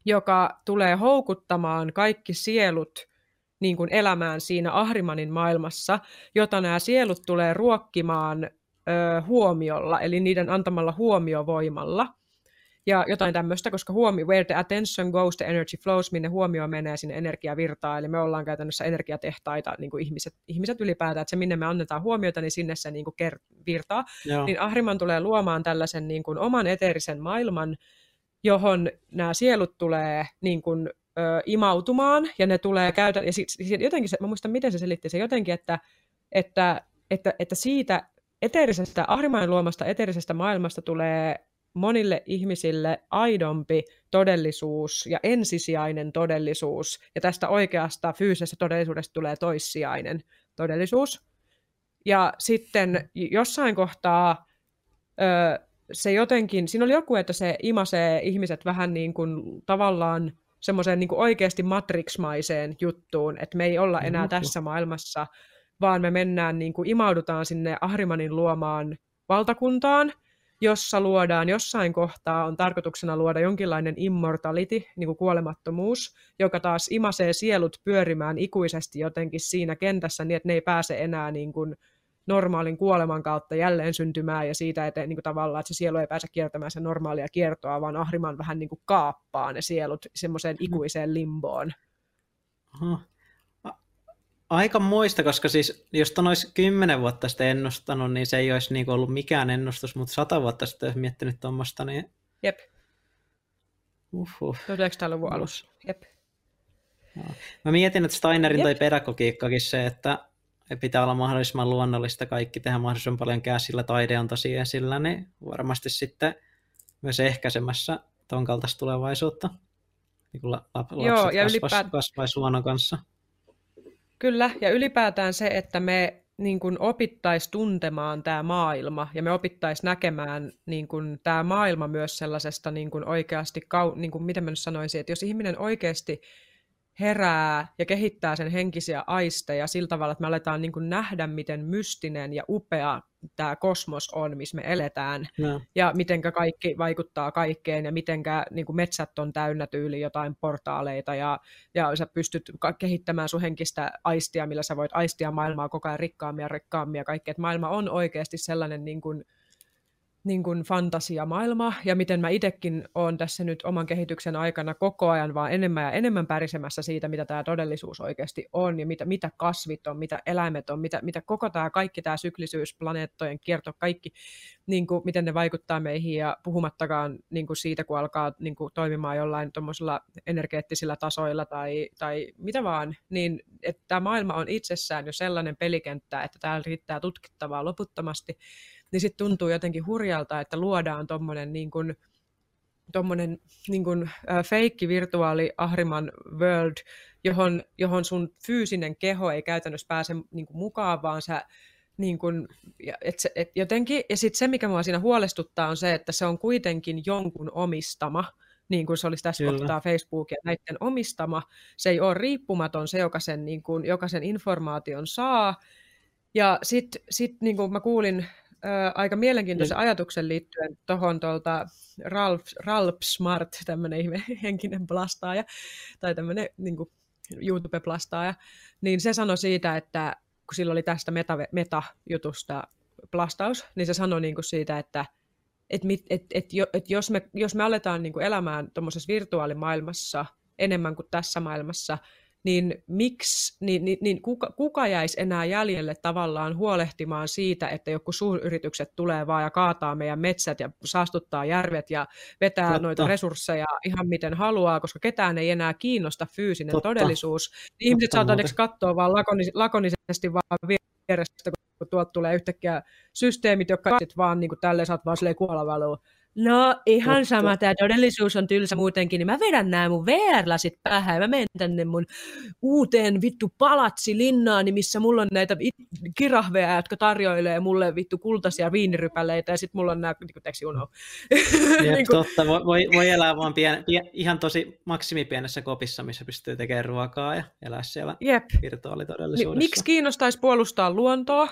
joka tulee houkuttamaan kaikki sielut niin kuin elämään siinä Ahrimanin maailmassa, jota nämä sielut tulee ruokkimaan ö, huomiolla, eli niiden antamalla huomiovoimalla. Ja jotain tämmöistä, koska huomio, where the attention goes, the energy flows, minne huomio menee, sinne energia virtaa, eli me ollaan käytännössä energiatehtaita, niin kuin ihmiset, ihmiset ylipäätään, että se minne me annetaan huomiota, niin sinne se niin kuin virtaa. Joo. Niin Ahriman tulee luomaan tällaisen niin kuin oman eteerisen maailman, johon nämä sielut tulee niin kuin, ö, imautumaan, ja ne tulee käytä, ja sit, jotenkin se, mä muistan, miten se selitti se jotenkin, että, että, että, että siitä eteerisestä, Ahrimanin luomasta eteerisestä maailmasta tulee monille ihmisille aidompi todellisuus ja ensisijainen todellisuus, ja tästä oikeasta fyysisestä todellisuudesta tulee toissijainen todellisuus. Ja sitten jossain kohtaa ö, se jotenkin, siinä oli joku, että se imasee ihmiset vähän niin kuin tavallaan semmoiseen niin kuin oikeasti Matrix-maiseen juttuun, että me ei olla enää no, tässä maailmassa, vaan me mennään, niin kuin imaudutaan sinne Ahrimanin luomaan valtakuntaan, jossa luodaan jossain kohtaa, on tarkoituksena luoda jonkinlainen immortality, niin kuin kuolemattomuus, joka taas imasee sielut pyörimään ikuisesti jotenkin siinä kentässä niin, että ne ei pääse enää niin kuin normaalin kuoleman kautta jälleen syntymään ja siitä, että, niin kuin tavallaan, että se sielu ei pääse kiertämään se normaalia kiertoa, vaan Ahriman vähän niin kuin kaappaa ne sielut semmoiseen ikuiseen limboon. Aha. Aika muista, koska siis jos ton olisi kymmenen vuotta sitten ennustanut, niin se ei olisi niin ollut mikään ennustus, mutta sata vuotta sitten olisi miettinyt tuommoista, niin... Jep. Uhuh. tuhatyhdeksänsataaluvun alussa. Jep. Mä mietin, että Steinerin Jep. toi pedagogiikkakin se, että pitää olla mahdollisimman luonnollista kaikki, tehdä mahdollisimman paljon käsillä, taide on tosi esillä, niin varmasti sitten myös ehkäisemässä ton kaltaista tulevaisuutta. Niin kuin lapset Joo, ja kasvais, ylipäät... kasvais luonnon kanssa. Kyllä, ja ylipäätään se, että me niin kuin opittaisiin tuntemaan tämä maailma, ja me opittaisiin näkemään niin kuin, tämä maailma myös sellaisesta niin kuin oikeasti, kau... niin kuin, miten mä nyt sanoisin, että jos ihminen oikeasti herää ja kehittää sen henkisiä aisteja sillä tavalla, että me aletaan niin kuin nähdä, miten mystinen ja upea tämä kosmos on, missä me eletään, no. ja mitenkä kaikki vaikuttaa kaikkeen, ja mitenkä niin kuin metsät on täynnä tyyli jotain portaaleita, ja, ja sä pystyt kehittämään sun henkistä aistia, millä sä voit aistia maailmaa koko ajan rikkaammin ja rikkaammin, ja kaikki, että maailma on oikeasti sellainen niin kuin niin kuin fantasiamaailma, ja miten mä itsekin olen tässä nyt oman kehityksen aikana koko ajan vaan enemmän ja enemmän pärisemässä siitä, mitä tämä todellisuus oikeasti on, ja mitä, mitä kasvit on, mitä eläimet on, mitä, mitä koko tämä kaikki tämä syklisyys, planeettojen kierto, kaikki, niin kuin, miten ne vaikuttaa meihin, ja puhumattakaan niin kuin siitä, kun alkaa niin kuin, toimimaan jollain tuommoisilla energeettisillä tasoilla tai, tai mitä vaan, niin että tämä maailma on itsessään jo sellainen pelikenttä, että täällä riittää tutkittavaa loputtomasti, niin sitten tuntuu jotenkin hurjalta, että luodaan tommonen niin kuin, tommonen niin kuin, äh, feikki virtuaali Ahriman world, johon, johon sun fyysinen keho ei käytännössä pääse niin kuin, mukaan, vaan sä niin kuin, et se, et jotenkin, ja sitten se, mikä mua siinä huolestuttaa, on se, että se on kuitenkin jonkun omistama, niin kuin se olisi tässä Kyllä. kohtaa Facebook ja näiden omistama. Se ei ole riippumaton se, joka sen, niin kuin, joka sen informaation saa. Ja sitten sit, niin kuin mä kuulin Ö, aika mielenkiintoisen ajatuksen liittyen tuohon tuolta Ralph, Ralph Smart, tämmöinen ihme henkinen plastaaja, tai tämmöinen niin kuin YouTube-plastaaja, niin se sanoi siitä, että kun sillä oli tästä meta, meta-jutusta plastaus, niin se sanoi niin kuin siitä, että et, et, et, et jos, me, jos me aletaan niin kuin elämään tuommoisessa virtuaalimaailmassa enemmän kuin tässä maailmassa, niin, miksi, niin, niin, niin kuka, kuka jäisi enää jäljelle tavallaan huolehtimaan siitä, että joku suuryritykset tulee vaan ja kaataa meidän metsät ja saastuttaa järvet ja vetää Totta. noita resursseja ihan miten haluaa, koska ketään ei enää kiinnosta fyysinen Totta. todellisuus. Ihmiset saattaa katsoa vaan lakonis, lakonisesti vaan vierestä, kun tuolta tulee yhtäkkiä systeemit, jotka vaan niin kuin tälleen saat vaan silleen kuolavalua. No ihan Totta. sama, tämä todellisuus on tylsä muutenkin, niin mä vedän nämä mun V R-lasit päähän ja mä menen tänne mun uuteen vittu palatsilinnaan, missä mulla on näitä kirahveja, jotka tarjoilee mulle vittu kultaisia viinirypäleitä ja sit mulla on nämä, teeks you know. Jep, totta, voi, voi elää vaan pien, pien, ihan tosi maksimipienessä kopissa, missä pystyy tekemään ruokaa ja elää siellä Jep. virtuaalitodellisuudessa. Miksi kiinnostaisi puolustaa luontoa?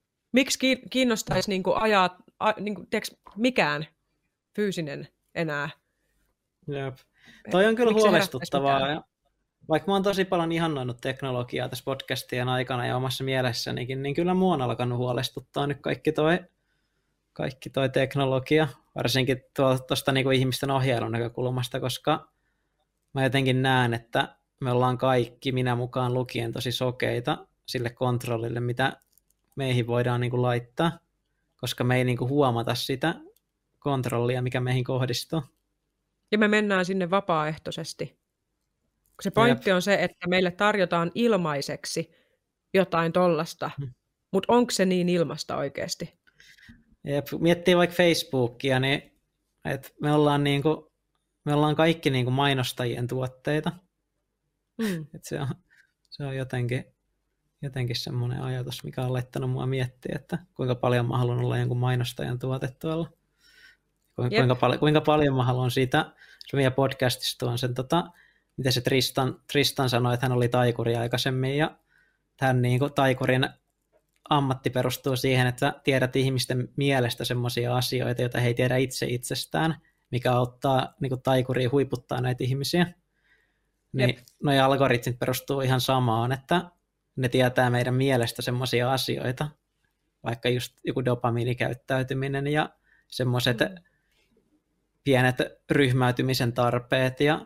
Miksi kiinnostaisi niinku ajaa, a, niinku, tiiäks, mikään fyysinen enää. Jep. Toi on kyllä Miksi se huolestuttavaa. herättäisi Ja vaikka mä oon tosi paljon ihannoinut teknologiaa tässä podcastien aikana ja omassa mielessänikin, niin kyllä mua on alkanut huolestuttaa nyt kaikki toi, kaikki toi teknologia, varsinkin tuosta niinku ihmisten ohjailun näkökulmasta, koska mä jotenkin näen, että me ollaan kaikki, minä mukaan lukien, tosi sokeita sille kontrollille, mitä meihin voidaan niinku laittaa, koska me ei niinku huomata sitä kontrollia, mikä meihin kohdistuu. Ja me mennään sinne vapaaehtoisesti. Se pointti Jep. on se, että meille tarjotaan ilmaiseksi jotain tollasta, hmm. mutta onko se niin ilmasta oikeasti? Jep. Miettii vaikka Facebookia, niin että me ollaan, niinku, me ollaan kaikki niinku mainostajien tuotteita. Hmm. Et se, on, se on jotenkin, jotenkin semmoinen ajatus, mikä on laittanut mua miettiä, että kuinka paljon mä haluan olla jonkun mainostajan tuote tuolla. Kuinka, pal- kuinka paljon mä haluan siitä, se meidän podcastista on sen, tota, miten se Tristan, Tristan sanoi, että hän oli taikuri aikaisemmin, ja tämän niin kuin, taikurin ammatti perustuu siihen, että tiedät ihmisten mielestä semmoisia asioita, joita he ei tiedä itse itsestään, mikä auttaa niin kuin, taikuria huiputtaa näitä ihmisiä. Niin nuo algoritmit perustuu ihan samaan, että ne tietää meidän mielestä semmoisia asioita, vaikka just joku dopamiinikäyttäytyminen ja semmoiset mm. pienet ryhmäytymisen tarpeet ja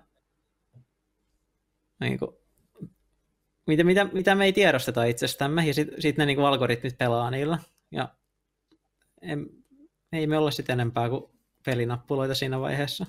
niin kuin, mitä, mitä, mitä me ei tiedosteta itsestämme, ja sitten sit ne niin kuin algoritmit pelaa niillä. Ja en, ei me olla sitten enempää kuin pelinappuloita siinä vaiheessa.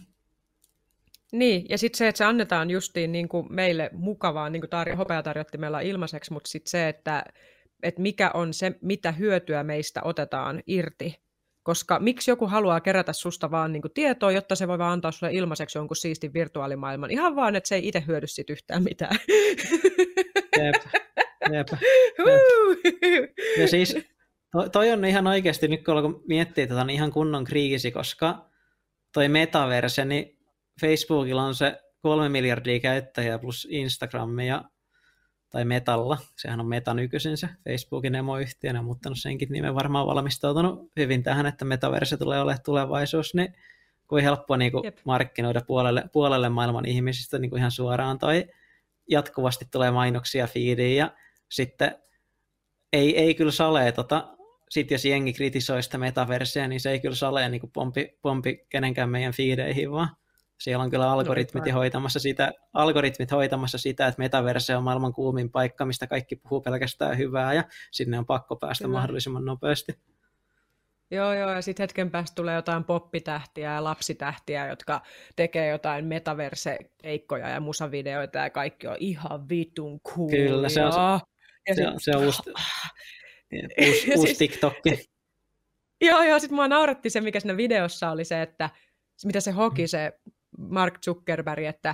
Niin, ja sitten se, että se annetaan justiin niin kuin meille mukavaa, niin kuin tar- hopeatarjottimella ilmaiseksi, mutta sitten se, että, että mikä on se, mitä hyötyä meistä otetaan irti. Koska miksi joku haluaa kerätä susta vaan niin kuin tietoa, jotta se voi vaan antaa sulle ilmaiseksi jonkun siistin virtuaalimaailman. Ihan vaan, että se ei itse hyödy sit yhtään mitään. Jep, jep, jep. Ja siis to, toi on ihan oikeasti, nyt kun alkoi miettiä, että on ihan kunnon kriisi, koska toi metaverse, niin Facebookilla on se kolme miljardia käyttäjää plus Instagramia tai Metalla, sehän on Meta nykyisin se Facebookin emoyhtiönä, mutta senkin nimen varmaan valmistautunut hyvin tähän, että metaverse tulee olemaan tulevaisuus, niin kuin helppo niin kuin markkinoida puolelle, puolelle maailman ihmisistä niin kuin ihan suoraan, tai jatkuvasti tulee mainoksia feediin, ja sitten ei, ei kyllä salee, tota, sit jos jengi kritisoi sitä metaverseä, niin se ei kyllä salee niin kuin pompi, pompi kenenkään meidän feedeihin, vaan siellä on kyllä algoritmit, no, hoitamassa sitä, algoritmit hoitamassa sitä, että metaverse on maailman kuumin paikka, mistä kaikki puhuu pelkästään hyvää, ja sinne on pakko päästä kyllä mahdollisimman nopeasti. Joo, joo, ja sitten hetken päästä tulee jotain poppitähtiä ja lapsitähtiä, jotka tekee jotain metaverse-keikkoja ja musavideoita, ja kaikki on ihan vitun cool. Kyllä, se on, se, se, on, se on uusi, uusi, uusi siis, TikTokki. Joo, joo, sitten mua nauratti se, mikä siinä videossa oli se, että mitä se hoki se Mark Zuckerberg, että,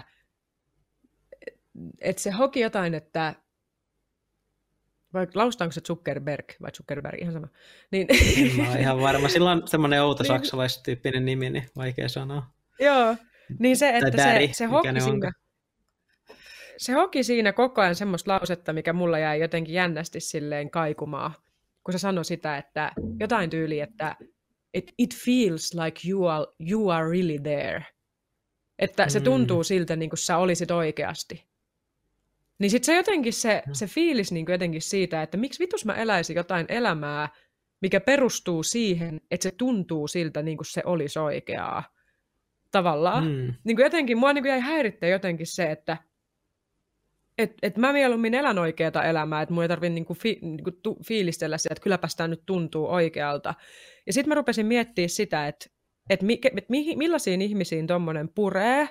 että se hoki jotain, että vai laustaanko se Zuckerberg vai Zuckerberg, ihan sama. Niin, en mä ole ihan varma. Sillä on semmoinen outo saksalaistyyppinen nimi, niin vaikea sanoa. Joo, niin se, että Daddy, se, se, hoki siinä, se hoki siinä koko ajan semmoista lausetta, mikä mulla jäi jotenkin jännästi silleen kaikumaan, kun se sanoi sitä, että jotain tyyliä, että It, it feels like you are, you are really there. Että se tuntuu siltä, niin kuin sä olisit oikeasti. Niin sit se jotenkin se, se fiilis niin kuin jotenkin siitä, että miksi vitus mä eläisin jotain elämää, mikä perustuu siihen, että se tuntuu siltä, niin kuin se olisi oikeaa. Tavallaan. Mm. Niin kuin jotenkin, mua niin kuin jäi häirittää jotenkin se, että et, et mä mieluummin elän oikeata elämää, että mun ei tarvitse niinku fi, niinku tu, fiilistellä sitä, että kylläpäs tämä nyt tuntuu oikealta. Ja sitten mä rupesin miettimään sitä, että et mi, et mi, millaisiin ihmisiin tommonen puree.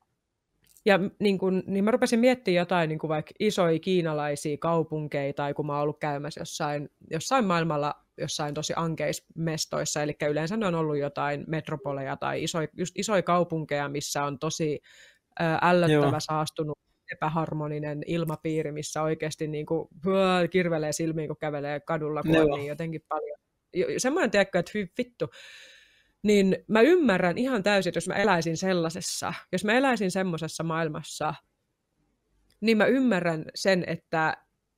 Ja niin, kun, niin mä rupesin miettimään jotain niin vaikka isoja kiinalaisia kaupunkeja, tai kun mä oon ollut käymässä jossain, jossain maailmalla jossain tosi ankeismestoissa, eli yleensä ne on ollut jotain metropoleja tai isoja, just isoja kaupunkeja, missä on tosi ää, ällöttävä, Joo. saastunut, epäharmoninen ilmapiiri, missä oikeasti niin kuin, huo, kirvelee silmiin, kun kävelee kadulla, kun on niin jotenkin paljon. Semmoinen tiedätkö, että hy, vittu. Niin mä ymmärrän ihan täysin, että jos mä eläisin sellaisessa, jos mä eläisin semmoisessa maailmassa, niin mä ymmärrän sen, että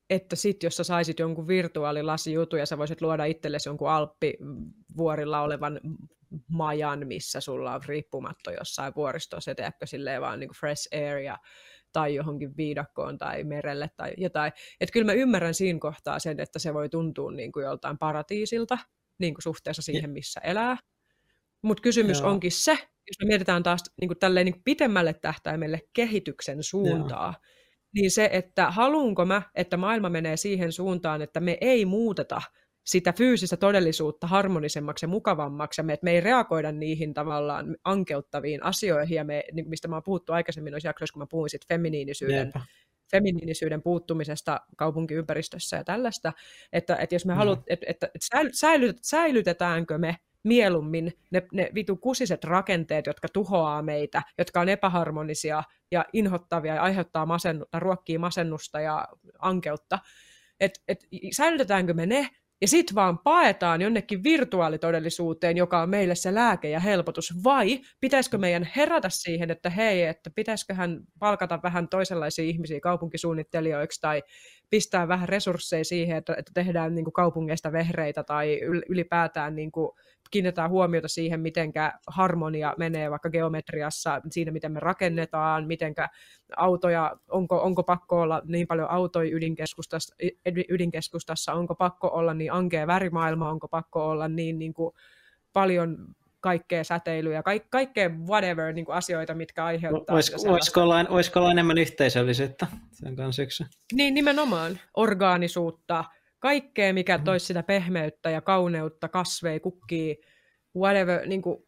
että sit jos sä saisit jonkun virtuaalilasijutun ja sä voisit luoda itsellesi jonkun alppivuorilla olevan majan, missä sulla on riippumatto jossain vuoristossa, teekö silleen vaan niin kuin fresh air ja, tai johonkin viidakkoon tai merelle tai jotain. Että kyllä mä ymmärrän siinä kohtaa sen, että se voi tuntua niin kuin joltain paratiisilta niin kuin suhteessa siihen, missä elää. Mutta kysymys Joo. onkin se, jos me mietitään taas niin kuin tälleen niin kuin pitemmälle tähtäimelle kehityksen suuntaa, Joo. niin se, että haluanko mä, että maailma menee siihen suuntaan, että me ei muuteta sitä fyysistä todellisuutta harmonisemmaksi ja mukavammaksi, ja me, että me ei reagoida niihin tavallaan ankeuttaviin asioihin, ja me, niin mistä mä oon puhuttu aikaisemmin noissa jaksoissa, kun mä puhuin sit feminiinisyyden, feminiinisyyden puuttumisesta kaupunkiympäristössä ja tällaista, että, että jos me mm. haluat, että, että, että säilyt, säilytetäänkö me mieluummin ne, ne vitu kusiset rakenteet, jotka tuhoaa meitä, jotka on epäharmonisia ja inhottavia ja aiheuttaa masennusta, ruokkii masennusta ja ankeutta, että et, säilytetäänkö me ne, ja sitten vaan paetaan jonnekin virtuaalitodellisuuteen, joka on meille se lääke ja helpotus, vai pitäisikö meidän herätä siihen, että hei, että pitäisiköhän palkata vähän toisenlaisia ihmisiä kaupunkisuunnittelijoiksi, tai pistää vähän resursseja siihen, että, että tehdään niin kuin kaupungeista vehreitä, tai ylipäätään niin kuin kiinnitetään huomiota siihen, mitenkä harmonia menee vaikka geometriassa, siinä miten me rakennetaan, mitenkä autoja, onko, onko pakko olla niin paljon autoja ydinkeskustassa, ydinkeskustassa, onko pakko olla niin ankea värimaailma, onko pakko olla niin, niin kuin paljon kaikkea säteilyä, kaik, kaikkea whatever niin kuin asioita, mitkä aiheuttaa. Olisiko, olisiko, olla, olisiko olla enemmän yhteisöllisyyttä sen kanssa yksi? Niin, nimenomaan. Orgaanisuutta, kaikkea, mikä toisi sitä pehmeyttä ja kauneutta, kasveja, kukkii, whatever, niin kuin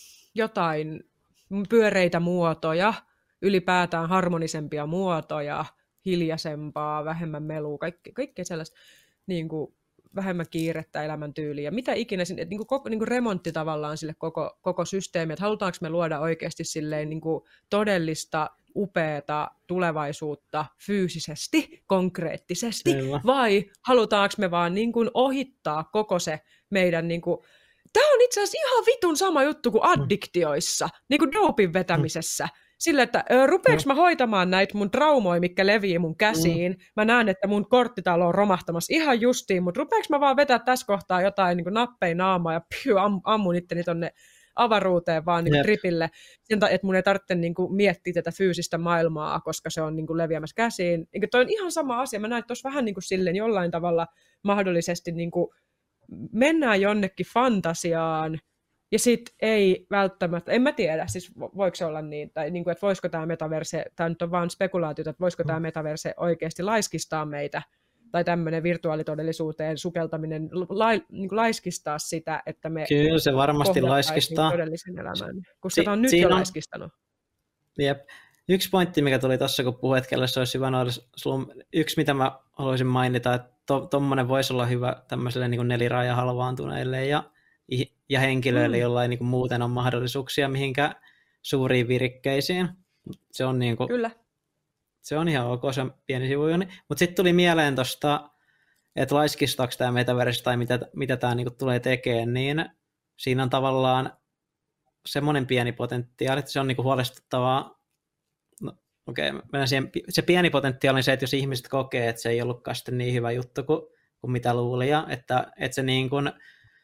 jotain pyöreitä muotoja, ylipäätään harmonisempia muotoja, hiljaisempaa, vähemmän melua, kaikke, kaikkea sellaista niin kuin vähemmän kiirettä elämäntyyliä, ja mitä ikinä, että niin kuin, koko, niin kuin remontti tavallaan sille koko, koko systeemi, että halutaanko me luoda oikeasti silleen niin kuin todellista, upeata tulevaisuutta fyysisesti, konkreettisesti, Kyllä. vai halutaanko me vaan niin kuin ohittaa koko se meidän, niin kuin, tämä on itse asiassa ihan vitun sama juttu kuin addiktioissa, niin kuin dopin vetämisessä, sillä, että rupeeko mä hoitamaan näitä mun traumoja, mitkä levii mun käsiin, mä näen, että mun korttitalo on romahtamassa ihan justiin, mutta rupeeko mä vaan vetää tässä kohtaa jotain niin kuin nappeja naamaa ja pyy, am, ammun itteni tonne avaruuteen vaan niin kuin tripille, sen että mun ei tarvitse niin kuin miettiä tätä fyysistä maailmaa, koska se on niin kuin leviämässä käsiin. Niin kuin toi on ihan sama asia. Mä näen tuossa vähän niin kuin silleen jollain tavalla mahdollisesti niin kuin mennään jonnekin fantasiaan, ja sitten ei välttämättä, en mä tiedä, siis voiko se olla niin, tai niin kuin, että voisiko tämä metaverse, tämä nyt on vaan spekulaatiota, että voisiko tämä metaverse oikeasti laiskistaa meitä, tai tämmöinen virtuaalitodellisuuteen sukeltaminen lai, niin kuin laiskistaa sitä, että me Kyllä se varmasti laiskistaa todellisen elämän, kun si- sitä on nyt jo on... laiskistanut. Jep. Yksi pointti, mikä tuli tuossa, kun puhuit, kelle se olisi hyvä noilla, yksi, mitä mä haluaisin mainita, että tuommoinen to, voisi olla hyvä tämmöiselle niin kuin neliraaja halvaantuneille ja, ja henkilöille, mm. joilla ei niin kuin muuten ole mahdollisuuksia mihinkään suuriin virikkeisiin. Se on, niin kuin, Kyllä. Se on ihan ok, se on pieni sivujuni. Mutta sitten tuli mieleen tuosta, että laiskistaako tämä metaverse tai mitä, mitä tämä niin kuin tulee tekemään, niin siinä on tavallaan semmoinen pieni potentiaali, että se on niin kuin huolestuttavaa. No, okei, okay, se pieni potentiaali on se, että jos ihmiset kokee, että se ei ollutkaan sitten niin hyvä juttu kuin, kuin mitä luuli, että, että se niin kuin,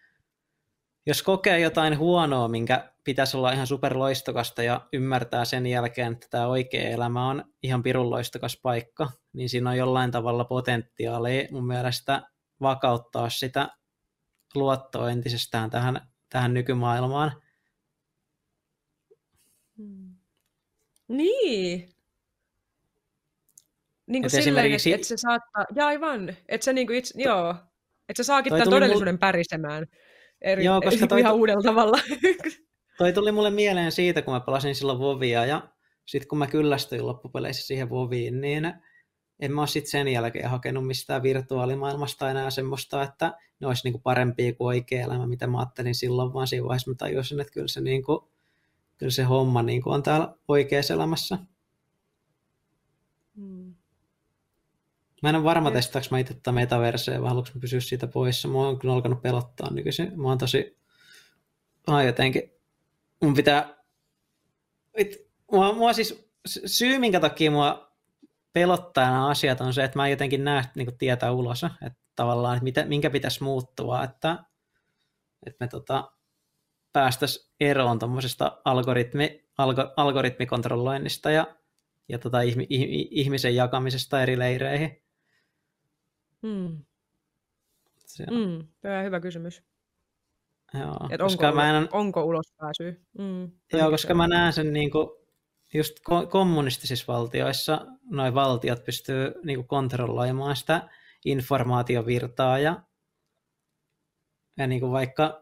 jos kokee jotain huonoa, minkä pitäisi olla ihan superloistokasta ja ymmärtää sen jälkeen, että tämä oikea elämä on ihan pirun loistokas paikka, niin siinä on jollain tavalla potentiaalia mun mielestä vakauttaa sitä luottoa entisestään tähän, tähän nykymaailmaan. Hmm. Niin. Niin kuin silleen, esimerkiksi... että, että se saattaa, ja aivan, että se niin kuin itse, joo, että se saakin tämän todellisuuden mul... pärisemään eri, joo, koska eri, toi ihan tu... uudella tavalla. Toi tuli mulle mieleen siitä, kun mä pelasin silloin WoWia, ja sitten kun mä kyllästyin loppupeleissä siihen WoWiin, niin en mä ole sitten sen jälkeen hakenut mistään virtuaalimaailmasta enää semmoista, että ne olisi niinku parempia kuin oikea elämä, mitä mä ajattelin silloin, vaan siinä vaiheessa mä tajusin, että kyllä se, niinku, kyllä se homma niinku on täällä oikeassa elämässä. Hmm. Mä en ole varma, testaanko mä itse tätä metaversea, vai haluanko mä pysyä siitä poissa. Mua on kyllä alkanut pelottaa nykyisin. Mä oon tosi... Mä jotenkin... Mun pitää... It... Mua, mua siis... Syy, minkä takia mua pelottajana asiat on se, että mä en jotenkin näe niin kuin tietää ulos, että tavallaan, että mitä, minkä pitäisi muuttua, että, että me tota, päästäisiin eroon tuommoisesta algoritmi, algo, algoritmikontrolloinnista ja, ja tota, ihmisen jakamisesta eri leireihin. Hmm. Mm, tämä on hyvä kysymys. Joo, Et koska onko, mä en... onko ulospääsyä? Mm, Joo, koska mä näen sen niin kuin, just kommunistisissa valtioissa noi valtiot pystyy niin kuin kontrolloimaan sitä informaatiovirtaa ja, ja niin kuin vaikka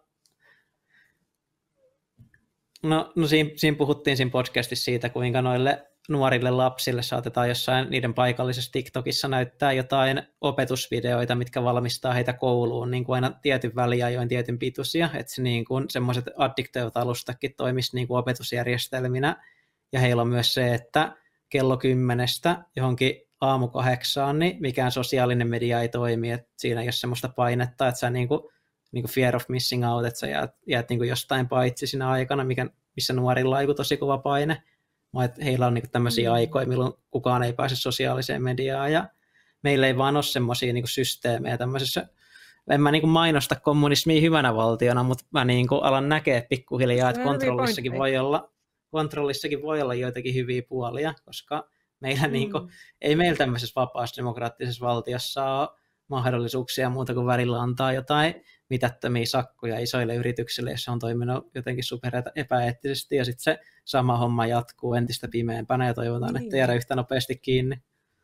no, no siinä, siinä puhuttiin siinä podcastissa siitä, kuinka noille nuorille lapsille saatetaan jossain niiden paikallisessa TikTokissa näyttää jotain opetusvideoita, mitkä valmistaa heitä kouluun niin kuin aina tietyn väliajoin tietyn pituisia, että se niin kuin semmoiset addiktoivat alustakin toimisi niin kuin opetusjärjestelminä, ja heillä on myös se, että kello kymmenestä johonkin aamu kahdeksaan, niin mikään sosiaalinen media ei toimi, että siinä ei ole semmoista painetta, että sä niin kuin, niin kuin fear of missing out, että sä jäät, jäät niin kuin jostain paitsi siinä aikana, mikä, missä nuorilla on tosi kova paine, että heillä on niin kuin tämmöisiä mm. aikoja, milloin kukaan ei pääse sosiaaliseen mediaan, ja meillä ei vaan ole semmoisia niin kuin systeemejä tämmöisessä. En mä niin kuin mainosta kommunismia hyvänä valtiona, mutta mä niin kuin alan näkeä pikkuhiljaa, että kontrollissakin voi olla kontrollissakin voi olla joitakin hyviä puolia, koska meillä mm. niin kuin, ei meillä tämmöisessä vapaassa demokraattisessa valtiossa ole mahdollisuuksia muuta kuin välillä antaa jotain mitättömiä sakkoja isoille yrityksille, jos se on toiminut jotenkin super epäeettisesti, ja sitten se sama homma jatkuu entistä pimeämpänä, ja toivotaan, niin. että jäädä yhtä nopeasti kiinni.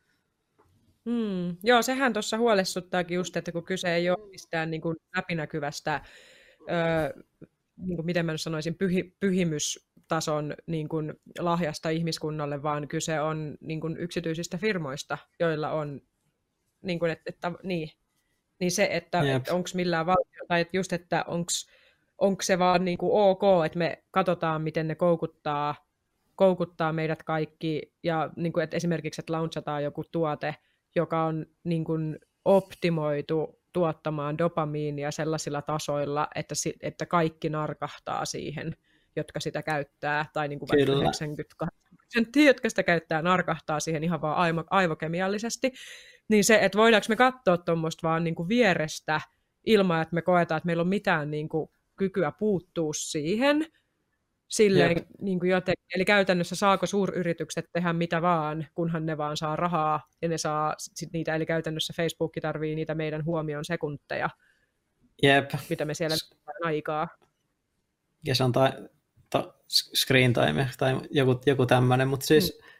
Mm. Joo, sehän tuossa huolestuttaakin just, että kun kyse ei ole mistään niin kuin läpinäkyvästä, öö, niin kuin miten mä sanoisin, pyhi, pyhimystason niin kuin lahjasta ihmiskunnalle, vaan kyse on niin kuin yksityisistä firmoista, joilla on, niin kuin, että, että, niin, niin se, että, että onko millään valtio, tai että just, että onko se vaan niin kuin ok, että me katsotaan, miten ne koukuttaa, koukuttaa meidät kaikki, ja niin kuin, että esimerkiksi, että launchataan joku tuote, joka on niin kuin optimoitu tuottamaan dopamiinia sellaisilla tasoilla, että, että kaikki narkahtaa siihen, jotka sitä käyttää, tai niin kuin vaikka yhdeksänkymmentäkahdeksan prosenttia, jotka sitä käyttää, narkahtaa siihen ihan vaan aivo, aivokemiallisesti, niin se, että voidaanko me katsoa tuommoista vaan niin kuin vierestä ilman, että me koetaan, että meillä on mitään niin kuin kykyä puuttua siihen, silleen, niin kuin joten, eli käytännössä saako suuryritykset tehdä mitä vaan, kunhan ne vaan saa rahaa, ja ne saa sit niitä, eli käytännössä Facebook tarvii niitä meidän huomion sekunteja, Jep. mitä me siellä aikaa. Ja se on ta- ta- screen time tai joku, joku tämmöinen, mutta siis mm.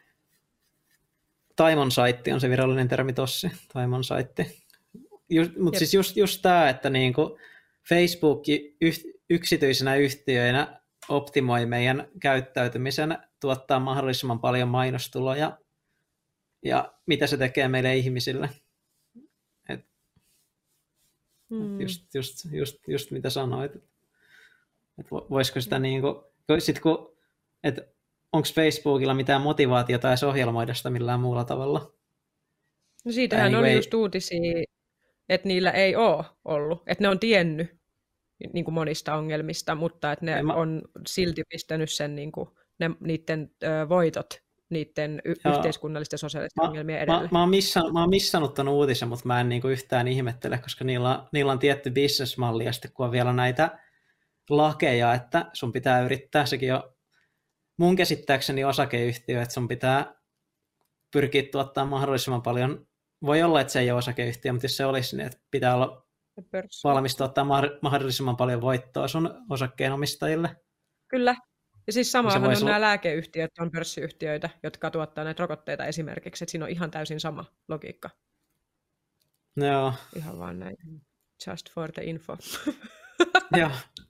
time on site on se virallinen termi tossi, time on site. Mutta siis just, just tämä, että niinku Facebook yh- yksityisenä yhtiöinä optimoi meidän käyttäytymisen, tuottaa mahdollisimman paljon mainostuloja, ja mitä se tekee meille ihmisille. Et, hmm. et just, just, just, just mitä sanoit. Et voisiko sitä hmm. niinku, sit kun, et onko Facebookilla mitään motivaatiota edes ohjelmoida sitä millään muulla tavalla? No siitähän niin oli ei... just uutisia, että niillä ei ole ollut, että ne on tiennyt niin kuin monista ongelmista, mutta että ne mä... on silti pistänyt sen niin kuin, ne, niiden ö, voitot niiden y- yhteiskunnallisten sosiaalisten mä, ongelmien edelle. Mä, mä, oon missan, mä oon missannut ton uutisen, mutta mä en niin kuin yhtään ihmettele, koska niillä, niillä on tietty businessmalli, ja sitten kun on vielä näitä lakeja, että sun pitää yrittää, sekin on mun käsittääkseni osakeyhtiö, että sun pitää pyrkiä tuottaa mahdollisimman paljon, voi olla, että se ei ole osakeyhtiö, mutta jos se olisi, niin että pitää olla valmis tuottaa mahdollisimman paljon voittoa sun osakkeenomistajille. Kyllä. Ja siis samahan on olla... nämä lääkeyhtiöt, on pörssiyhtiöitä, jotka tuottaa näitä rokotteita esimerkiksi, että siinä on ihan täysin sama logiikka. Joo. Ihan vaan näin. Just for the info. Joo.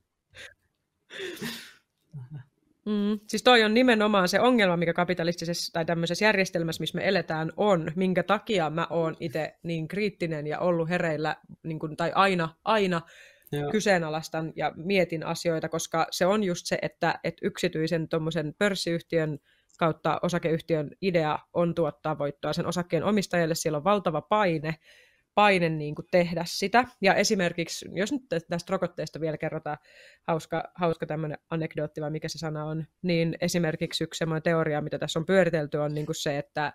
Mm. Siis toi on nimenomaan se ongelma, mikä kapitalistisessa tai tämmöisessä järjestelmässä, missä me eletään, on, minkä takia mä oon itse niin kriittinen ja ollut hereillä, niin kun, tai aina, aina Joo. kyseenalaistan ja mietin asioita, koska se on just se, että, että yksityisen tommosen pörssiyhtiön kautta osakeyhtiön idea on tuottaa voittoa sen osakkeen omistajalle, siellä on valtava paine, paine niin kuin tehdä sitä. Ja esimerkiksi, jos nyt tästä rokotteesta vielä kerrotaan, hauska, hauska tämmöinen anekdootti, vai mikä se sana on, niin esimerkiksi yksi semmoinen teoria, mitä tässä on pyöritelty, on niin kuin se, että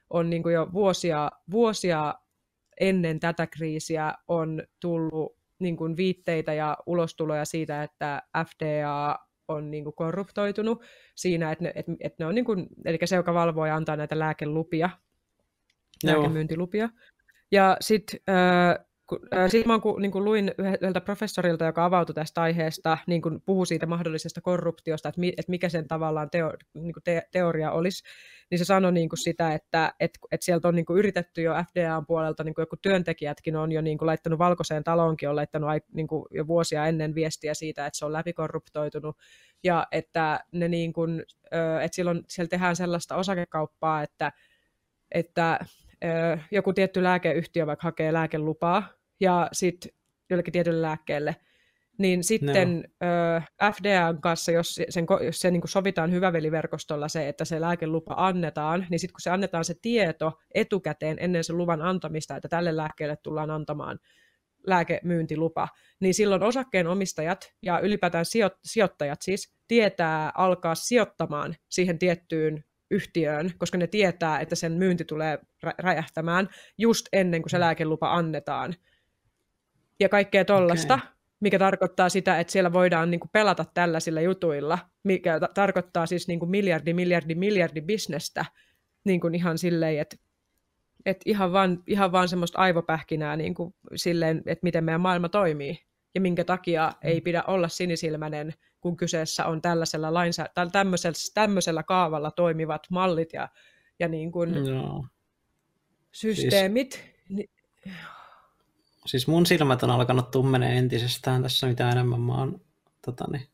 on niin kuin jo vuosia, vuosia ennen tätä kriisiä on tullut niin kuin viitteitä ja ulostuloja siitä, että F D A on niin kuin korruptoitunut siinä, että ne, että, että ne on niin kuin, eli se, joka valvoo ja antaa näitä lääkelupia, Joo. lääkemyyntilupia. Ja sitten äh, sit mä niin kuin luin yhdeltä professorilta, joka avautui tästä aiheesta, niin kuin puhui siitä mahdollisesta korruptiosta, että, mi, että mikä sen tavallaan teo, niin kuin te, teoria olisi, niin se sanoi niin kuin sitä, että, että, että sieltä on niin kuin yritetty jo F D A:n puolelta, niin kuin joku työntekijätkin on jo niin kuin laittanut Valkoiseen taloonkin, on laittanut niin kuin jo vuosia ennen viestiä siitä, että se on läpikorruptoitunut, ja että, ne niin kuin, että silloin, siellä tehdään sellaista osakekauppaa, että, että joku tietty lääkeyhtiö vaikka hakee lääkelupaa, ja sitten jollekin tietylle lääkkeelle, niin sitten no. F D A:n kanssa, jos, sen, jos se niin kuin sovitaan hyväveliverkostolla se, että se lääkelupa annetaan, niin sitten kun se annetaan se tieto etukäteen ennen sen luvan antamista, että tälle lääkkeelle tullaan antamaan lääkemyyntilupa, niin silloin osakkeenomistajat ja ylipäätään sijoittajat siis tietää alkaa sijoittamaan siihen tiettyyn yhtiöön, koska ne tietää, että sen myynti tulee räjähtämään just ennen kuin se lääkelupa annetaan. Ja kaikkea tollasta, okay. mikä tarkoittaa sitä, että siellä voidaan niin kuin pelata tällaisilla jutuilla, mikä ta- tarkoittaa siis niin kuin miljardi, miljardi, miljardi bisnestä, niin kuin ihan silleen, että, että ihan vaan, ihan vaan semmoista aivopähkinää niin kuin silleen, että miten meidän maailma toimii, ja minkä takia ei pidä olla sinisilmäinen, kun kyseessä on tällaisella, lainsä- tämmöisellä, tämmöisellä kaavalla toimivat mallit ja, ja niin kuin no. systeemit. Siis, siis mun silmät on alkanut tummenee entisestään tässä, mitä enemmän mä oon tota niin,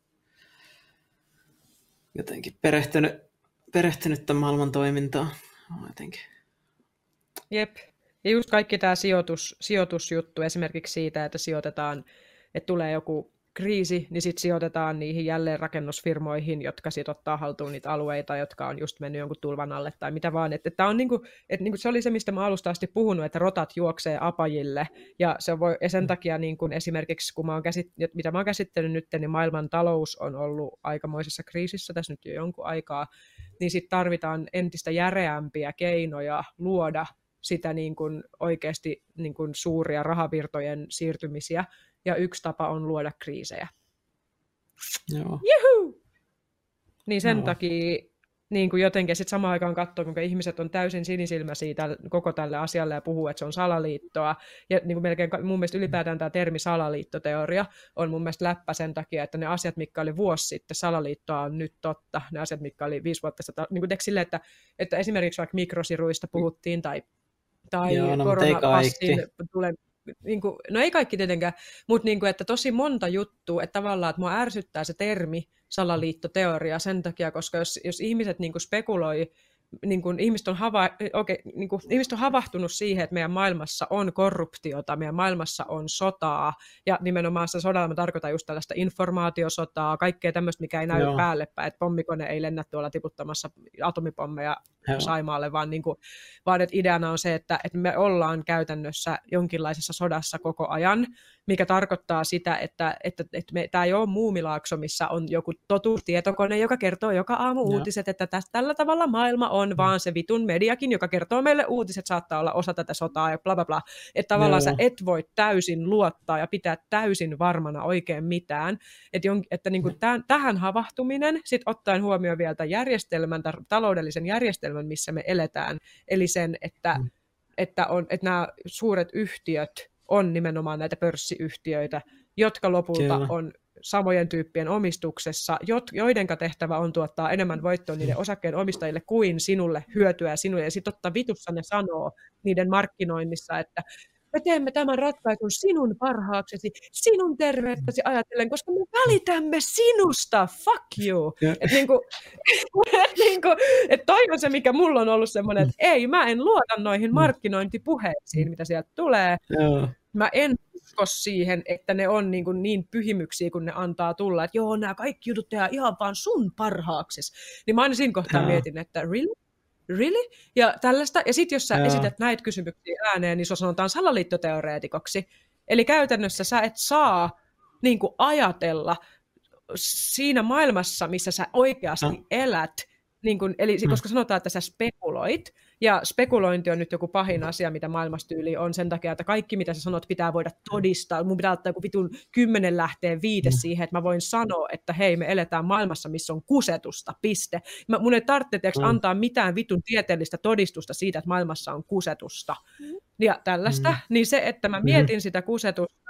jotenkin perehtynyt, perehtynyt tämän maailman toimintaan. Jotenkin. Jep. Ja just kaikki tämä sijoitus, sijoitusjuttu esimerkiksi siitä, että sijoitetaan, että tulee joku kriisi, niin sitten sijoitetaan niihin jälleenrakennusfirmoihin, jotka sitten ottaa haltuun niitä alueita, jotka on just mennyt jonkun tulvan alle tai mitä vaan. Että, että on niinku, että niinku se oli se, mistä mä alusta asti puhunut, että rotat juoksee apajille. Ja, se voi, ja sen takia niinku esimerkiksi, kun mä oon käsit, mitä mä oon käsittänyt nyt, niin maailman talous on ollut aikamoisessa kriisissä tässä nyt jo jonkun aikaa, niin sitten tarvitaan entistä järeämpiä keinoja luoda sitä niin kuin oikeasti niin kuin suuria rahavirtojen siirtymisiä, ja yksi tapa on luoda kriisejä. Joo. Juhu! Niin sen Joo. takia niin kuin jotenkin sitten samaan aikaan katsoo, kuinka ihmiset on täysin sinisilmäisiä täl, koko tälle asialle ja puhuu, että se on salaliittoa. Ja niin kuin melkein mun mielestä ylipäätään tämä termi salaliittoteoria on mun mielestä läppä sen takia, että ne asiat, mitkä oli vuosi sitten salaliittoa, on nyt totta. Ne asiat, mitkä oli viisi vuotta sitten, niin kuin sille, että, että esimerkiksi vaikka mikrosiruista puhuttiin tai tai Joo, no, koronapassin tulee, niin kuin, no ei kaikki tietenkään, mutta niin kuin, että tosi monta juttua, että tavallaan, että mua ärsyttää se termi salaliittoteoria sen takia, koska jos, jos ihmiset niin kuin spekuloi, niin kuin ihmiset, on hava, okay, niin kuin ihmiset on havahtunut siihen, että meidän maailmassa on korruptiota, meidän maailmassa on sotaa, ja nimenomaan sitä sodalla mä tarkoitan just tällaista informaatiosotaa, kaikkea tämmöistä, mikä ei näy Joo. päälle päin, että pommikone ei lennä tuolla tiputtamassa atomipommeja Joo. Saimaalle, vaan, niin kuin, vaan että ideana on se, että, että me ollaan käytännössä jonkinlaisessa sodassa koko ajan, mikä tarkoittaa sitä, että, että, että me, tämä ei ole Muumilaakso, missä on joku totuustietokone, joka kertoo joka aamu Joo. uutiset, että tästä, tällä tavalla maailma on, vaan se vitun mediakin, joka kertoo meille uutiset, saattaa olla osa tätä sotaa ja bla bla bla. Että tavallaan Joo. sä et voi täysin luottaa ja pitää täysin varmana oikein mitään. Että, jon, että niin kuin tämän, tähän havahtuminen, sitten ottaen huomioon vielä tämän järjestelmän, tämän taloudellisen järjestelmän, missä me eletään, eli sen, että, mm. että, on, että nämä suuret yhtiöt on nimenomaan näitä pörssiyhtiöitä, jotka lopulta Kyllä. on samojen tyyppien omistuksessa, joidenka tehtävä on tuottaa enemmän voittoa niiden osakkeen omistajille kuin sinulle hyötyä sinulle. Ja sitten totta vitussa ne sanoo niiden markkinoinnissa, että me teemme tämän ratkaisun sinun parhaaksesi, sinun terveyttäsi ajatellen, koska me välitämme sinusta, fuck you. Että niinku, et niinku, et toi on se, mikä mulla on ollut semmoinen, että ei, mä en luota noihin markkinointipuheisiin, mitä sieltä tulee. Joo. Mä en usko siihen, että ne on niin, kuin niin pyhimyksiä, kun ne antaa tulla, että joo, nämä kaikki jutut tehdään ihan vaan sun parhaaksesi. Niin mä aina siinä kohtaa Joo. mietin, että really? Really? Ja tällaista. Ja sitten jos sä Joo. esität näitä kysymyksiä ääneen, niin sua sanotaan salaliittoteoreetikoksi. Eli käytännössä sä et saa niin kuin ajatella siinä maailmassa, missä sä oikeasti no. elät, niin kuin, eli, koska sanotaan, että sä spekuloit, Ja spekulointi on nyt joku pahin asia, mitä maailmassa tyyli on sen takia, että kaikki mitä sä sanot pitää voida todistaa. Mun pitää ottaa joku vitun kymmenen lähteen viite mm. siihen, että mä voin sanoa, että hei, me eletään maailmassa, missä on kusetusta, piste. Mä, mun ei tarvitse mm. antaa mitään vitun tieteellistä todistusta siitä, että maailmassa on kusetusta. Ja tällaista. Mm. Niin se, että mä mietin mm. sitä kusetusta,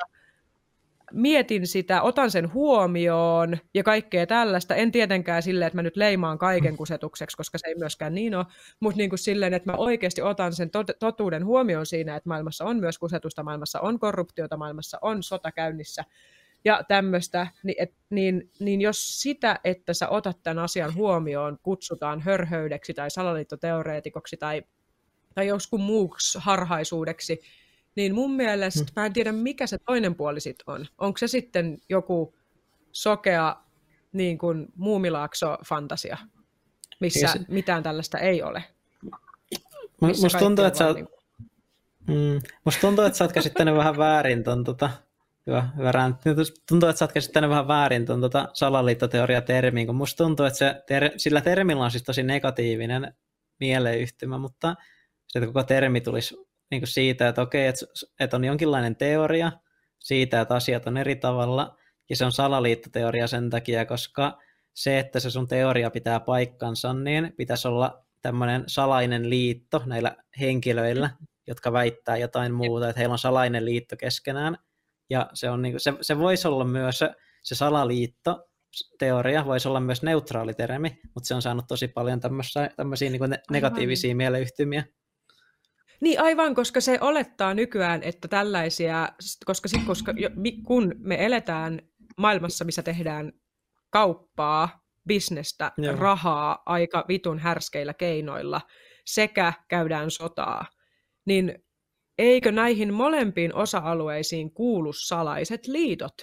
mietin sitä, otan sen huomioon ja kaikkea tällaista. En tietenkään silleen, että mä nyt leimaan kaiken kusetukseksi, koska se ei myöskään niin ole, mutta niin kuin silleen, että mä oikeasti otan sen tot- totuuden huomioon siinä, että maailmassa on myös kusetusta, maailmassa on korruptiota, maailmassa on sota käynnissä ja tämmöistä. Niin, et, niin, niin jos sitä, että sä otat tämän asian huomioon, kutsutaan hörhöydeksi tai salaliittoteoreetikoksi tai, tai joskus muuksi harhaisuudeksi, niin mun mielestä, hmm. mä en tiedä mikä se toinen puoli sit on. Onko se sitten joku sokea niin kuin muumilaakso-fantasia, missä se mitään tällaista ei ole? Musta tuntuu, että sä oot, niin mm, musta tuntuu, että sä oot käsittänyt vähän väärin ton tota, hyvä, hyvä tuntuu, että sä oot käsittänyt vähän väärin ton tota salaliittoteoria-termiin, kun musta tuntuu, että se ter, sillä termillä on siis tosi negatiivinen mieleyhtymä, mutta se koko termi tulisi niin kuin siitä, että okei, että, että on jonkinlainen teoria siitä, että asiat on eri tavalla, ja se on salaliittoteoria sen takia, koska se, että se sun teoria pitää paikkansa, niin pitäisi olla tämmöinen salainen liitto näillä henkilöillä, jotka väittää jotain muuta, että heillä on salainen liitto keskenään, ja se, on niin kuin, se, se voisi olla myös, se salaliitto, teoria voisi olla myös neutraali termi, mutta se on saanut tosi paljon tämmöisiä, tämmöisiä niin kuin negatiivisia mieleyhtymiä. Niin aivan, koska se olettaa nykyään, että tällaisia, koska, sit, koska kun me eletään maailmassa, missä tehdään kauppaa, bisnestä, Joo. rahaa aika vitun härskeillä keinoilla sekä käydään sotaa, niin eikö näihin molempiin osa-alueisiin kuulu salaiset liitot?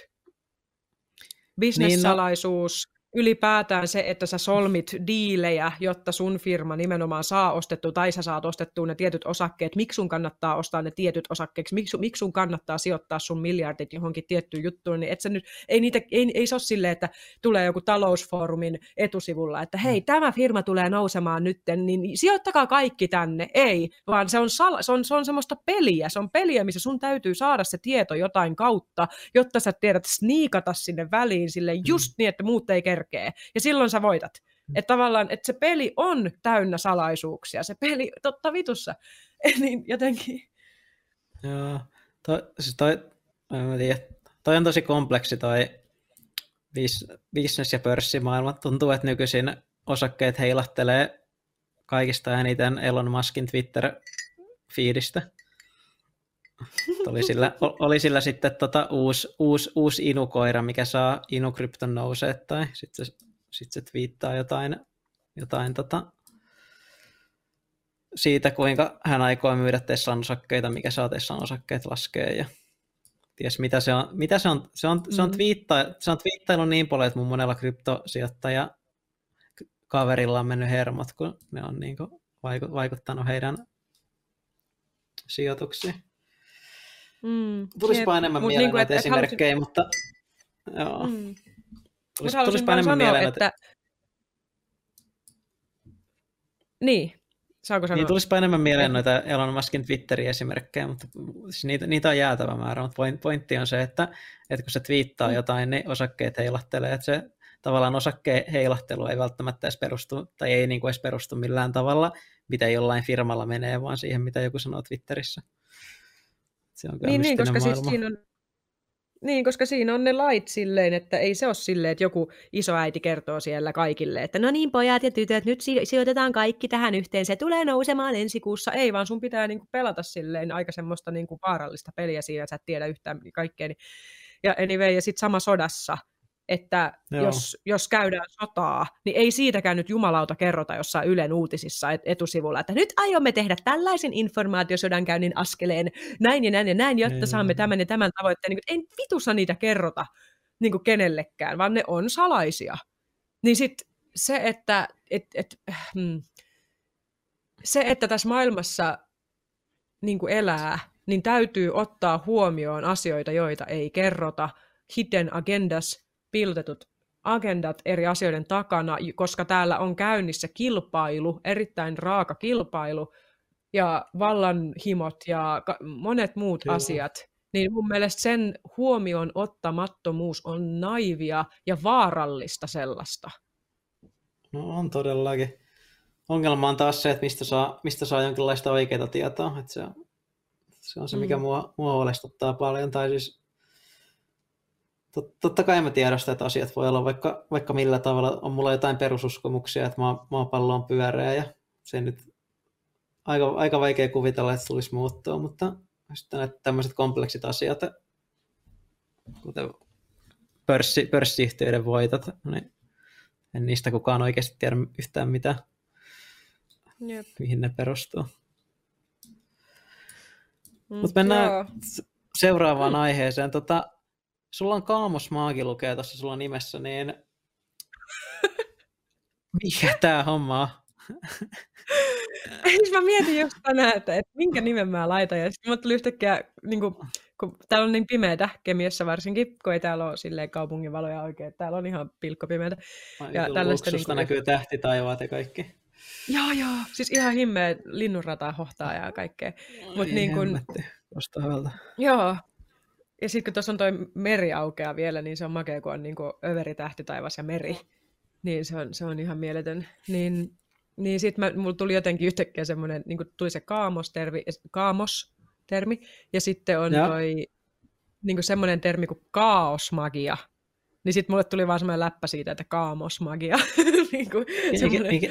Bisnessalaisuus, niin no. Ylipäätään se, että sä solmit diilejä, jotta sun firma nimenomaan saa ostettua, tai sä saat ostettua ne tietyt osakkeet, miksi sun kannattaa ostaa ne tietyt osakkeeksi, miksi, miksi sun kannattaa sijoittaa sun miljardit johonkin tiettyyn juttuun, niin et sä nyt, ei, niitä, ei, ei se ole silleen, että tulee joku talousfoorumin etusivulla, että hei, tämä firma tulee nousemaan nytten, niin sijoittakaa kaikki tänne, ei, vaan se on, sal, se on, se on semmoista peliä, se on peliä, missä sun täytyy saada se tieto jotain kautta, jotta sä tiedät sniikata sinne väliin sille just niin, että muut ei kerkeä. Ja silloin sä voitat. Että tavallaan, että se peli on täynnä salaisuuksia. Se peli, totta vitussa. niin jotenkin. Joo. Toi, siis toi, toi on tosi kompleksi toi business- ja pörssimaailma. Tuntuu, että nykyisin osakkeet heilahtelee kaikista eniten Elon Muskin Twitter-feedistä. Oli sillä, oli sillä sitten tota uusi, uusi, uusi inukoira, mikä saa inukrypton nousee, tai sitten se, sit se twiittaa jotain, jotain tota, siitä, kuinka hän aikoo myydä Teslan osakkeita, mikä saa Teslan osakkeet laskee, ja ties mitä se on. Mitä se on, se on, se on, twiitta, se on twiittailu niin paljon, että mun monella kryptosijoittaja kaverilla on mennyt hermot, kun ne on niin kuin vaikuttanut heidän sijoituksiin. Mm, Tulispa enemmän mieleen niin näitä et, esimerkkejä, halusin... mutta joo. Mm. Tulis, tulispa enemmän mieleen että... Näitä... Niin, saako sanoa? Niin, tulispa enemmän mieleen noita Elon Muskin Twitterin esimerkkejä, mutta siis niitä, niitä on jäätävä määrä, mutta pointti on se, että, että kun se twiittaa mm. jotain, niin osakkeet heilahtelee, että se tavallaan osakkeen heilahtelu ei välttämättä edes perustu, tai ei niin kuin edes perustu millään tavalla, mitä jollain firmalla menee, vaan siihen, mitä joku sanoo Twitterissä. Se on niin, niin, koska siis siinä on, niin, koska siinä on ne lait silleen, että ei se ole silleen, että joku isoäiti kertoo siellä kaikille, että no niin pojat ja tytöt, nyt sijoitetaan kaikki tähän yhteen, se tulee nousemaan ensi kuussa. Ei, vaan sun pitää niinku pelata silleen aika semmoista niinku vaarallista peliä siinä, että sä et tiedä yhtään kaikkea. Ja anyway, ja sitten sama sodassa, että jos, jos käydään sotaa, niin ei siitäkään nyt jumalauta kerrota jossain Ylen uutisissa etusivulla, että nyt aiomme tehdä tällaisen informaatiosodankäynnin askeleen näin ja näin ja näin, jotta ei, saamme tämän ja tämän tavoitteen. Niin, ei vitussa niitä kerrota niin kuin kenellekään, vaan ne on salaisia. Niin sitten se, että et, et, hmm, se, että tässä maailmassa niin kuin elää, niin täytyy ottaa huomioon asioita, joita ei kerrota, hidden agendas, piilotetut agendat eri asioiden takana, koska täällä on käynnissä kilpailu, erittäin raaka kilpailu ja vallanhimot ja ka- monet muut Kyllä. asiat, niin mun mielestä sen huomioon ottamattomuus on naivia ja vaarallista sellaista. No on todellakin. Ongelma on taas se, että mistä saa, mistä saa jonkinlaista oikeaa tietoa. Että se, on, se on se, mikä Mm. mua, mua huolestuttaa paljon. Tai siis, tot, totta kai mä tiedostan, että asiat voi olla vaikka, vaikka millä tavalla. On mulla jotain perususkomuksia, että maa, maapallo on pyöreä ja se nyt aika, aika vaikea kuvitella, että se tulisi muuttua, mutta sitten tämmöiset kompleksit asiat, kuten pörssi, pörssiyhtiöiden voitot, niin en niistä kukaan oikeasti tiedä yhtään mitään, Jep. mihin ne perustuu. Mm, Mutta mennään joo. seuraavaan mm. aiheeseen. Tota, sulla on Kaamos Maagi lukee tuossa sulla nimessä, niin mikä tää homma on? Mä mietin just tänään, että, että minkä nimen mä laitan, ja sitten mulle tuli yhtäkkiä, niin kuin, kun täällä on niin pimeätä Kemiössä varsinkin, kun ei täällä ole silleen kaupungin valoja oikein, täällä on ihan pilkkopimeätä. Ja tällaista niin kuin, näkyy tähtitaivaat ja kaikki. Joo, joo, siis ihan himmeä linnunrataa hohtaa ja kaikkea. Mut niin kun, joo, ja sitten kun tuossa on toi meri aukeaa vielä, niin se on makea, kun on niin kuin överi, tähtitaivas ja meri. Niin se on, se on ihan mieletön. Niin, niin sitten mulla tuli jotenkin yhtäkkiä semmoinen, niin tuli se kaamos-termi, kaamos-termi, ja sitten on ja. toi niin semmoinen termi kuin kaosmagia. Niin sitten mulle tuli vaan semmoinen läppä siitä, että kaamosmagia. niin kuin mikä, mikä,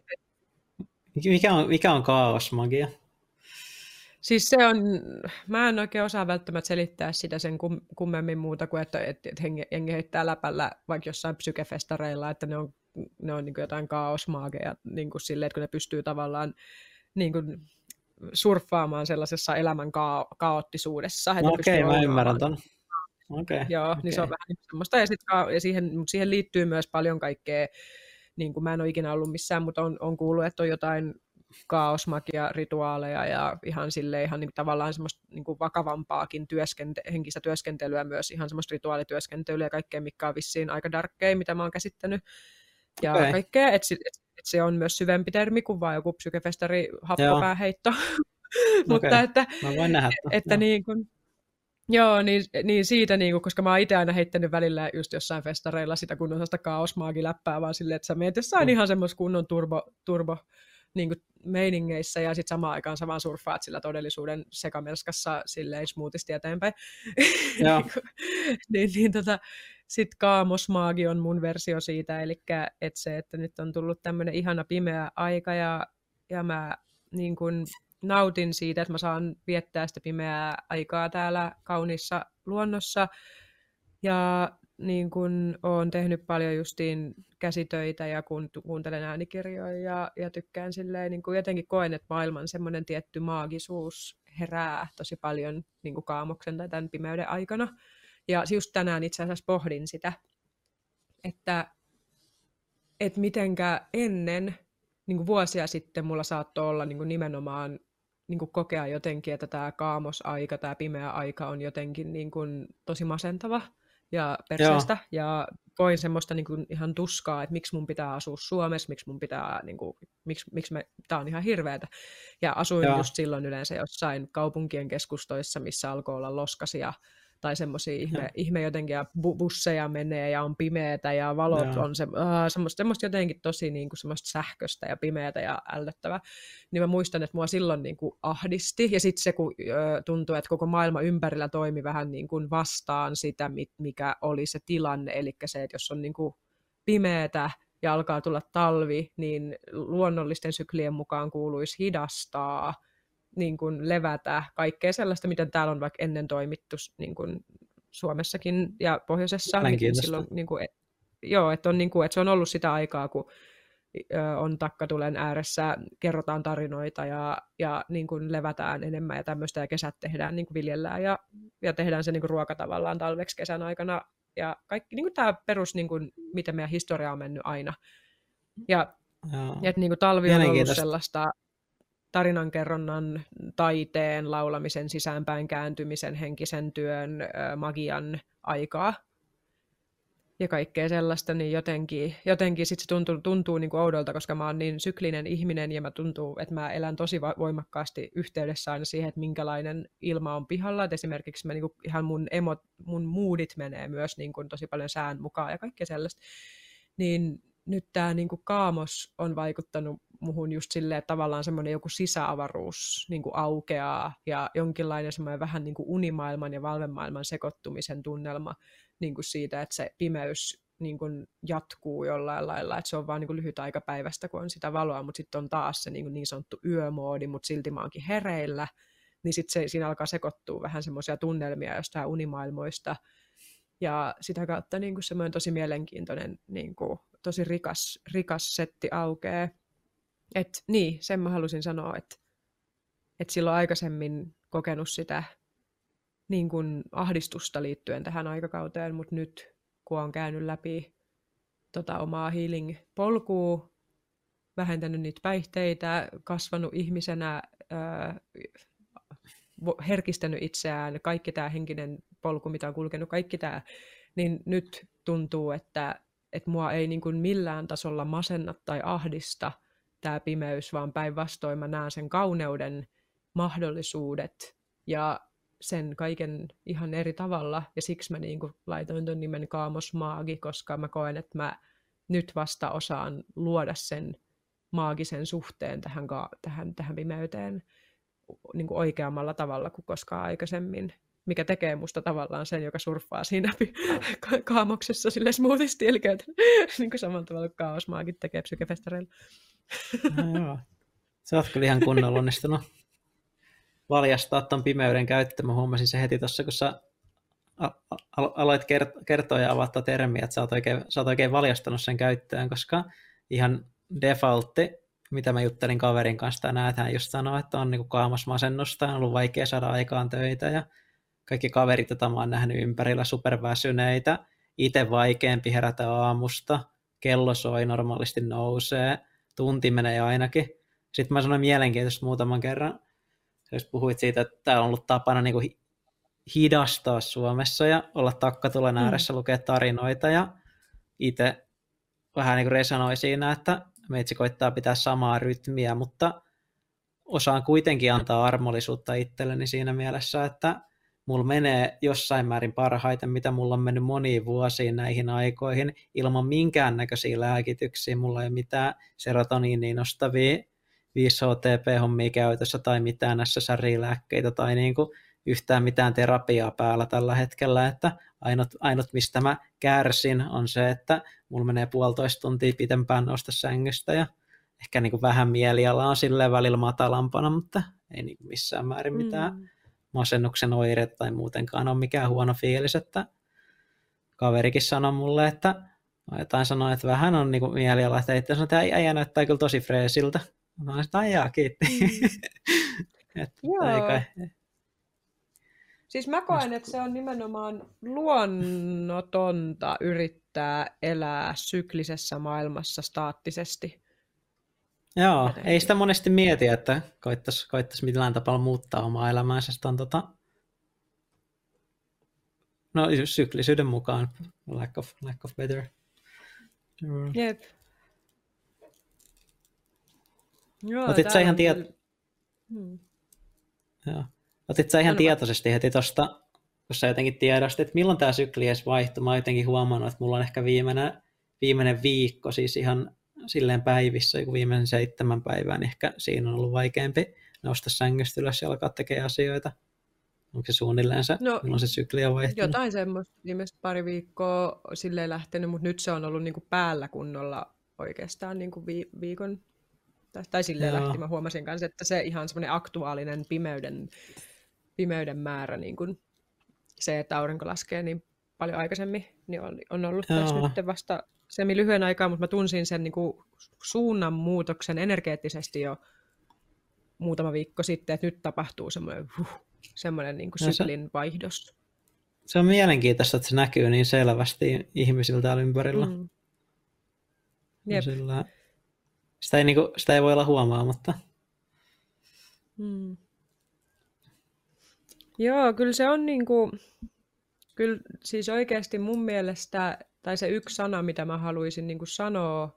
mikä, on, mikä on kaosmagia? Siis se on, mä en oikein osaa välttämättä selittää sitä sen kum, kummemmin muuta kuin, että, että, että jengi heittää läpällä vaikka jossain psykefestareilla, että ne on, ne on niin kuin jotain kaosmaageja, niin kuin silleen, että kun ne pystyy tavallaan niin kuin surffaamaan sellaisessa elämän ka- kaoottisuudessa. No okei, okay, mä ymmärrän ton. Okay, Joo, okay. niin se on vähän niin semmoista, ja, sit, ja siihen, siihen liittyy myös paljon kaikkea, niin kuin mä en ole ikinä ollut missään, mutta on, on kuullut, että on jotain kaosmagia-rituaaleja ja ihan sille ihan niin kuin tavallaan semmoista niin kuin vakavampaakin työskente- henkistä työskentelyä, myös ihan semmoista rituaalityöskentelyä ja kaikkea, mikä on vissiin aika darkkeja, mitä mä oon käsittänyt. Ja okay. kaikkea, että et, et se on myös syvempi termi kuin vaan joku psykefestari happopääheitto. Mutta okay. että, mä voin nähdä että niin kuin, joo, niin, niin siitä, niin kuin, koska mä oon itse aina heittänyt välillä just jossain festareilla sitä kunnon sellaista kaosmaagiläppää, vaan silleen, että sä meet jossain mm. ihan semmoista kunnon turbo, turbo niin kuin meiningeissä, ja sitten samaan aikaan sä vaan surffaat sillä todellisuuden sekamelskassa silleen smoothisti eteenpäin. niin, niin tota, sitten kaamosmaagi on mun versio siitä, eli että se, että nyt on tullut tämmöinen ihana pimeä aika, ja, ja mä niin kun nautin siitä, että mä saan viettää sitä pimeää aikaa täällä kauniissa luonnossa, ja niin kun oon tehnyt paljon justiin käsitöitä ja kun kuuntelen äänikirjoja ja, ja tykkään silleen, niin kuin jotenkin koen, että maailman semmoinen tietty maagisuus herää tosi paljon niin kuin kaamoksen tai tämän pimeyden aikana. Ja just tänään itse asiassa pohdin sitä, että, että mitenkä ennen, niin kuin vuosia sitten mulla saattoi olla niin kuin nimenomaan niin kuin kokea jotenkin, että tämä kaamosaika, tämä pimeä aika on jotenkin niin kuin tosi masentava ja perseestä, ja koin semmoista niin kuin ihan tuskaa, että miksi mun pitää asua Suomessa, miksi mun pitää, niin kuin, miksi, miksi me, tää on ihan hirveätä. Ja asuin Joo. just silloin yleensä jossain kaupunkien keskustoissa, missä alkoi olla loskasia, tai semmoisia ihme, ihme jotenkin, ja bu- busseja menee, ja on pimeätä, ja valot Joo. on se, uh, semmoista, semmoista jotenkin tosi niin kuin semmoista sähköstä, ja pimeätä, ja ällöttävää. Niin mä muistan, että mua silloin niin kuin ahdisti, ja sitten se, kun uh, tuntui, että koko maailma ympärillä toimi vähän niin kuin vastaan sitä, mikä oli se tilanne, eli se, että jos on niin kuin pimeätä, ja alkaa tulla talvi, niin luonnollisten syklien mukaan kuuluisi hidastaa, niin kuin levätä, kaikkea sellaista, miten täällä on vaikka ennen toimittu niin kuin Suomessakin ja pohjoisessa. Niin silloin, niin kuin, joo, että, on, niin kuin, että se on ollut sitä aikaa, kun on takkatulen ääressä, kerrotaan tarinoita ja, ja niin kuin levätään enemmän ja tämmöistä, ja kesät tehdään, niin kuin viljellään ja, ja tehdään se niin kuin ruoka tavallaan talveksi kesän aikana. Ja kaikki niin kuin tämä perus, niin kuin, miten meidän historia on mennyt aina. Ja, ja että niin kuin talvi on ollut sellaista tarinankerronnan, taiteen, laulamisen, sisäänpäin kääntymisen, henkisen työn, magian aikaa. ja kaikkea sellaista, niin jotenkin, jotenkin sit se tuntuu, tuntuu niin kuin oudolta, koska mä oon niin syklinen ihminen ja mä tuntuu, että mä elän tosi voimakkaasti yhteydessä aina siihen, että minkälainen ilma on pihalla. Et esimerkiksi mä, niin kuin, ihan mun, emot, mun moodit menee myös niin kuin, tosi paljon sään mukaan ja kaikkea sellaista. Niin nyt tämä niin kuin kaamos on vaikuttanut muhun just silleen, että tavallaan semmoinen joku sisäavaruus niin kuin aukeaa ja jonkinlainen semmoinen vähän niin kuin unimaailman ja valvemaailman sekoittumisen tunnelma niin kuin siitä, että se pimeys niin kuin jatkuu jollain lailla, että se on vaan niin kuin lyhyt aika päivästä, kun on sitä valoa, mutta sitten on taas se niin, kuin niin sanottu yömoodi, mutta silti mä oonkin hereillä, niin sitten siinä alkaa sekoittua vähän semmoisia tunnelmia jostain unimaailmoista, ja sitä kautta niin kuin semmoinen tosi mielenkiintoinen, niin kuin, tosi rikas, rikas setti aukeaa. Että niin, sen mä halusin sanoa, että, että silloin aikaisemmin kokenut sitä niin kuin ahdistusta liittyen tähän aikakauteen, mutta nyt kun on käynyt läpi tota omaa healing-polkua, vähentänyt niitä päihteitä, kasvanut ihmisenä, ää, herkistänyt itseään, kaikki tämä henkinen polku, mitä on kulkenut, kaikki tämä, niin nyt tuntuu, että, että mua ei niin kuin millään tasolla masenna tai ahdista tämä pimeys, vaan päinvastoin mä näen sen kauneuden, mahdollisuudet ja sen kaiken ihan eri tavalla, ja siksi mä niin kuin laitoin ton nimen kaamosmaagi, koska mä koen, että mä nyt vasta osaan luoda sen maagisen suhteen tähän, tähän, tähän pimeyteen niin kuin oikeammalla tavalla kuin koskaan aikaisemmin, mikä tekee musta tavallaan sen, joka surffaa siinä ka- kaamoksessa silleen smoothisti, eli niin kuin samalla tavalla kuin kaosmaagit tekee psykefestareilla. No, joo. Sä oot kyllä ihan kunnolla onnistunut valjastaa ton pimeyden käyttö. Mä huomasin se heti tuossa, kun sä al- aloit kert- kertoa ja avata termiä, että sä oot, oikein, sä oot oikein valjastanut sen käyttöön, koska ihan defaultti, mitä mä juttelin kaverin kanssa tänään, että hän just sanoi, että on niinku kaamosmasennusta, on ollut vaikea saada aikaan töitä ja kaikki kaverit, joita mä oon nähnyt ympärillä, superväsyneitä, itse vaikeampi herätä aamusta, kello soi, normaalisti nousee, tunti menee ainakin. Sitten mä sanoin mielenkiintoista muutaman kerran, jos puhuit siitä, että täällä on ollut tapana niin kuin hidastaa Suomessa ja olla takkatulen ääressä, mm. lukea tarinoita ja itse vähän niin kuin resonoi siinä, että meitsi koittaa pitää samaa rytmiä, mutta osaan kuitenkin antaa armollisuutta itselleni siinä mielessä, että mulla menee jossain määrin parhaiten, mitä mulla on mennyt moniin vuosiin näihin aikoihin, ilman minkäännäköisiä lääkityksiä, mulla ei ole mitään serotoniiniin nostavia viisi H T P-hommia käytössä tai mitään S S R I-lääkkeitä tai niinku yhtään mitään terapiaa päällä tällä hetkellä, että ainut, ainut mistä mä kärsin on se, että mulla menee puolitoista tuntia pitempään nousta sängystä ja ehkä niinku vähän mieliala on silleen välillä matalampana, mutta ei niinku missään määrin mitään mm. masennuksen oireita tai muutenkaan ole mikään huono fiilis, että kaverikin sanoi mulle, että jotain sanoi, että vähän on niinku mieliala, että itse sanoi, että äijä näyttää kyllä tosi freesiltä. Mä sanoin, että aijaa, kiitti. Mm. että, Joo. Kai... Siis mä koen, että se on nimenomaan luonnotonta yrittää elää syklisessä maailmassa staattisesti. Joo, jotenkin. Ei sitä monesti mieti, että koittaisi, koittaisi millään tapaa muuttaa omaa elämäänsä. On tota... No syklisyyden mukaan, lack of, lack of better. Jep. Joo, Otit sä ihan, tiet... kyllä... hmm. Joo. Otit sä ihan tietoisesti heti tuosta, kun sä jotenkin tiedostit, että milloin tämä sykli edes vaihtui. Mä oon jotenkin huomannut, että mulla on ehkä viimeinen, viimeinen viikko, siis ihan silleen päivissä, joku viimeisen seitsemän päivää, niin ehkä siinä on ollut vaikeampi nousta sängystä ylös ja alkaa tekemään asioita. Onko se suunnilleen se, no, milloin se sykli on vaihtunut? Jotain semmoista viimeiset pari viikkoa silleen lähtenyt, mutta nyt se on ollut niinku päällä kunnolla oikeastaan niinku vi- viikon. Tai, tai silleen Joo. lähti. Mä huomasin kanssa, että se ihan semmoinen aktuaalinen pimeyden, pimeyden määrä, niin kun se, että aurinko laskee niin paljon aikaisemmin, niin on, on ollut Joo. tässä nyt vasta semmin lyhyen aikaa, mutta mä tunsin sen niin kuin suunnanmuutoksen energeettisesti jo muutama viikko sitten, että nyt tapahtuu semmoinen, huh, semmoinen niin kuin syklin vaihdos. Se on mielenkiintoista, että se näkyy niin selvästi ihmisiltä täällä ympärillä. Mm. Jep. Sillä... Sitä ei, niin kuin, sitä ei voi olla huomaamatta. Hmm. Joo, kyllä se on niin kuin, kyllä siis oikeasti mun mielestä tai se yksi sana, mitä mä haluaisin niin kuin sanoa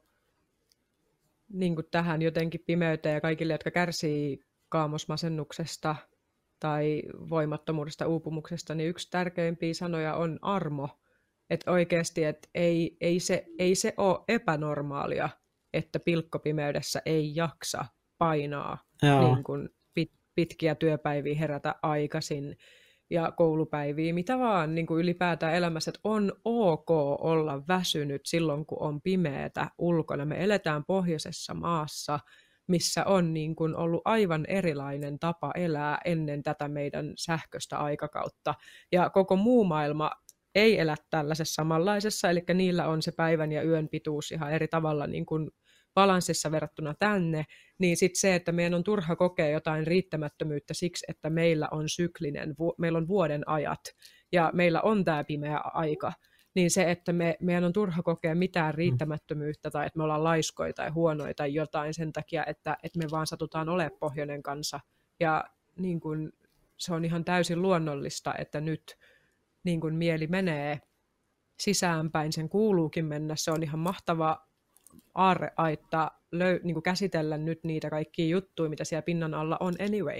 niin kuin tähän jotenkin pimeyteen ja kaikille, jotka kärsii kaamosmasennuksesta tai voimattomuudesta, uupumuksesta, niin yksi tärkeimpiä sanoja on armo. Että oikeasti, että ei, ei, se, ei se ole epänormaalia, että pilkkopimeydessä ei jaksa painaa niin kuin pit, pitkiä työpäiviä, herätä aikaisin ja koulupäiviä, mitä vaan niin kuin ylipäätään elämässä, että on ok olla väsynyt silloin, kun on pimeätä ulkona. Me eletään pohjoisessa maassa, missä on niin kuin ollut aivan erilainen tapa elää ennen tätä meidän sähköistä aikakautta. Ja koko muu maailma ei elä tällaisessa samanlaisessa, eli niillä on se päivän ja yön pituus ihan eri tavalla niin kuin balanssissa verrattuna tänne, niin sitten se, että meidän on turha kokea jotain riittämättömyyttä siksi, että meillä on syklinen, meillä on vuoden ajat ja meillä on tämä pimeä aika, niin se, että me, meidän on turha kokea mitään riittämättömyyttä tai että me ollaan laiskoja tai huonoja tai jotain sen takia, että, että me vaan satutaan olemaan pohjoinen kansa. Ja niin kun, se on ihan täysin luonnollista, että nyt niin kun mieli menee sisäänpäin, sen kuuluukin mennä. Se on ihan mahtava aarreaitta löy- niin kuin käsitellä nyt niitä kaikkia juttuja, mitä siellä pinnan alla on anyway.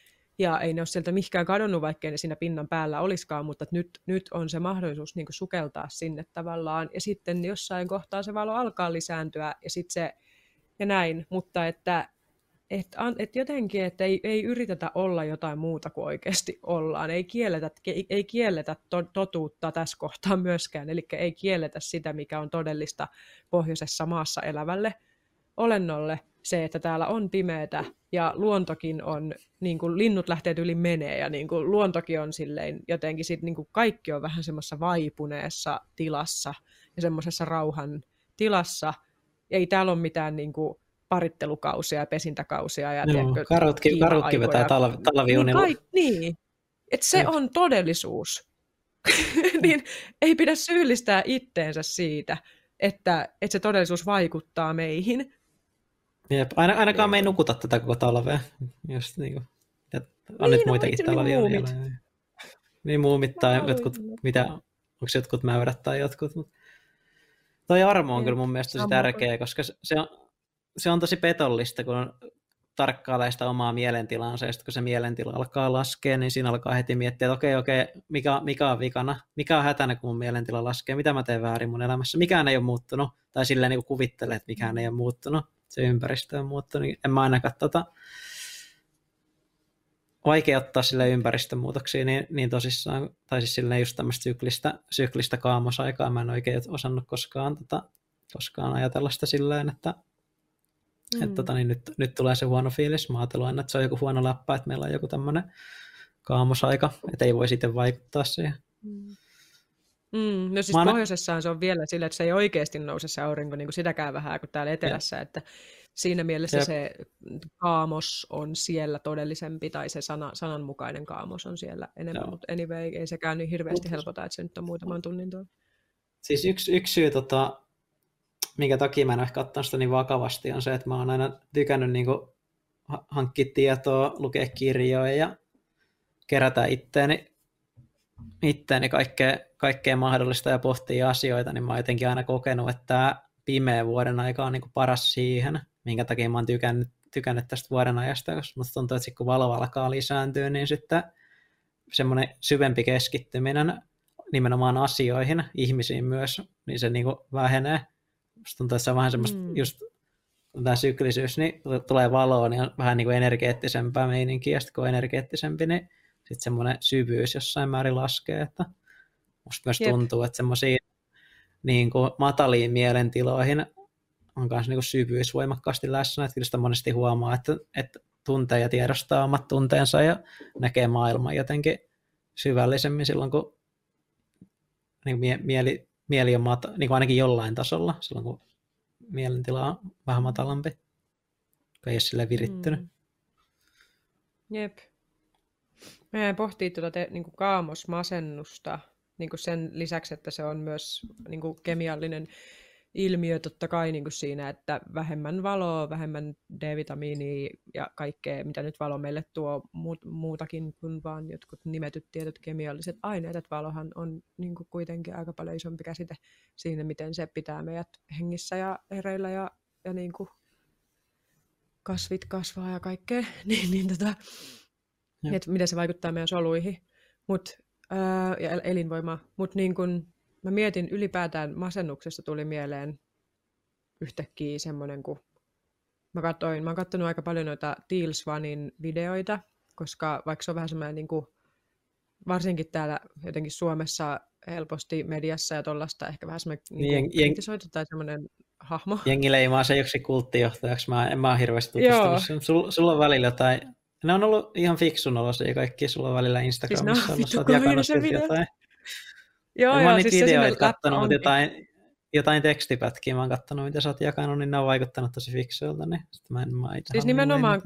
Ja ei ne ole sieltä mihinkään kadonnut, vaikkei ne siinä pinnan päällä olisikaan, mutta nyt, nyt on se mahdollisuus niin kuin sukeltaa sinne tavallaan. Ja sitten jossain kohtaa se valo alkaa lisääntyä ja sitten se ja näin. Mutta että et, et jotenkin, että ei, ei yritetä olla jotain muuta kuin oikeasti ollaan. Ei kielletä, ei kielletä to, totuutta tässä kohtaa myöskään. Eli ei kielletä sitä, mikä on todellista pohjoisessa maassa elävälle olennolle. Se, että täällä on pimeätä ja luontokin on, niin kuin linnut lähtee yli menee ja niin kuin luontokin on silleen jotenkin sit, niin kuin kaikki on vähän semmoisessa vaipuneessa tilassa ja semmoisessa rauhan tilassa. Ei täällä ole mitään niin kuin parittelukausia ja pesintäkausia ja no, karutkin, karutkin vetää talvi, talviunilla. Niin, niin. Et se Jep. on todellisuus. Niin ei pidä syyllistää itteensä siitä, että, että se todellisuus vaikuttaa meihin. Jep, Aina, ainakaan me ei nukuta tätä koko talvea. Just niin kuin, on niin, nyt muitakin no, talvia. Niin, niin muumit tai no, jotkut, mitä, onko jotkut mäyrät tai jotkut. Toi armo on Jep, kyllä mun mielestä tosi tärkeä, koska se on, se on tosi petollista, kun tarkkailee sitä omaa mielentilaansa, ja sitten kun se mielentila alkaa laskea, niin siinä alkaa heti miettiä, että okei, okei, mikä, mikä on vikana, mikä on hätänä, kun mun mielentila laskee, mitä mä teen väärin mun elämässä, mikään ei ole muuttunut, tai silleen niin kuin kuvittelee, että mikään ei ole muuttunut, se ympäristö on muuttunut, niin en mä ainakaan tota, vaikea ottaa sille ympäristömuutoksia niin, niin tosissaan, tai siis silleen just tämmöistä syklistä, syklistä kaamosaikaa, mä en oikein osannut koskaan, tota, koskaan ajatella sitä silleen, että Mm. Että tota, niin nyt, nyt tulee se huono fiilis. Mä ajattelin aina, että se on joku huono läppä, että meillä on joku tämmöinen kaamosaika, että ei voi sitten vaikuttaa siihen. Mm. Mm, no siis Mä pohjoisessaan se on vielä sillä, että se ei oikeasti nouse se aurinko niin kuin sitäkään vähän kuin täällä etelässä, ja. Että siinä mielessä Jep. se kaamos on siellä todellisempi, tai se sana, sananmukainen kaamos on siellä enemmän, Joo. mutta anyway, ei sekään niin hirveästi helpota, että se nyt on muutaman tunnin tuolla. Siis yksi, yksi syy tota... minkä takia mä en ehkä ottanut sitä niin vakavasti, on se, että mä oon aina tykännyt niin kuin hankkia tietoa, lukea kirjoja ja kerätä itteeni, itteeni kaikkea, kaikkea mahdollista ja pohtia asioita, niin mä oon jotenkin aina kokenut, että tämä pimeä vuoden aika on niin kuin paras siihen, minkä takia mä oon tykännyt, tykännyt tästä vuoden ajasta, koska musta tuntuu, että kun valo alkaa lisääntyä, niin sitten semmoinen syvempi keskittyminen nimenomaan asioihin, ihmisiin myös, niin se niin kuin vähenee. Musta tuntuu, että se on vähän semmoista, mm. just kun tämä syklisyys, niin tulee valoa, niin on vähän niin kuin energeettisempää meininkiä, ja sitten kun on energeettisempi, niin sitten semmoinen syvyys jossain määrin laskee, että musta myös Jep. tuntuu, että semmoisiin niin kuin mataliin mielentiloihin on myös niin kuin syvyys voimakkaasti läsnä, että kyllä sitä monesti huomaa, että, että tuntee ja tiedostaa omat tunteensa ja näkee maailman jotenkin syvällisemmin silloin, kun niin kuin mieli Mieli on mata, niin kuin ainakin jollain tasolla, silloin kun mielentila on vähän matalampi, kun ei ole silleen virittynyt. Mm. Jep. Meidän pohtii tuota te, niin kuin kaamosmasennusta niin kuin sen lisäksi, että se on myös niin kuin kemiallinen ilmiö totta kai niin kuin siinä, että vähemmän valoa, vähemmän D-vitamiinia ja kaikkea, mitä nyt valo meille tuo, muut, muutakin kuin vaan jotkut nimetyt tietyt kemialliset aineet. Että valohan on niin kuin kuitenkin aika paljon isompi käsite siinä, miten se pitää meidät hengissä ja hereillä ja, ja niin kuin kasvit kasvaa ja kaikkea, niin, niin tota, että miten se vaikuttaa meidän soluihin Mut, ää, ja elinvoimaan. Mutta niin kun mä mietin ylipäätään masennuksesta tuli mieleen yhtäkkiä semmoinen, kun mä, katsoin, mä oon katsonut aika paljon noita Teal Swanin videoita, koska vaikka se on vähän semmoinen, niin kuin, varsinkin täällä jotenkin Suomessa helposti mediassa ja tollaista ehkä vähän semmoinen niin kritisoitu tai semmoinen hahmo. Jengi leimaa se joksi kulttijohtajaksi, mä en mä ole hirveästi tutustunut. Sulla sul on välillä jotain, ne on ollut ihan fiksun olosia kaikki, sulla on välillä Instagramissa, siis sä oot jakanut jotain. Joo, mä joo, oon niitä siis videoita kattonut, mutta jotain, jotain tekstipätkiä mä oon kattonut, mitä sä oot jakanut, niin ne on vaikuttanut tosi fiksuilta, niin sitten mä en mä itse siis nimenomaan,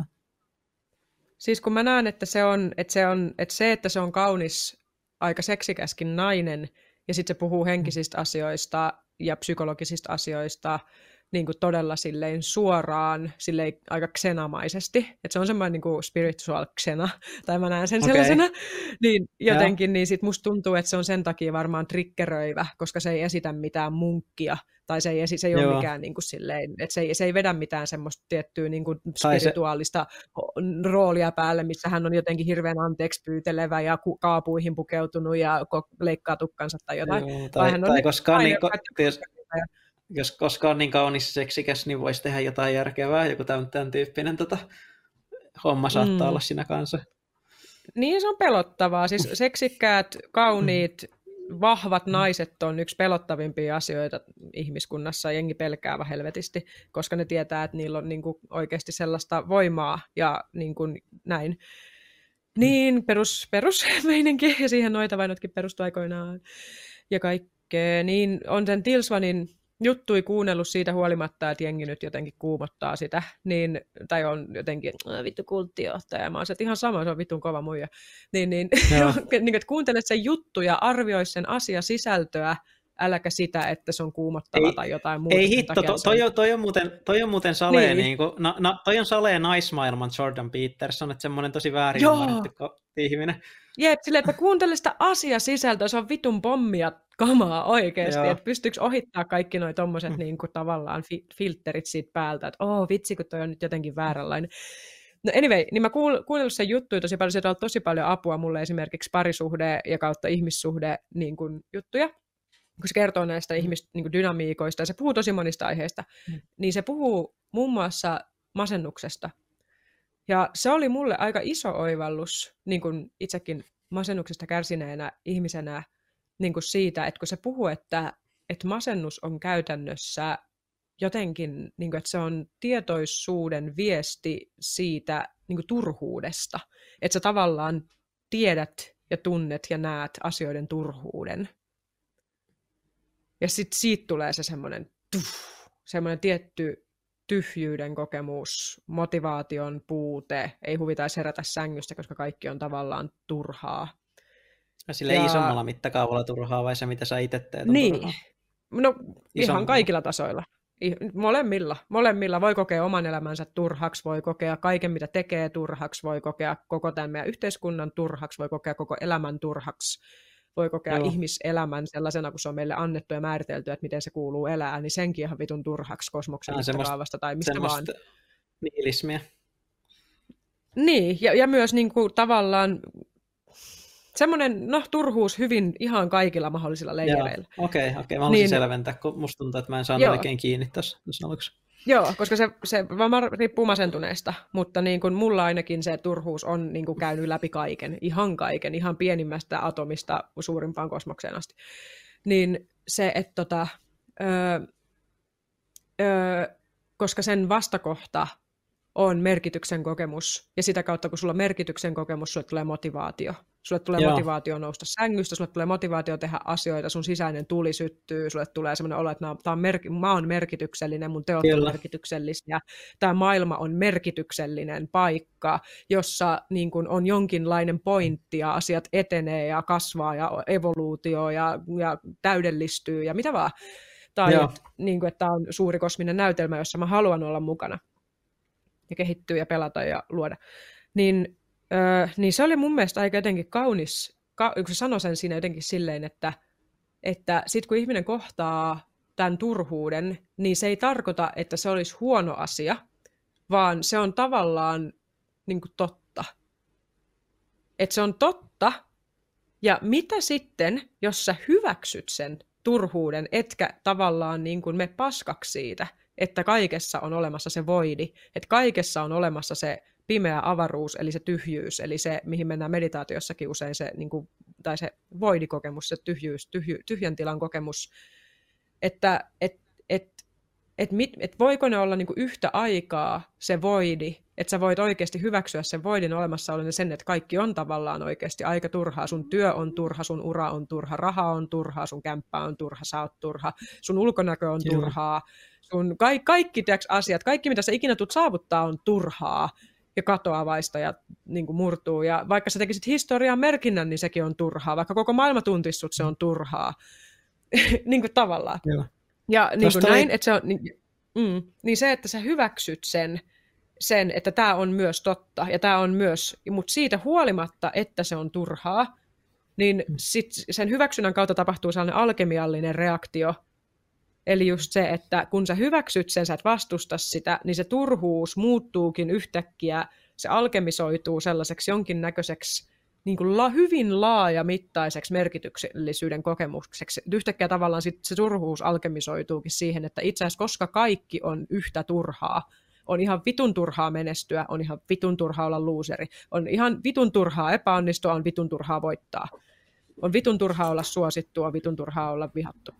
siis kun mä näen, että se, on, että, se on, että se, että se on kaunis, aika seksikäskin nainen, ja sitten se puhuu henkisistä asioista ja psykologisista asioista niin kuin todella silleen suoraan, silleen aika xenamaisesti, että se on semmoinen niin kuin spiritual xena, tai mä näen sen okay. sellaisena, niin jotenkin, ja. Niin sit musta tuntuu, että se on sen takia varmaan triggeröivä, koska se ei esitä mitään munkkia, tai se ei, esi- se ei ole mikään niin kuin silleen, että se ei, se ei vedä mitään semmoista tiettyä niin kuin spirituaalista se... roolia päälle, missä hän on jotenkin hirveän anteeksi pyytelevä ja ku- kaapuihin pukeutunut ja ko- leikkaa tukkansa tai jotain. Joo, tai, tai, tai koskaan niin, jos, jos koskaan niin kaunis seksikäs, niin voisi tehdä jotain järkevää, joku tämän, tämän tyyppinen tota, homma saattaa mm. olla siinä kanssa. Niin, se on pelottavaa. Siis seksikkäät, kauniit, vahvat naiset on yksi pelottavimpia asioita ihmiskunnassa. Jengi pelkää vaan helvetisti, koska ne tietää, että niillä on niin kuin oikeasti sellaista voimaa ja niin kuin näin. Niin, perus, perusmeininki, ja siihen noita vainotkin perustui aikoinaan ja kaikkea. Niin on sen Teal Swanin juttui kuunnellut siitä huolimatta, että jengi nyt jotenkin kuumottaa sitä, niin, tai on jotenkin vittu kulttijohtaja, mä oon se, että ihan sama, se on vittun kova muija, niin, niin, niin että kuuntelet sen juttu ja arvioi sen asiasisältöä, äläkä sitä, että se on kuumottava ei, tai jotain muuta. Ei hitto, to, toi, on, toi, on muuten, toi on muuten salee, niin. Niin kuin, na, na, toi on salee naismaailman Jordan Peterson, että semmoinen tosi väärin ymmärretty ihminen. Jep, silleen, että kuuntele sitä asiasisältöä, se on vitun pommia kamaa oikeasti, että pystyykö ohittaa kaikki noi tommoset mm. niin kuin tavallaan fi- filterit siitä päältä, että oo vitsi, kun toi on nyt jotenkin vääränlainen. No anyway, niin mä kuul- kuunnellut sen juttuja tosi paljon, sieltä on tosi paljon apua mulle esimerkiksi parisuhde ja kautta ihmissuhde niin kuin juttuja, kun se kertoo näistä ihmis, niin kuin dynamiikoista ja se puhuu tosi monista aiheista, mm. niin se puhuu muun muassa masennuksesta. Ja se oli mulle aika iso oivallus, niin kuin itsekin masennuksesta kärsineenä ihmisenä, niin kuin siitä, että kun se puhuu, että, että masennus on käytännössä jotenkin, niin kuin, että se on tietoisuuden viesti siitä niin kuin turhuudesta. Että sä tavallaan tiedät ja tunnet ja näet asioiden turhuuden. Ja sitten siitä tulee se semmoinen, semmoinen tietty tyhjyyden kokemus, motivaation puute, ei huvitaisi herätä sängystä, koska kaikki on tavallaan turhaa. Sille ja... isommalla mittakaavalla turhaa vai se, mitä sä itse teet on niin. turhaa? No isommalla. Ihan kaikilla tasoilla. Molemmilla. Molemmilla voi kokea oman elämänsä turhaksi, voi kokea kaiken, mitä tekee turhaksi, voi kokea koko tämän meidän yhteiskunnan turhaksi, voi kokea koko elämän turhaksi, voi kokea Joo. ihmiselämän sellaisena, kun se on meille annettu ja määritelty, että miten se kuuluu elää, niin senkin ihan vitun turhaksi kosmoksen mittakaavasta tai mistä vaan. Nihilismiä. Niin, ja, ja myös niin kuin, tavallaan semmoinen no, turhuus hyvin ihan kaikilla mahdollisilla leijereillä. Okei, okei, okay, mä haluaisin niin, selventää, kun musta tuntuu, että mä en saanut oikein kiinni tuossa aluksi. Joo, koska se, se varmaan riippuu masentuneesta, mutta niin kuin mulla ainakin se turhuus on niin kuin käynyt läpi kaiken, ihan kaiken, ihan pienimmästä atomista suurimpaan kosmokseen asti. Niin se, että tota, öö, öö, koska sen vastakohta on merkityksen kokemus, ja sitä kautta, kun sulla on merkityksen kokemus, sulle tulee motivaatio. Sulle tulee Joo. motivaatio nousta sängystä, sulle tulee motivaatio tehdä asioita, sun sisäinen tuli syttyy, sulle tulee sellainen olo, että tää on mer- mä oon merkityksellinen, mun teot Kyllä. on merkityksellisiä, tämä maailma on merkityksellinen paikka, jossa niin kun on jonkinlainen pointti, ja asiat etenee ja kasvaa, ja evoluutio, ja, ja täydellistyy, ja mitä vaan. tai että niin et tämä on suuri kosminen näytelmä, jossa mä haluan olla mukana ja kehittyä ja pelata ja luoda. Niin, öö, niin se oli mun mielestä aika jotenkin kaunis, ka- kun se sanoi sen siinä jotenkin silleen, että, että sit kun ihminen kohtaa tämän turhuuden, niin se ei tarkoita, että se olisi huono asia, vaan se on tavallaan niin kuin totta. Että se on totta, ja mitä sitten, jos sä hyväksyt sen turhuuden, etkä tavallaan niin kuin me paskaksi siitä, että kaikessa on olemassa se voidi, että kaikessa on olemassa se pimeä avaruus, eli se tyhjyys, eli se, mihin mennään meditaatiossakin usein, se, niin kuin, tai se voidikokemus, se tyhjyys, tyhjy, tyhjän tilan kokemus, että et, et, et, et voiko ne olla niin kuin yhtä aikaa se voidi, että sä voit oikeasti hyväksyä sen voidin olemassaolon ja sen, että kaikki on tavallaan oikeasti aika turhaa. Sun työ on turha, sun ura on turha, raha on turhaa, sun kämppä on turha, sä oot turha, sun ulkonäkö on Joo. turhaa, sun ka- kaikki tiiäks, asiat, kaikki mitä sä ikinä tulet saavuttaa on turhaa ja katoavaista ja niin kuin murtuu. Ja vaikka sä tekisit historian merkinnän, niin sekin on turhaa. Vaikka koko maailma tuntisi sut, se on turhaa. niin kuin tavallaan. Joo. Ja niin kuin näin, oli... että se on, niin, mm, niin se, että sä hyväksyt sen, sen, että tämä on myös totta, ja tämä on myös, mutta siitä huolimatta, että se on turhaa, niin sit sen hyväksynnän kautta tapahtuu sellainen alkemiallinen reaktio, eli just se, että kun sä hyväksyt sen, sä et vastusta sitä, niin se turhuus muuttuukin yhtäkkiä, se alkemisoituu sellaiseksi jonkinnäköiseksi niin kuin la, hyvin laajamittaiseksi merkityksellisyyden kokemukseksi. Yhtäkkiä tavallaan sit se turhuus alkemisoituukin siihen, että itse asiassa koska kaikki on yhtä turhaa, on ihan vitun turhaa menestyä, on ihan vitun turhaa olla luuseri, on ihan vitun turhaa epäonnistua, on vitun turhaa voittaa. On vitun turhaa olla suosittua, on vitun turhaa olla vihattu.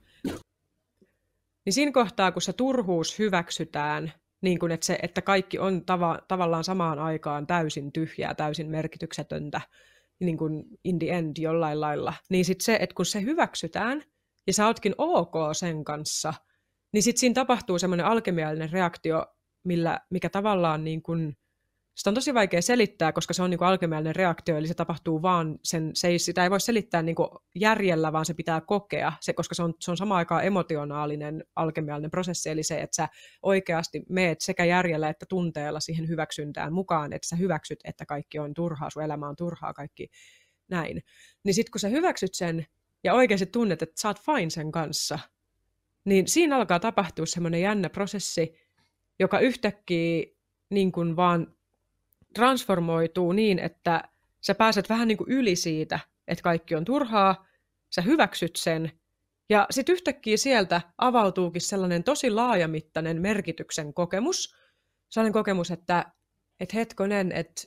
Niin siinä kohtaa, kun se turhuus hyväksytään, niin kuin että, se, että kaikki on tava, tavallaan samaan aikaan täysin tyhjää, täysin merkityksetöntä, niin kuin in the end jollain lailla, niin sitten se, että kun se hyväksytään, ja sä ootkin ok sen kanssa, niin sitten siinä tapahtuu semmoinen alkemiallinen reaktio, millä, mikä tavallaan niin kuin, sitä on tosi vaikea selittää, koska se on niin kuin alkemiallinen reaktio, eli se tapahtuu vaan, sen, se ei, sitä ei voi selittää niin kuin järjellä, vaan se pitää kokea, se, koska se on, se on samaan aikaan emotionaalinen alkemiallinen prosessi, eli se, että sä oikeasti meet sekä järjellä että tunteella siihen hyväksyntään mukaan, että sä hyväksyt, että kaikki on turhaa, sun elämä on turhaa, kaikki näin. Niin sitten kun sä hyväksyt sen ja oikeasti tunnet, että sä oot fine sen kanssa, niin siinä alkaa tapahtua semmoinen jännä prosessi, joka yhtäkkiä niin kuin vaan transformoituu niin, että sä pääset vähän niin kuin yli siitä, että kaikki on turhaa, sä hyväksyt sen, ja sitten yhtäkkiä sieltä avautuukin sellainen tosi laajamittainen merkityksen kokemus, sellainen kokemus, että et hetkonen, että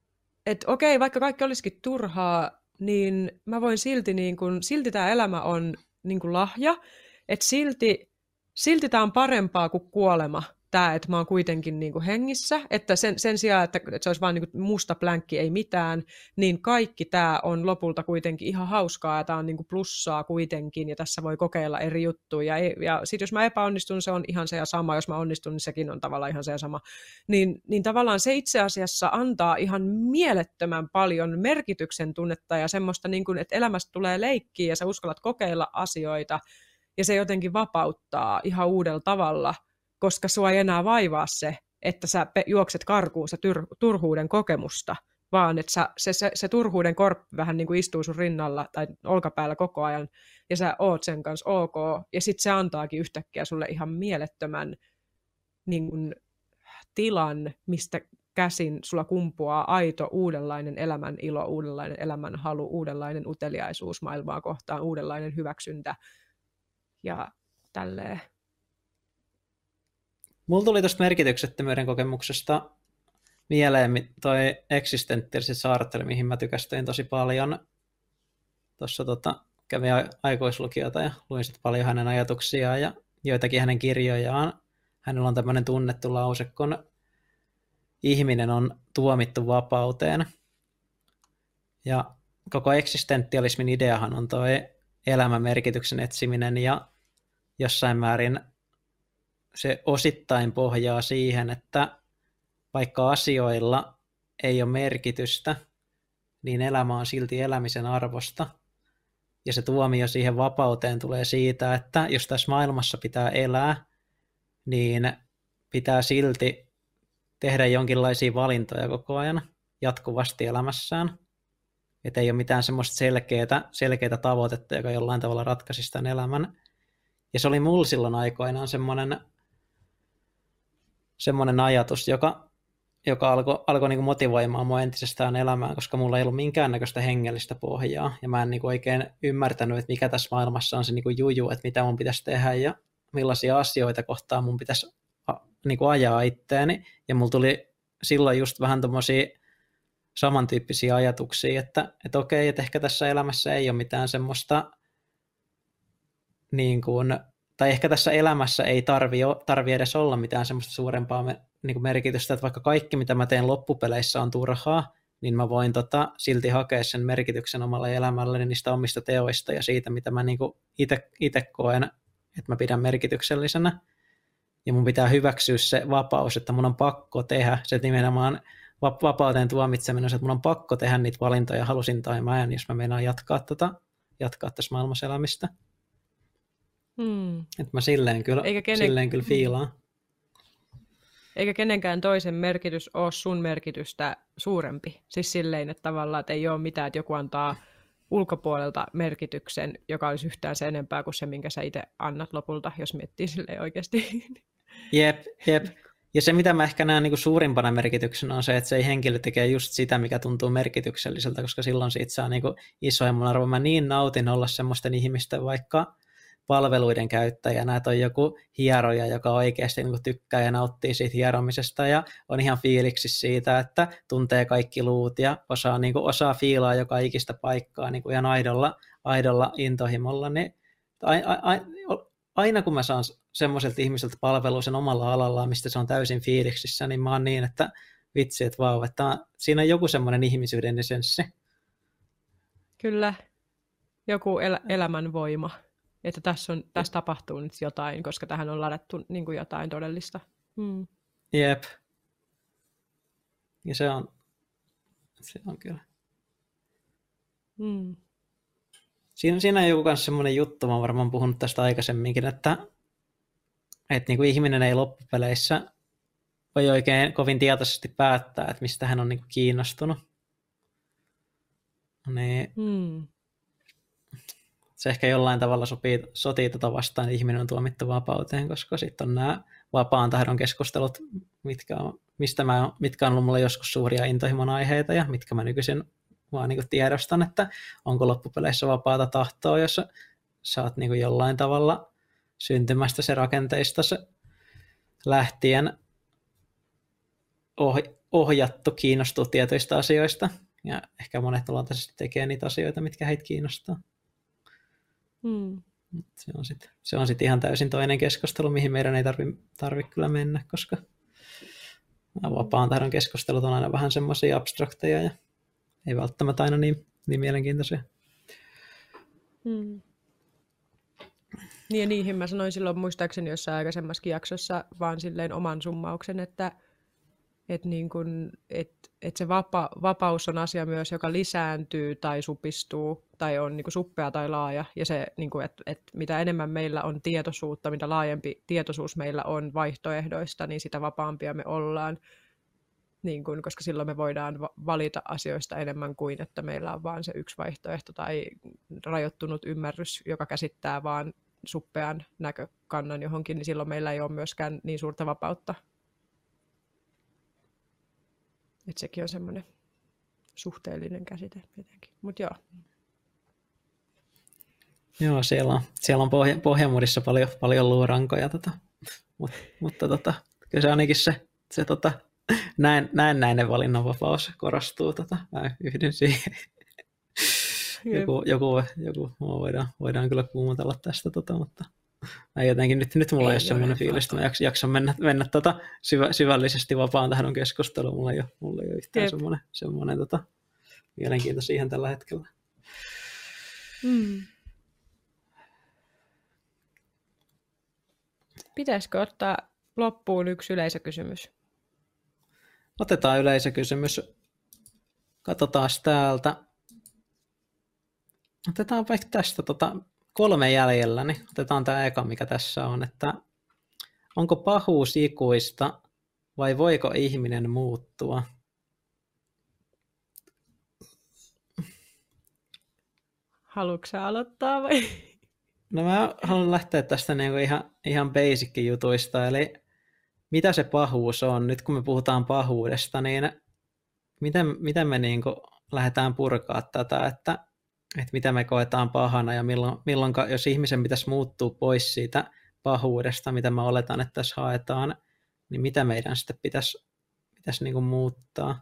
et okei, vaikka kaikki olisikin turhaa, niin mä voin silti, niin kun, silti tämä elämä on niin kuin lahja, että silti, silti tämä on parempaa kuin kuolema, tämä, että mä oon kuitenkin niin kuin hengissä, että sen, sen sijaan, että, että se olisi vain niin kuin musta plänkki, ei mitään, niin kaikki tämä on lopulta kuitenkin ihan hauskaa, ja tämä on niin kuin plussaa kuitenkin, ja tässä voi kokeilla eri juttuja, ja, ja sitten jos mä epäonnistun, se on ihan se ja sama, jos mä onnistun, niin sekin on tavallaan ihan se ja sama, niin, niin tavallaan se itse asiassa antaa ihan mielettömän paljon merkityksen tunnetta, ja semmoista, niin kuin, että elämästä tulee leikkiä, ja sä uskallat kokeilla asioita, ja se jotenkin vapauttaa ihan uudella tavalla, koska sua ei enää vaivaa se, että sä juokset karkuun se tyr- turhuuden kokemusta, vaan että sä, se, se, se turhuuden korppi vähän niin kuin istuu sun rinnalla tai olkapäällä koko ajan, ja sä oot sen kanssa ok, ja sit se antaakin yhtäkkiä sulle ihan mielettömän niin kuin, tilan, mistä käsin sulla kumpuaa aito uudenlainen elämän ilo, uudenlainen elämän halu, uudenlainen uteliaisuus maailmaa kohtaan, uudenlainen hyväksyntä, ja tälleen. Mulla tuli tuosta merkityksettömyyden kokemuksesta mieleen toi eksistentiaalisen Sartre, mihin mä tykästyin tosi paljon. Tuossa tota, kävin aikuislukiota ja luin sitten paljon hänen ajatuksiaan ja joitakin hänen kirjojaan. Hänellä on tämmöinen tunnettu lause, kun ihminen on tuomittu vapauteen. Ja koko eksistentialismin ideahan on toi elämän merkityksen etsiminen ja jossain määrin se osittain pohjaa siihen, että vaikka asioilla ei ole merkitystä, niin elämä on silti elämisen arvosta. ja se tuomio siihen vapauteen tulee siitä, että jos tässä maailmassa pitää elää, niin pitää silti tehdä jonkinlaisia valintoja koko ajan jatkuvasti elämässään. Että ei ole mitään semmoista selkeää, selkeää tavoitetta, joka jollain tavalla ratkaisisi tämän elämän. Ja se oli mulla silloin aikoinaan semmoinen, semmoinen ajatus, joka, joka alkoi alko niinku motivoimaan mua entisestään elämään, koska mulla ei ollut minkäännäköistä hengellistä pohjaa. Ja mä en niinku oikein ymmärtänyt, että mikä tässä maailmassa on se niinku juju, että mitä mun pitäisi tehdä ja millaisia asioita kohtaan mun pitäisi niinku ajaa itteeni. Ja mulla tuli silloin just vähän tommosia samantyyppisiä ajatuksia, että, että okei, että ehkä tässä elämässä ei ole mitään semmoista, niin kuin, tai ehkä tässä elämässä ei tarvi, tarvi edes olla mitään semmoista suurempaa niin kuin merkitystä, että vaikka kaikki, mitä mä teen loppupeleissä on turhaa, niin mä voin tota, silti hakea sen merkityksen omalle elämälleni niistä omista teoista ja siitä, mitä mä niin kuin itse koen, että mä pidän merkityksellisenä. Ja mun pitää hyväksyä se vapaus, että mun on pakko tehdä se nimenomaan vapauteen tuomitseminen, että mun on pakko tehdä niitä valintoja, halusin tai mä en, jos mä meinaan jatkaa, tota, jatkaa tässä maailmassa elämistä. Hmm. Että mä silleen kyllä, kenen... silleen kyllä fiilaan. Eikä kenenkään toisen merkitys ole sun merkitystä suurempi. Siis silleen, että tavallaan että ei ole mitään, että joku antaa ulkopuolelta merkityksen, joka olisi yhtään se enempää kuin se, minkä sä itse annat lopulta, jos miettii silleen oikeasti. Jep, jep. Ja se, mitä mä ehkä näen niin kuin suurimpana merkityksenä, on se, että se ei henkilö tekee just sitä, mikä tuntuu merkitykselliseltä, koska silloin siitä saa niin kuin isoimman arvon. Mä niin nautin olla semmoisten ihmisten vaikka palveluiden käyttäjänä, että on joku hieroja, joka oikeasti niin kuin tykkää ja nauttii siitä hieromisesta ja on ihan fiiliksissä siitä, että tuntee kaikki luut ja osaa, niin kuin osaa fiilaa joka ikistä paikkaa niin kuin ihan aidolla, aidolla intohimolla, niin aina kun mä saan semmoiselta ihmiseltä palvelua sen omalla alallaan, mistä se on täysin fiiliksissä, niin mä oon niin, että vitsi, että vau, että siinä on joku semmoinen ihmisyyden esenssi. Kyllä, joku el- elämän voima, että tässä, on, tässä tapahtuu nyt jotain, koska tähän on ladattu niin kuin jotain todellista. Hmm. Jep. Ja se on, se on kyllä. Hmm. Siinä, siinä on joku kanssa semmoinen juttu, mä oon varmaan puhunut tästä aikaisemminkin, että, että niin kuin ihminen ei loppupeleissä voi oikein kovin tietoisesti päättää, että mistä hän on niin kuin kiinnostunut. Niin hmm. Se ehkä jollain tavalla sopii, sotii tätä vastaan, että ihminen on tuomittu vapauteen, koska sitten on nämä vapaan tahdon keskustelut, mitkä on, mistä mä, mitkä on ollut mulle joskus suuria intohimon aiheita ja mitkä mä nykyisin vaan niin kuin tiedostan, että onko loppupeleissä vapaata tahtoa, jos sä oot niin kuin jollain tavalla syntymästä se rakenteista se lähtien ohjattu kiinnostua tietyistä asioista. Ja ehkä monet luontaisesti tekee niitä asioita, mitkä heitä kiinnostaa. Hmm. Se on sitten se on sit ihan täysin toinen keskustelu, mihin meidän ei tarvitse tarvi kyllä mennä, koska vapaan tahdon keskustelut on aina vähän semmoisia abstrakteja ja ei välttämättä aina niin, niin mielenkiintoisia. Hmm. Niin ja niihin mä sanoin silloin muistaakseni jossain aikaisemmassakin jaksossa vaan silleen oman summauksen, että et niin kun, et, et se vapa, vapaus on asia myös, joka lisääntyy tai supistuu tai on niin kun suppea tai laaja. Ja se, niin kun, et, et mitä enemmän meillä on tietoisuutta, mitä laajempi tietoisuus meillä on vaihtoehdoista, niin sitä vapaampia me ollaan. Niin kun, koska silloin me voidaan valita asioista enemmän kuin, että meillä on vain se yksi vaihtoehto tai rajoittunut ymmärrys, joka käsittää vain suppean näkökannan johonkin, niin silloin meillä ei ole myöskään niin suurta vapautta. Että sekin on semmoinen suhteellinen käsite jotenkin. Mut joo. Joo, siellä on, siellä on pohja, Pohjanmuudissa paljon, paljon luurankoja, tota. Mut, mutta tota, kyllä se ainakin se, se tota, näin, näennäinen valinnanvapaus korostuu. Tota. Mä yhdyn siihen. joku, joku, joku voidaan, voidaan kyllä kuumotella tästä, tota, mutta mä jotenkin nyt, nyt mulla ei ole semmoinen fiilis, että mä jaksan, jaksan mennä, mennä tota syvä, syvällisesti vapaan tahdon keskusteluun. Mulla ei ole, mulla ei ole yhtään semmoinen, semmoinen tota, mielenkiinto siihen tällä hetkellä. Hmm. Pitäisikö ottaa loppuun yksi yleisökysymys? Otetaan yleisökysymys. Katsotaan täältä. Otetaan vaikka tästä tota, kolme jäljellä, niin otetaan tämä eka, mikä tässä on, että onko pahuus ikuista vai voiko ihminen muuttua? Haluatko sä aloittaa vai? No mä haluan lähteä tästä niinku ihan, ihan basic jutuista, eli mitä se pahuus on? Nyt kun me puhutaan pahuudesta, niin miten, miten me niinku lähdetään purkaa tätä, että, että mitä me koetaan pahana ja milloin, milloin, jos ihmisen pitäisi muuttua pois siitä pahuudesta, mitä mä oletan, että tässä haetaan, niin mitä meidän sitten pitäisi, pitäisi niinku muuttaa?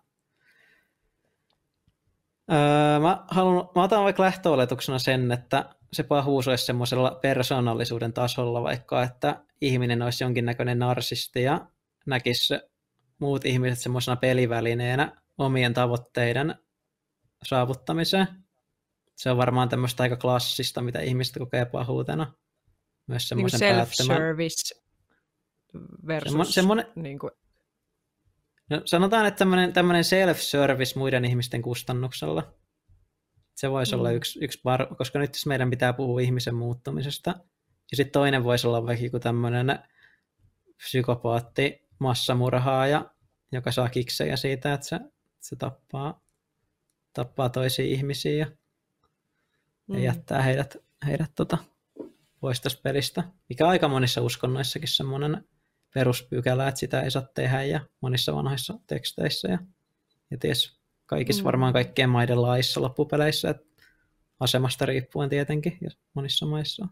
Öö, mä, haluan, mä otan vaikka lähtöoletuksena sen, että se pahuus olisi semmoisella persoonallisuuden tasolla vaikka, että ihminen olisi jonkinnäköinen narsisti ja näkisi muut ihmiset semmoisena pelivälineenä omien tavoitteiden saavuttamiseen. Se on varmaan tämmöistä aika klassista, mitä ihmiset kokee pahuutena. Myös semmoisen niin self-service versus... Semmo, semmoinen, niin kuin... no sanotaan, että tämmöinen, tämmöinen self-service muiden ihmisten kustannuksella. Se voisi mm. olla yksi, yksi par, koska nyt meidän pitää puhua ihmisen muuttumisesta. Ja sitten toinen voisi olla vaikka joku tämmöinen psykopaatti, massamurhaaja, joka saa kiksejä siitä, että se, se tappaa, tappaa toisia ihmisiä ja, mm. ja jättää heidät, heidät tota, pois tästä pelistä. Mikä aika monissa uskonnoissakin semmoinen peruspykälä, että sitä ei saa tehdä ja monissa vanhoissa teksteissä ja, ja ties kaikissa mm. varmaan kaikkien maiden laissa loppupeleissä, että asemasta riippuen tietenkin ja monissa maissa.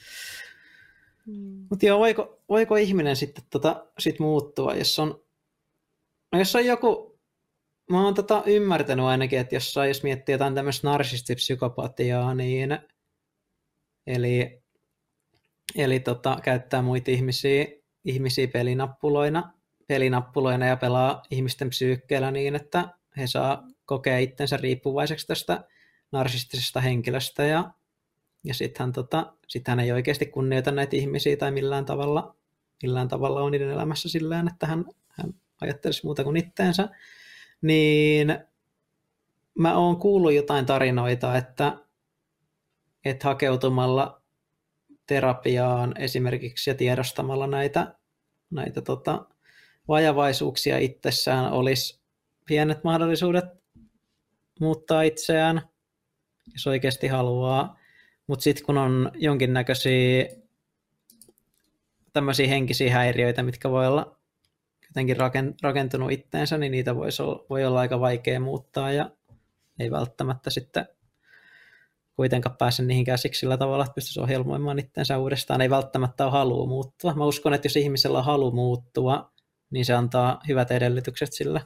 Mm. Mutta joo, voiko, voiko ihminen sitten tota, sit muuttua, jos on, no jos on joku, mä oon tota ymmärtänyt ainakin, että jos, jos miettii jotain tämmöistä narsistipsykopatiaa, niin eli, eli tota, käyttää muita ihmisiä, ihmisiä pelinappuloina, pelinappuloina ja pelaa ihmisten psyykkeellä niin, että he saa kokea itsensä riippuvaiseksi tästä narsistisesta henkilöstä ja, ja sitten hän, tota, sit hän ei oikeasti kunnioita näitä ihmisiä tai millään tavalla, millään tavalla on niiden elämässä sillään, että hän, hän ajattelisi muuta kuin itteensä, niin mä oon kuullut jotain tarinoita, että, että hakeutumalla terapiaan esimerkiksi ja tiedostamalla näitä, näitä tota, vajavaisuuksia itsessään olisi pienet mahdollisuudet muuttaa itseään, jos oikeasti haluaa. Mutta sitten kun on jonkinnäköisiä tämmöisiä henkisiä häiriöitä, mitkä voi olla jotenkin rakentunut itteensä, niin niitä voisi olla, voi olla aika vaikea muuttaa ja ei välttämättä sitten kuitenkaan pääse niihin käsiksi sillä tavalla, että pystyisi ohjelmoimaan itteensä uudestaan. Ei välttämättä ole halua muuttua. Mä uskon, että jos ihmisellä on halu muuttua, niin se antaa hyvät edellytykset sille.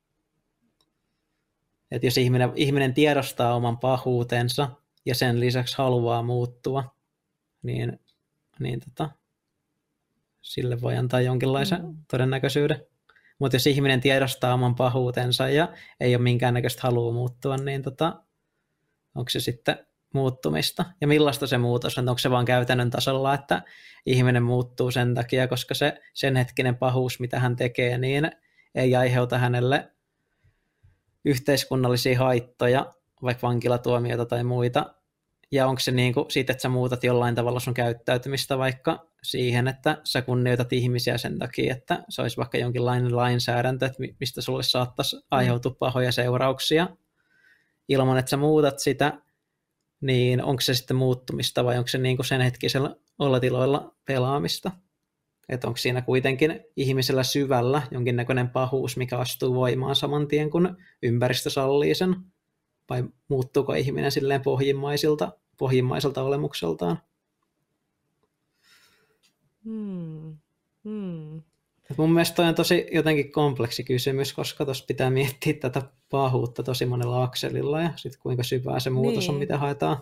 Että jos ihminen, ihminen tiedostaa oman pahuutensa ja sen lisäksi haluaa muuttua, niin, niin tota, sille voi antaa jonkinlaisen mm. todennäköisyyden. Mutta jos ihminen tiedostaa oman pahuutensa ja ei ole minkäännäköistä halua muuttua, niin tota, onko se sitten muuttumista? Ja millaista se muutos on? Onko se vaan käytännön tasolla, että ihminen muuttuu sen takia, koska se sen hetkinen pahuus, mitä hän tekee, niin ei aiheuta hänelle yhteiskunnallisia haittoja, vaikka vankilatuomioita tai muita. Ja onko se niin kuin siitä, että sä muutat jollain tavalla sun käyttäytymistä vaikka siihen, että sä kunnioitat ihmisiä sen takia, että se olisi vaikka jonkinlainen lainsäädäntö, että mistä sulle saattaisi aiheutua pahoja seurauksia ilman, että sä muutat sitä, niin onko se sitten muuttumista vai onko se niin kuin sen hetkisellä olatiloilla pelaamista? Että onko siinä kuitenkin ihmisellä syvällä jonkinnäköinen pahuus, mikä astuu voimaan saman tien, kun ympäristö sallii sen? Vai muuttuuko ihminen silleen pohjimmaisilta, pohjimmaiselta olemukseltaan? Hmm. Hmm. Mun mielestä toi on tosi jotenkin kompleksi kysymys, koska tuossa pitää miettiä tätä pahuutta tosi monella akselilla ja sitten kuinka syvää se muutos niin on, mitä haetaan.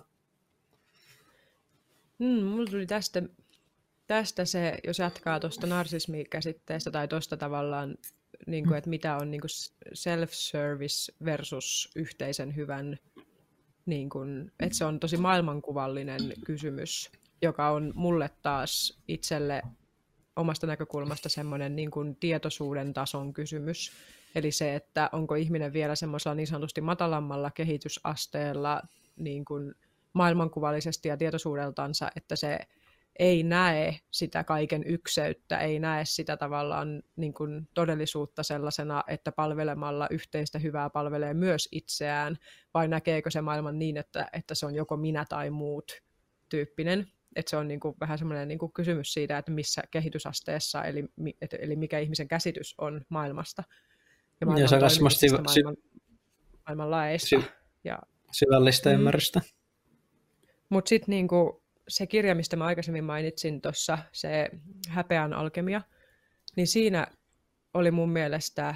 Hmm, mulla tuli tästä, tästä se, jos jatkaa tuosta narsismikäsitteestä tai tuosta tavallaan, niin kuin, että mitä on niin kuin self-service versus yhteisen hyvän, niin kuin, että se on tosi maailmankuvallinen kysymys, joka on mulle taas itselle omasta näkökulmasta semmoinen niin kuin tietoisuuden tason kysymys. Eli se, että onko ihminen vielä semmoisella niin sanotusti matalammalla kehitysasteella niin kuin maailmankuvallisesti ja tietoisuudeltansa, että se ei näe sitä kaiken ykseyttä, ei näe sitä tavallaan niin kuin todellisuutta sellaisena, että palvelemalla yhteistä hyvää palvelee myös itseään, vai näkeekö se maailman niin, että, että se on joko minä tai muut tyyppinen. Että se on niin kuin vähän semmoinen niin kuin kysymys siitä, että missä kehitysasteessa, eli, eli mikä ihmisen käsitys on maailmasta. Ja maailman ja se on syv- maailman, maailman laeista. Sy- ja syvällistä mm. ymmärrystä. Mutta sitten niinku se kirja, mistä mä aikaisemmin mainitsin tuossa, se Häpeän alkemia, niin siinä oli mun mielestä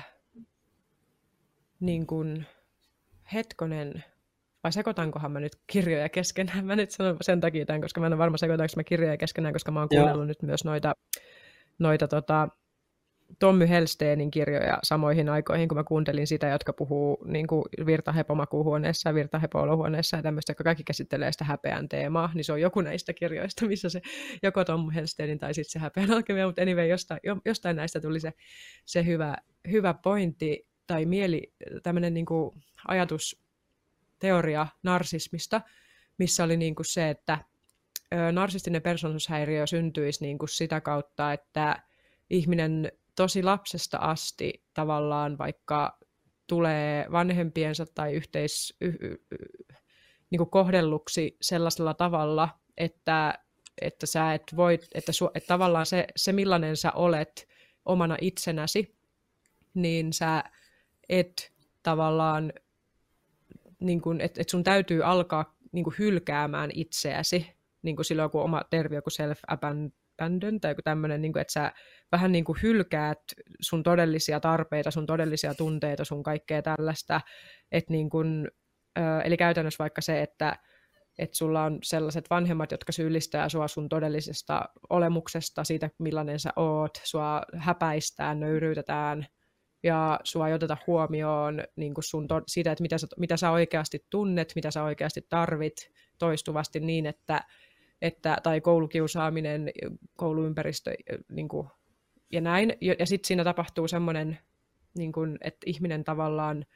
niin kuin, hetkonen, vai sekoitankohan mä nyt kirjoja keskenään? Mä nyt sanon sen takia tämän, koska mä en ole varma sekoitanko mä kirjoja keskenään, koska mä oon kuunnellut Joo. nyt myös noita, noita tota, Tommy Hellstenin kirjoja samoihin aikoihin, kun mä kuuntelin sitä, jotka puhuu niin kuin virtahepomakuuhuoneessa ja virtahepo-olohuoneessa ja tämmöistä, jotka kaikki käsittelee sitä häpeän teemaa, niin se on joku näistä kirjoista, missä se joko Tommy Hellstenin tai sitten se häpeän alkemia, mutta anyway, jostain, jostain näistä tuli se, se hyvä, hyvä pointti tai mieli, tämmöinen niin kuin ajatusteoria narsismista, missä oli niin kuin se, että ö, narsistinen persoonallisuushäiriö syntyisi niin kuin sitä kautta, että ihminen tosi lapsesta asti tavallaan vaikka tulee vanhempiensa tai yhteis, y, y, y, niin kuin kohdelluksi sellaisella tavalla, että, että sä et voi, että, su, että tavallaan se, se, millainen sä olet omana itsenäsi, niin sä et tavallaan, niin kuin, että, että sun täytyy alkaa niin kuin hylkäämään itseäsi, niin kuin silloin kun oma termi, joku self-abandon tai joku tämmöinen, niin kuin, että sä vähän niin kuin hylkäät sun todellisia tarpeita, sun todellisia tunteita, sun kaikkea tällaista. Et niin kuin, eli käytännössä vaikka se, että et sulla on sellaiset vanhemmat, jotka syyllistää sua sun todellisesta olemuksesta, siitä millainen sä oot, sua häpäistään, nöyryytetään ja sua ei oteta huomioon niin kuin sun to- siitä, että mitä sä, mitä sä oikeasti tunnet, mitä sä oikeasti tarvit toistuvasti niin, että Että, tai koulukiusaaminen, kouluympäristö niin kuin, ja näin. Ja sitten siinä tapahtuu semmoinen, niin kuin, että ihminen tavallaan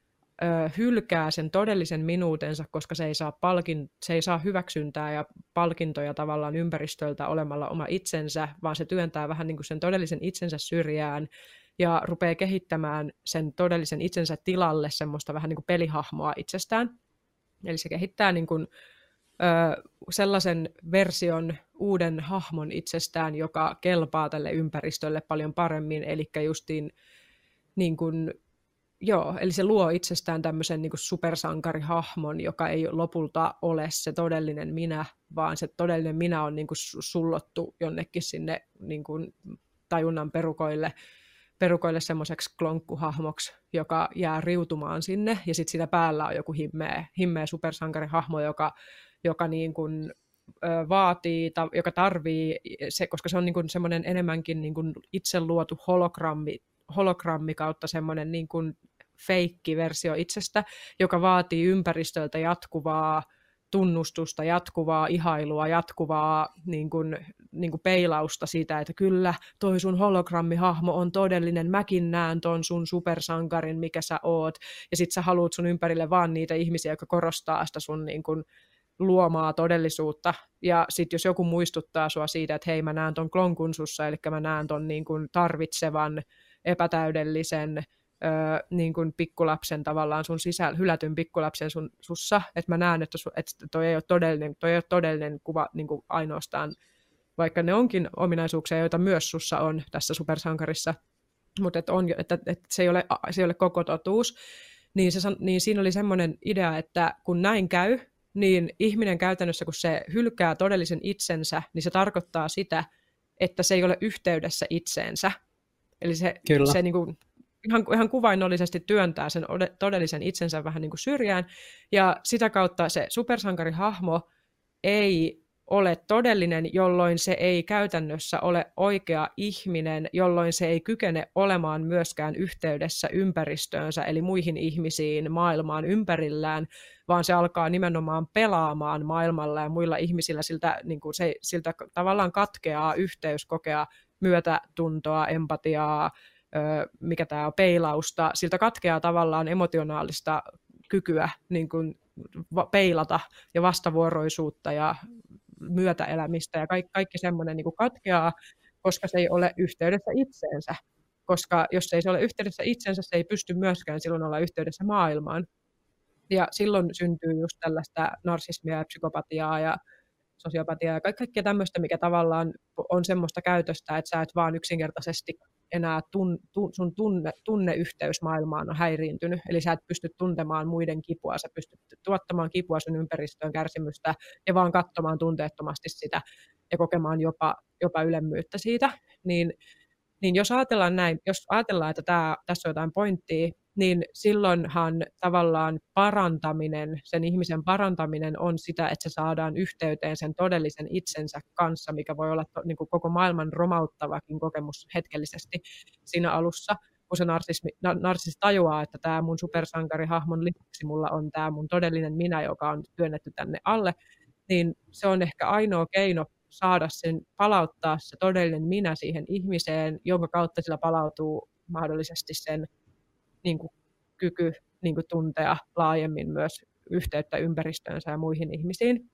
ö, hylkää sen todellisen minuutensa, koska se ei, saa palkin, se ei saa hyväksyntää ja palkintoja tavallaan ympäristöltä olemalla oma itsensä, vaan se työntää vähän niin kuin sen todellisen itsensä syrjään ja rupeaa kehittämään sen todellisen itsensä tilalle semmoista vähän niin kuin pelihahmoa itsestään. Eli se kehittää niin kuin sellaisen version, uuden hahmon itsestään, joka kelpaa tälle ympäristölle paljon paremmin, eli justiin niin kuin, joo, eli se luo itsestään tämmöisen niin kuin supersankarihahmon, joka ei lopulta ole se todellinen minä, vaan se todellinen minä on niin kuin sullottu jonnekin sinne niin kuin tajunnan perukoille, perukoille semmoiseksi klonkkuhahmoksi, joka jää riutumaan sinne, ja sitten sitä päällä on joku himmeä, himmeä supersankarihahmo, joka joka niin kuin, ö, vaatii, ta, joka tarvii, se, koska se on niin kuin semmoinen enemmänkin niin kuin itse luotu hologrammi, hologrammi kautta semmoinen niin kuin feikki-versio itsestä, joka vaatii ympäristöltä jatkuvaa tunnustusta, jatkuvaa ihailua, jatkuvaa niin kuin, niin kuin peilausta siitä, että kyllä toi sun hologrammihahmo on todellinen, mäkin näen ton sun supersankarin, mikä sä oot, ja sit sä haluut sun ympärille vaan niitä ihmisiä, jotka korostaa sitä sun niin kuin luomaa todellisuutta, ja sitten jos joku muistuttaa sua siitä, että hei, mä näen ton klonkun sussa, eli mä näen ton niin kuin tarvitsevan, epätäydellisen ö, niin kuin pikkulapsen tavallaan sun sisällä, hylätyn pikkulapsen sun, sussa, että mä näen, että, su, että toi ei ole todellinen, toi ei ole todellinen kuva niin kuin ainoastaan, vaikka ne onkin ominaisuuksia, joita myös sussa on tässä supersankarissa, mutta että, on, että, että se, ei ole, se ei ole koko totuus, niin, se, niin siinä oli semmoinen idea, että kun näin käy, niin ihminen käytännössä, kun se hylkää todellisen itsensä, niin se tarkoittaa sitä, että se ei ole yhteydessä itseensä. Eli se, se niin kuin, ihan, ihan kuvainnollisesti työntää sen todellisen itsensä vähän niin kuin syrjään, ja sitä kautta se supersankarihahmo ei ole todellinen, jolloin se ei käytännössä ole oikea ihminen, jolloin se ei kykene olemaan myöskään yhteydessä ympäristöönsä, eli muihin ihmisiin, maailmaan ympärillään, vaan se alkaa nimenomaan pelaamaan maailmalla ja muilla ihmisillä, siltä, niin kuin se, siltä tavallaan katkeaa yhteys, kokea myötätuntoa, empatiaa, mikä tämä on, peilausta, siltä katkeaa tavallaan emotionaalista kykyä niin kuin peilata ja vastavuoroisuutta ja myötäelämistä ja kaikki, kaikki semmoinen niin kuin katkeaa, koska se ei ole yhteydessä itseensä. Koska jos ei se ole yhteydessä itsensä, se ei pysty myöskään silloin olla yhteydessä maailmaan. Ja silloin syntyy just tällaista narsismia ja psykopatiaa ja sosiopatiaa ja kaikkea tämmöistä, mikä tavallaan on semmoista käytöstä, että sä et vaan yksinkertaisesti enää tun, tun, sun tunne, tunneyhteys maailmaan on häiriintynyt. Eli sä et pysty tuntemaan muiden kipua, sä pystyt tuottamaan kipua sun ympäristöön, kärsimystä ja vaan katsomaan tunteettomasti sitä ja kokemaan jopa, jopa ylemmyyttä siitä. Niin, niin jos ajatellaan näin, jos ajatellaan, että tää, tässä on jotain pointtia, niin silloinhan tavallaan parantaminen, sen ihmisen parantaminen on sitä, että se saadaan yhteyteen sen todellisen itsensä kanssa, mikä voi olla to, niin kuin koko maailman romauttavakin kokemus hetkellisesti siinä alussa, kun se narsismi, narsis tajuaa, että tämä mun supersankarihahmon lisäksi mulla on tämä mun todellinen minä, joka on työnnetty tänne alle, niin se on ehkä ainoa keino saada sen, palauttaa se todellinen minä siihen ihmiseen, jonka kautta sillä palautuu mahdollisesti sen niin kuin, kyky niin kuin, tuntea laajemmin myös yhteyttä ympäristöönsä ja muihin ihmisiin.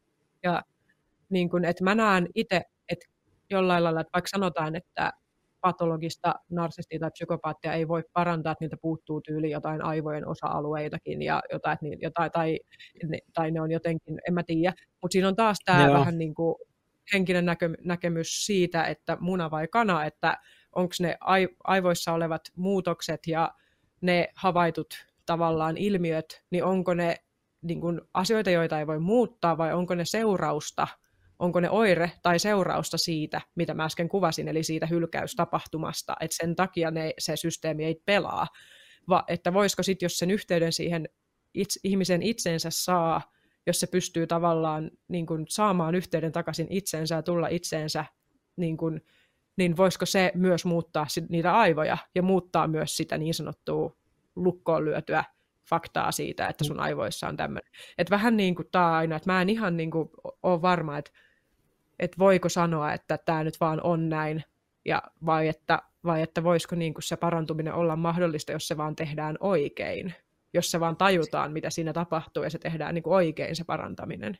Ja niin kuin, että mä näen itse, että jollain lailla, että vaikka sanotaan, että patologista narsistia tai psykopaattia ei voi parantaa, että niiltä puuttuu tyyli jotain aivojen osa-alueitakin ja jotain, että niin, jotain tai, tai ne on jotenkin, en mä tiedä, mutta siinä on taas tämä Joo. vähän niin kuin henkinen näkö, näkemys siitä, että muna vai kana, että onko ne aivoissa olevat muutokset ja ne havaitut tavallaan ilmiöt, niin onko ne niin kuin asioita, joita ei voi muuttaa, vai onko ne seurausta, onko ne oire tai seurausta siitä, mitä mä äsken kuvasin, eli siitä hylkäystapahtumasta, että sen takia ne, se systeemi ei pelaa. Va, että voisiko sitten, jos sen yhteyden siihen itse, ihmisen itsensä saa, jos se pystyy tavallaan niin kuin saamaan yhteyden takaisin itseensä ja tulla itseensä, niin kuin, niin voisiko se myös muuttaa niitä aivoja ja muuttaa myös sitä niin sanottua lukkoon lyötyä faktaa siitä, että sun aivoissa on tämmöinen. Että vähän niin kuin tämä aina, että mä en ihan niin kuin ole varma, että, että voiko sanoa, että tämä nyt vaan on näin, ja vai, että, vai että voisiko niin kuin se parantuminen olla mahdollista, jos se vaan tehdään oikein. Jos se vaan tajutaan, mitä siinä tapahtuu, ja se tehdään niin kuin oikein se parantaminen.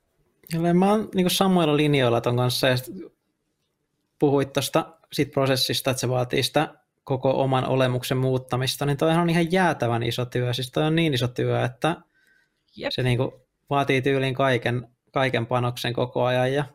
Ja mä oon niin kuin samoilla linjoilla ton kanssa, ja puhuit tuosta siitä prosessista, että se vaatii sitä koko oman olemuksen muuttamista, niin toihan on ihan jäätävän iso työ. Siis toi on niin iso työ, että Jep. se niin kuin vaatii tyyliin kaiken, kaiken panoksen koko ajan. Ja,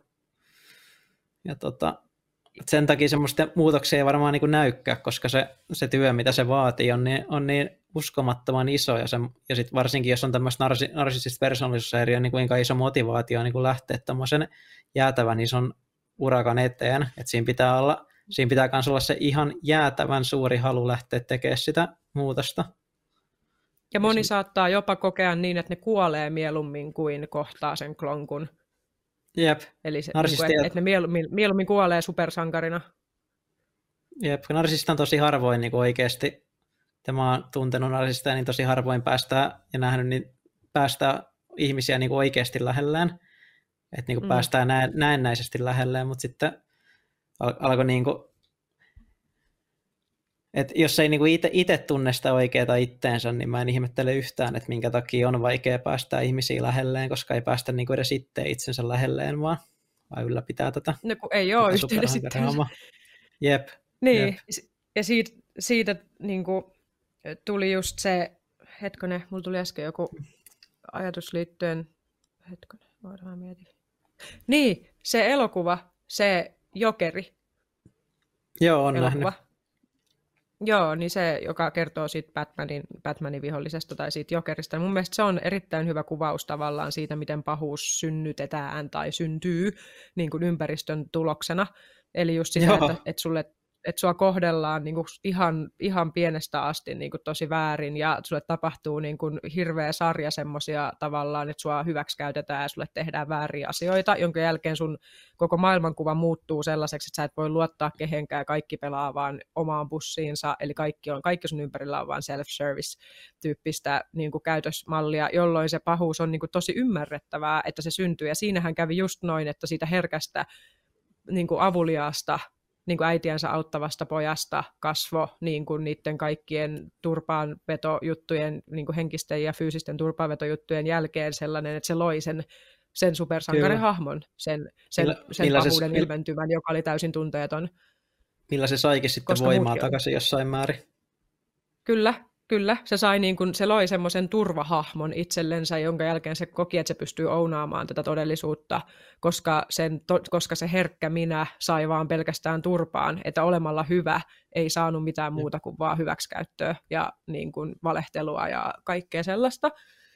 ja tota, sen takia semmoista muutoksia ei varmaan niin kuin näykään, koska se, se työ, mitä se vaatii, on niin, on niin uskomattoman iso. Ja, se, ja sit varsinkin, jos on tämmöistä narsi, narsistista persoonallisuushäiriöä, niin kuinka iso motivaatio niin kuin lähteä tämmöisen jäätävän ison urakan eteen. Että siinä pitää olla Siinä pitää myös olla se ihan jäätävän suuri halu lähteä tekemään sitä muutosta. Ja moni saattaa jopa kokea niin, että ne kuolee mieluummin kuin kohtaa sen klonkun. Jep. Eli se, niin kuin, että, että ne mieluummin, mieluummin kuolee supersankarina. Jep, narsista on tosi harvoin niin kuin oikeasti, mä oon tuntenut narsista, niin tosi harvoin päästään ja nähnyt, niin päästään ihmisiä niin kuin oikeasti lähelleen. Että niin kuin mm. päästään näen, näennäisesti lähelleen, mutta sitten alkoi niinku, että jos ei niinku itse tunne sitä oikeaa itteensä, niin mä en ihmettele yhtään, että minkä takia on vaikea päästä ihmisiä lähelleen, koska ei päästä niinku edes itse itsensä lähelleen, vaan, vaan ylläpitää tätä. No kun ei ole yhteydessä itteensä. Jep. Niin, jep. Ja siitä, siitä niinku, tuli just se, hetkonen, mulla tuli äsken joku ajatus liittyen, hetkonen, voidaan mietin. Niin, se elokuva, se Jokeri. Joo, on elokuva. nähnyt. Joo, niin se, joka kertoo siitä Batmanin, Batmanin vihollisesta tai siitä Jokerista. Mun mielestä se on erittäin hyvä kuvaus tavallaan siitä, miten pahuus synnytetään tai syntyy niin kuin ympäristön tuloksena. Eli just sitä, että, että sulle että sua kohdellaan niin kuin ihan, ihan pienestä asti niin kuin tosi väärin ja sulle tapahtuu niin kuin hirveä sarja semmoisia tavallaan, että sua hyväksikäytetään ja sulle tehdään vääriä asioita, jonka jälkeen sun koko maailmankuva muuttuu sellaiseksi, että sä et voi luottaa kehenkään, kaikki pelaa vaan omaan bussiinsa, eli kaikki, on, kaikki sun ympärillä on vaan self-service-tyyppistä niin kuin käytösmallia, jolloin se pahuus on niin kuin tosi ymmärrettävää, että se syntyy, ja siinähän kävi just noin, että siitä herkästä niin kuin avuliaasta niin kuin äitiänsä auttavasta pojasta kasvo niin kuin niiden kaikkien turpaanvetojuttujen, niin kuin henkisten ja fyysisten turpaanvetojuttujen jälkeen sellainen, että se loi sen, sen supersankarihahmon, sen, sen, millä, sen millä pahuuden se, ilmentyvän, joka oli täysin tunteeton. Millä se saikin sitten Koska voimaa muutkin takaisin jossain määrin. Kyllä, kyllä. Se, sai niin kuin, se loi semmoisen turvahahmon itsellensä, jonka jälkeen se koki, että se pystyy ounaamaan tätä todellisuutta, koska, sen, to, koska se herkkä minä sai vaan pelkästään turpaan, että olemalla hyvä ei saanut mitään muuta kuin vaan hyväksikäyttöä ja niin kuin valehtelua ja kaikkea sellaista.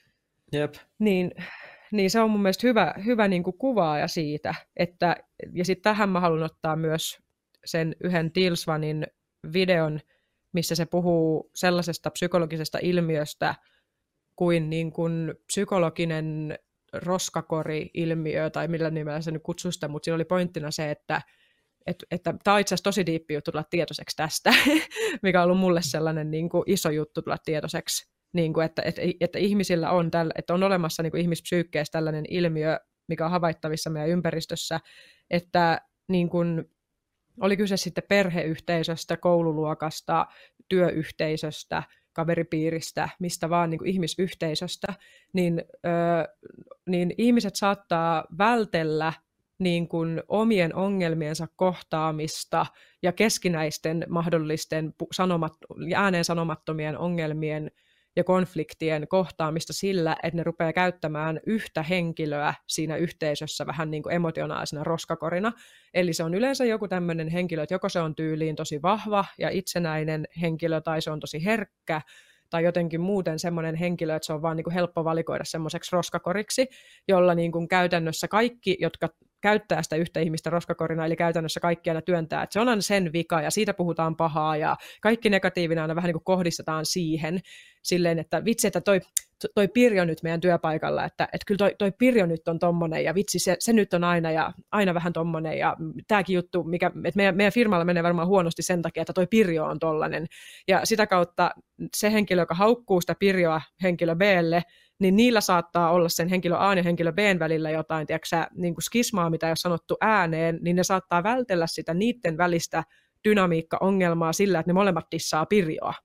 Jep. Niin, niin se on mun mielestä hyvä, hyvä niin kuin kuvaaja siitä. Että, ja sitten tähän mä haluan ottaa myös sen yhden Tilsvanin videon, missä se puhuu sellaisesta psykologisesta ilmiöstä kuin, niin kuin psykologinen roskakori-ilmiö, tai millä nimellä se nyt kutsuu sitä, mutta siinä oli pointtina se, että että, että tämä on itse asiassa tosi diippi juttu tulla tietoiseksi tästä, mikä on ollut mulle sellainen niin kuin iso juttu tulla tietoiseksi, niin kuin, että, että, että ihmisillä on, tällä, että on olemassa niin kuin ihmispsyykkeessä tällainen ilmiö, mikä on havaittavissa meidän ympäristössä, että niin kuin, oli kyse sitten perheyhteisöstä, koululuokasta, työyhteisöstä, kaveripiiristä, mistä vaan niin kuin ihmisyhteisöstä, niin, ö, niin ihmiset saattaa vältellä niin kuin omien ongelmiensa kohtaamista ja keskinäisten mahdollisten sanomat, ääneen sanomattomien ongelmien ja konfliktien kohtaamista sillä, että ne rupeaa käyttämään yhtä henkilöä siinä yhteisössä vähän niin kuin emotionaalisena roskakorina. Eli se on yleensä joku tämmöinen henkilö, että joko se on tyyliin tosi vahva ja itsenäinen henkilö, tai se on tosi herkkä, tai jotenkin muuten semmoinen henkilö, että se on vaan niin kuin helppo valikoida semmoiseksi roskakoriksi, jolla niin kuin käytännössä kaikki, jotka käyttää sitä yhtä ihmistä roskakorina, eli käytännössä kaikki aina työntää, että se on aina sen vika, ja siitä puhutaan pahaa, ja kaikki negatiivinen aina vähän niin kuin kohdistetaan siihen, silleen, että vitsi, että toi, toi Pirjo nyt meidän työpaikalla, että, että kyllä toi, toi Pirjo nyt on tommonen, ja vitsi, se, se nyt on aina, ja aina vähän tommonen, ja tämäkin juttu, mikä, että meidän, meidän firmalla menee varmaan huonosti sen takia, että toi Pirjo on tollanen, ja sitä kautta se henkilö, joka haukkuu sitä Pirjoa henkilö B:lle, niin niillä saattaa olla sen henkilö A ja henkilö B:n välillä jotain, tiedätkö, niin kuin skismaa, mitä ei ole sanottu ääneen, niin ne saattaa vältellä sitä niiden välistä dynamiikka-ongelmaa sillä, että ne molemmat dissaa Pirjoa.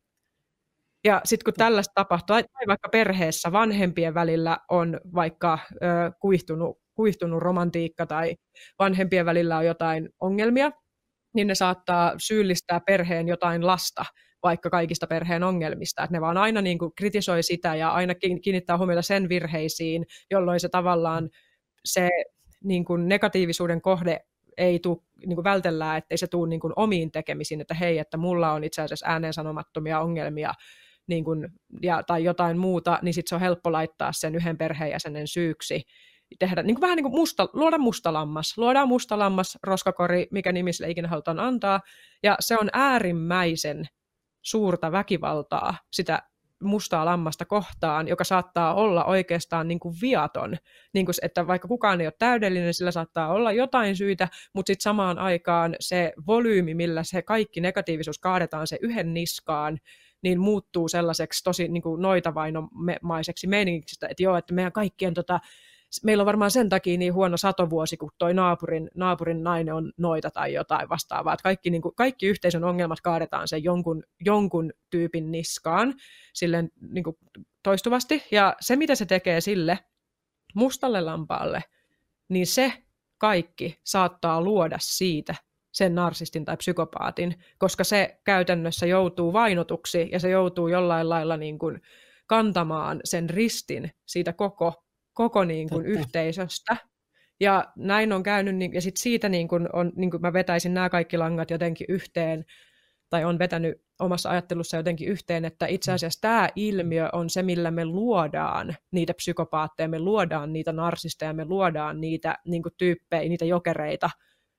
Ja sitten kun tällaista tapahtuu, tai vaikka perheessä vanhempien välillä on vaikka ö, kuihtunut, kuihtunut romantiikka tai vanhempien välillä on jotain ongelmia, niin ne saattaa syyllistää perheen jotain lasta, vaikka kaikista perheen ongelmista, että ne vaan aina niin kuin kritisoi sitä ja aina kiinnittää huomiota sen virheisiin, jolloin se tavallaan se niin kuin negatiivisuuden kohde ei tule niin kuin vältellään, ettei se tule niin kuin omiin tekemisiin, että hei, että mulla on itse asiassa ääneen sanomattomia ongelmia niin kuin, ja, tai jotain muuta, niin sitten se on helppo laittaa sen yhden perheenjäsenen syyksi. Tehdä, niin kuin vähän niin kuin musta, luoda mustalammas. Luodaan mustalammas, roskakori, mikä nimi sille ikinä halutaan antaa, ja se on äärimmäisen suurta väkivaltaa sitä mustaa lammasta kohtaan, joka saattaa olla oikeastaan niin kuin viaton. Niin kuin, että vaikka kukaan ei ole täydellinen, sillä saattaa olla jotain syitä, mutta sitten samaan aikaan se volyymi, millä se kaikki negatiivisuus kaadetaan se yhden niskaan, niin muuttuu sellaiseksi tosi niin kuin noitavainomaiseksi meiningiksi, että joo, että meidän kaikkien tota, meillä on varmaan sen takia niin huono satovuosi, kun toi naapurin, naapurin nainen on noita tai jotain vastaavaa. Että kaikki, niin kuin, kaikki yhteisön ongelmat kaadetaan sen jonkun, jonkun tyypin niskaan silleen, niin kuin toistuvasti. Ja se, mitä se tekee sille mustalle lampaalle, niin se kaikki saattaa luoda siitä sen narsistin tai psykopaatin, koska se käytännössä joutuu vainotuksi ja se joutuu jollain lailla niin kuin kantamaan sen ristin siitä koko koko niin kuin yhteisöstä. Ja näin on käynyt, ja sitten siitä niin kuin on, niin kuin mä vetäisin nämä kaikki langat jotenkin yhteen, tai on vetänyt omassa ajattelussa jotenkin yhteen, että itse asiassa tämä ilmiö on se, millä me luodaan niitä psykopaatteja, me luodaan niitä narsisteja, me luodaan niitä niin kuin tyyppejä, niitä jokereita,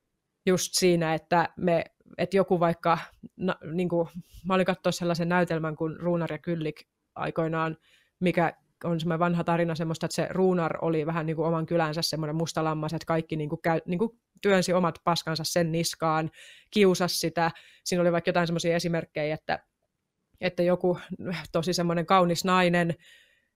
just siinä, että, me, että joku vaikka, na, niin kuin, mä olin katsoa sellaisen näytelmän kuin Ruunar ja Kyllik aikoinaan, mikä on semmoinen vanha tarina semmoista, että se Ruunar oli vähän niin kuin oman kylänsä semmoinen mustalammas, että kaikki niin kuin käy, niin kuin työnsi omat paskansa sen niskaan, kiusasi sitä. Siinä oli vaikka jotain semmoisia esimerkkejä, että, että joku tosi semmoinen kaunis nainen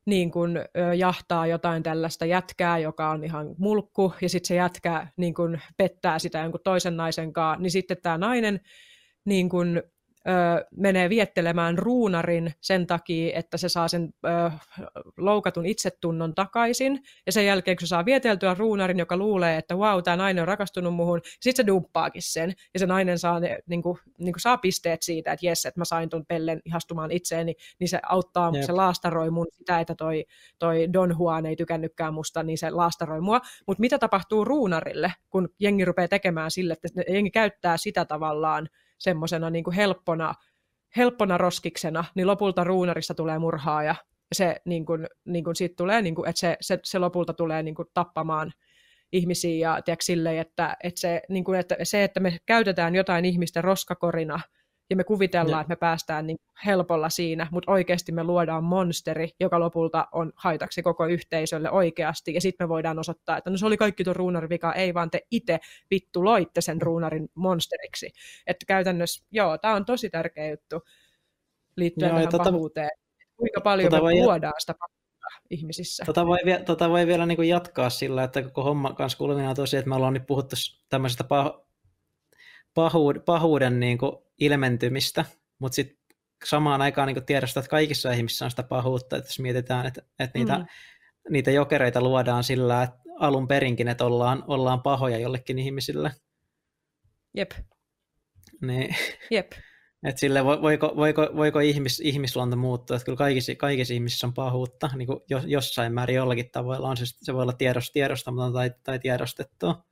niin kun, ö, jahtaa jotain tällaista jätkää, joka on ihan mulkku, ja sitten se jätkä niin kun, pettää sitä jonkun toisen naisen kanssa, niin sitten tämä nainen niin kun, ö, menee viettelemään ruunarin sen takia, että se saa sen ö, loukatun itsetunnon takaisin, ja sen jälkeen, kun se saa vieteltyä ruunarin, joka luulee, että vau, tämä nainen on rakastunut muhun, sitten se dumppaakin sen, ja se nainen saa, ne, niin kuin, niin kuin saa pisteet siitä, että jes, että mä sain ton pellen ihastumaan itseeni, niin se auttaa, Jep. se laastaroi mun sitä, että toi, toi Don Juan ei tykännytkään musta, niin se laastaroi mua, mutta mitä tapahtuu ruunarille, kun jengi rupeaa tekemään sille, että jengi käyttää sitä tavallaan semmoisena niin kuin helppona, helppona roskiksena, niin lopulta ruunarista tulee murhaaja. Se, niin kuin, niin kuin siitä tulee, niin kuin, että se, se, se lopulta tulee niin kuin, tappamaan ihmisiä ja tiedätkö, silleen, että, että, se, niin kuin, että se, että me käytetään jotain ihmistä roskakorina ja me kuvitellaan, ja. että me päästään niin helpolla siinä, mutta oikeasti me luodaan monsteri, joka lopulta on haitaksi koko yhteisölle oikeasti, ja sitten me voidaan osoittaa, että no se oli kaikki tuon ruunarin vika, ei vaan te itse vittu loitte sen ruunarin monsteriksi. Että käytännössä, joo, tämä on tosi tärkeä juttu liittyen joo, tähän tota, pahuuteen. Kuinka paljon tota me luodaan sitä pahuutta ihmisissä. Tota voi, tota voi vielä niin kuin jatkaa sillä, että koko homma kanssa kuuluminen on tosiaan, että me ollaan nyt puhuttu tämmöisestä pah- pahuuden, pahuuden niin kuin ilmentymistä, mutta sitten samaan aikaan niin kuin tiedostaa, että kaikissa ihmisissä on sitä pahuutta, että jos mietitään, että, että niitä, mm. niitä jokereita luodaan sillä, että alun perinkin, että ollaan, ollaan pahoja jollekin ihmisille. Jep. Niin. Jep. Että sille voiko, voiko, voiko ihmis, ihmisluonto muuttua, että kyllä kaikissa, kaikissa ihmisissä on pahuutta, niin kuin jossain määrin jollakin tavoilla on, se, se voi olla tiedost, tiedostamaton tai, tai tiedostettua.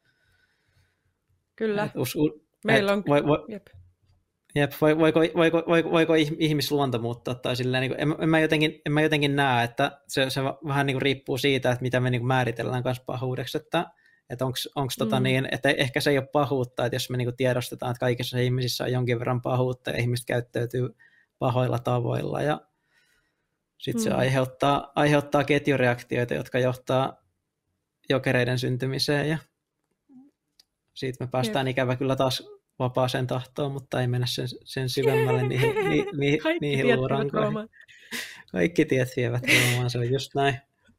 Kyllä. Et us, u, Meillä on... Voi, voi, Jep. Jep, voiko, voiko, voiko, voiko ihmisluonto muuttaa, tai silleen, niin kuin, en, en, mä jotenkin, en mä jotenkin näe, että se, se vähän niin kuin riippuu siitä, että mitä me niin kuin määritellään kanssa pahuudeksi, että että onko tota mm. niin, että ehkä se ei ole pahuutta, että jos me niinku tiedostetaan, että kaikissa ihmisissä on jonkin verran pahuutta ja ihmiset käyttäytyy pahoilla tavoilla ja sitten mm. se aiheuttaa, aiheuttaa ketjureaktioita, jotka johtaa jokereiden syntymiseen ja siitä me päästään Jep. ikävä kyllä taas vapaaseen tahtoon, mutta ei mennä sen, sen syvemmälle niihin, ni, ni, niihin luurankoihin. Kaikki tiet vievät Roomaan, se on just näin.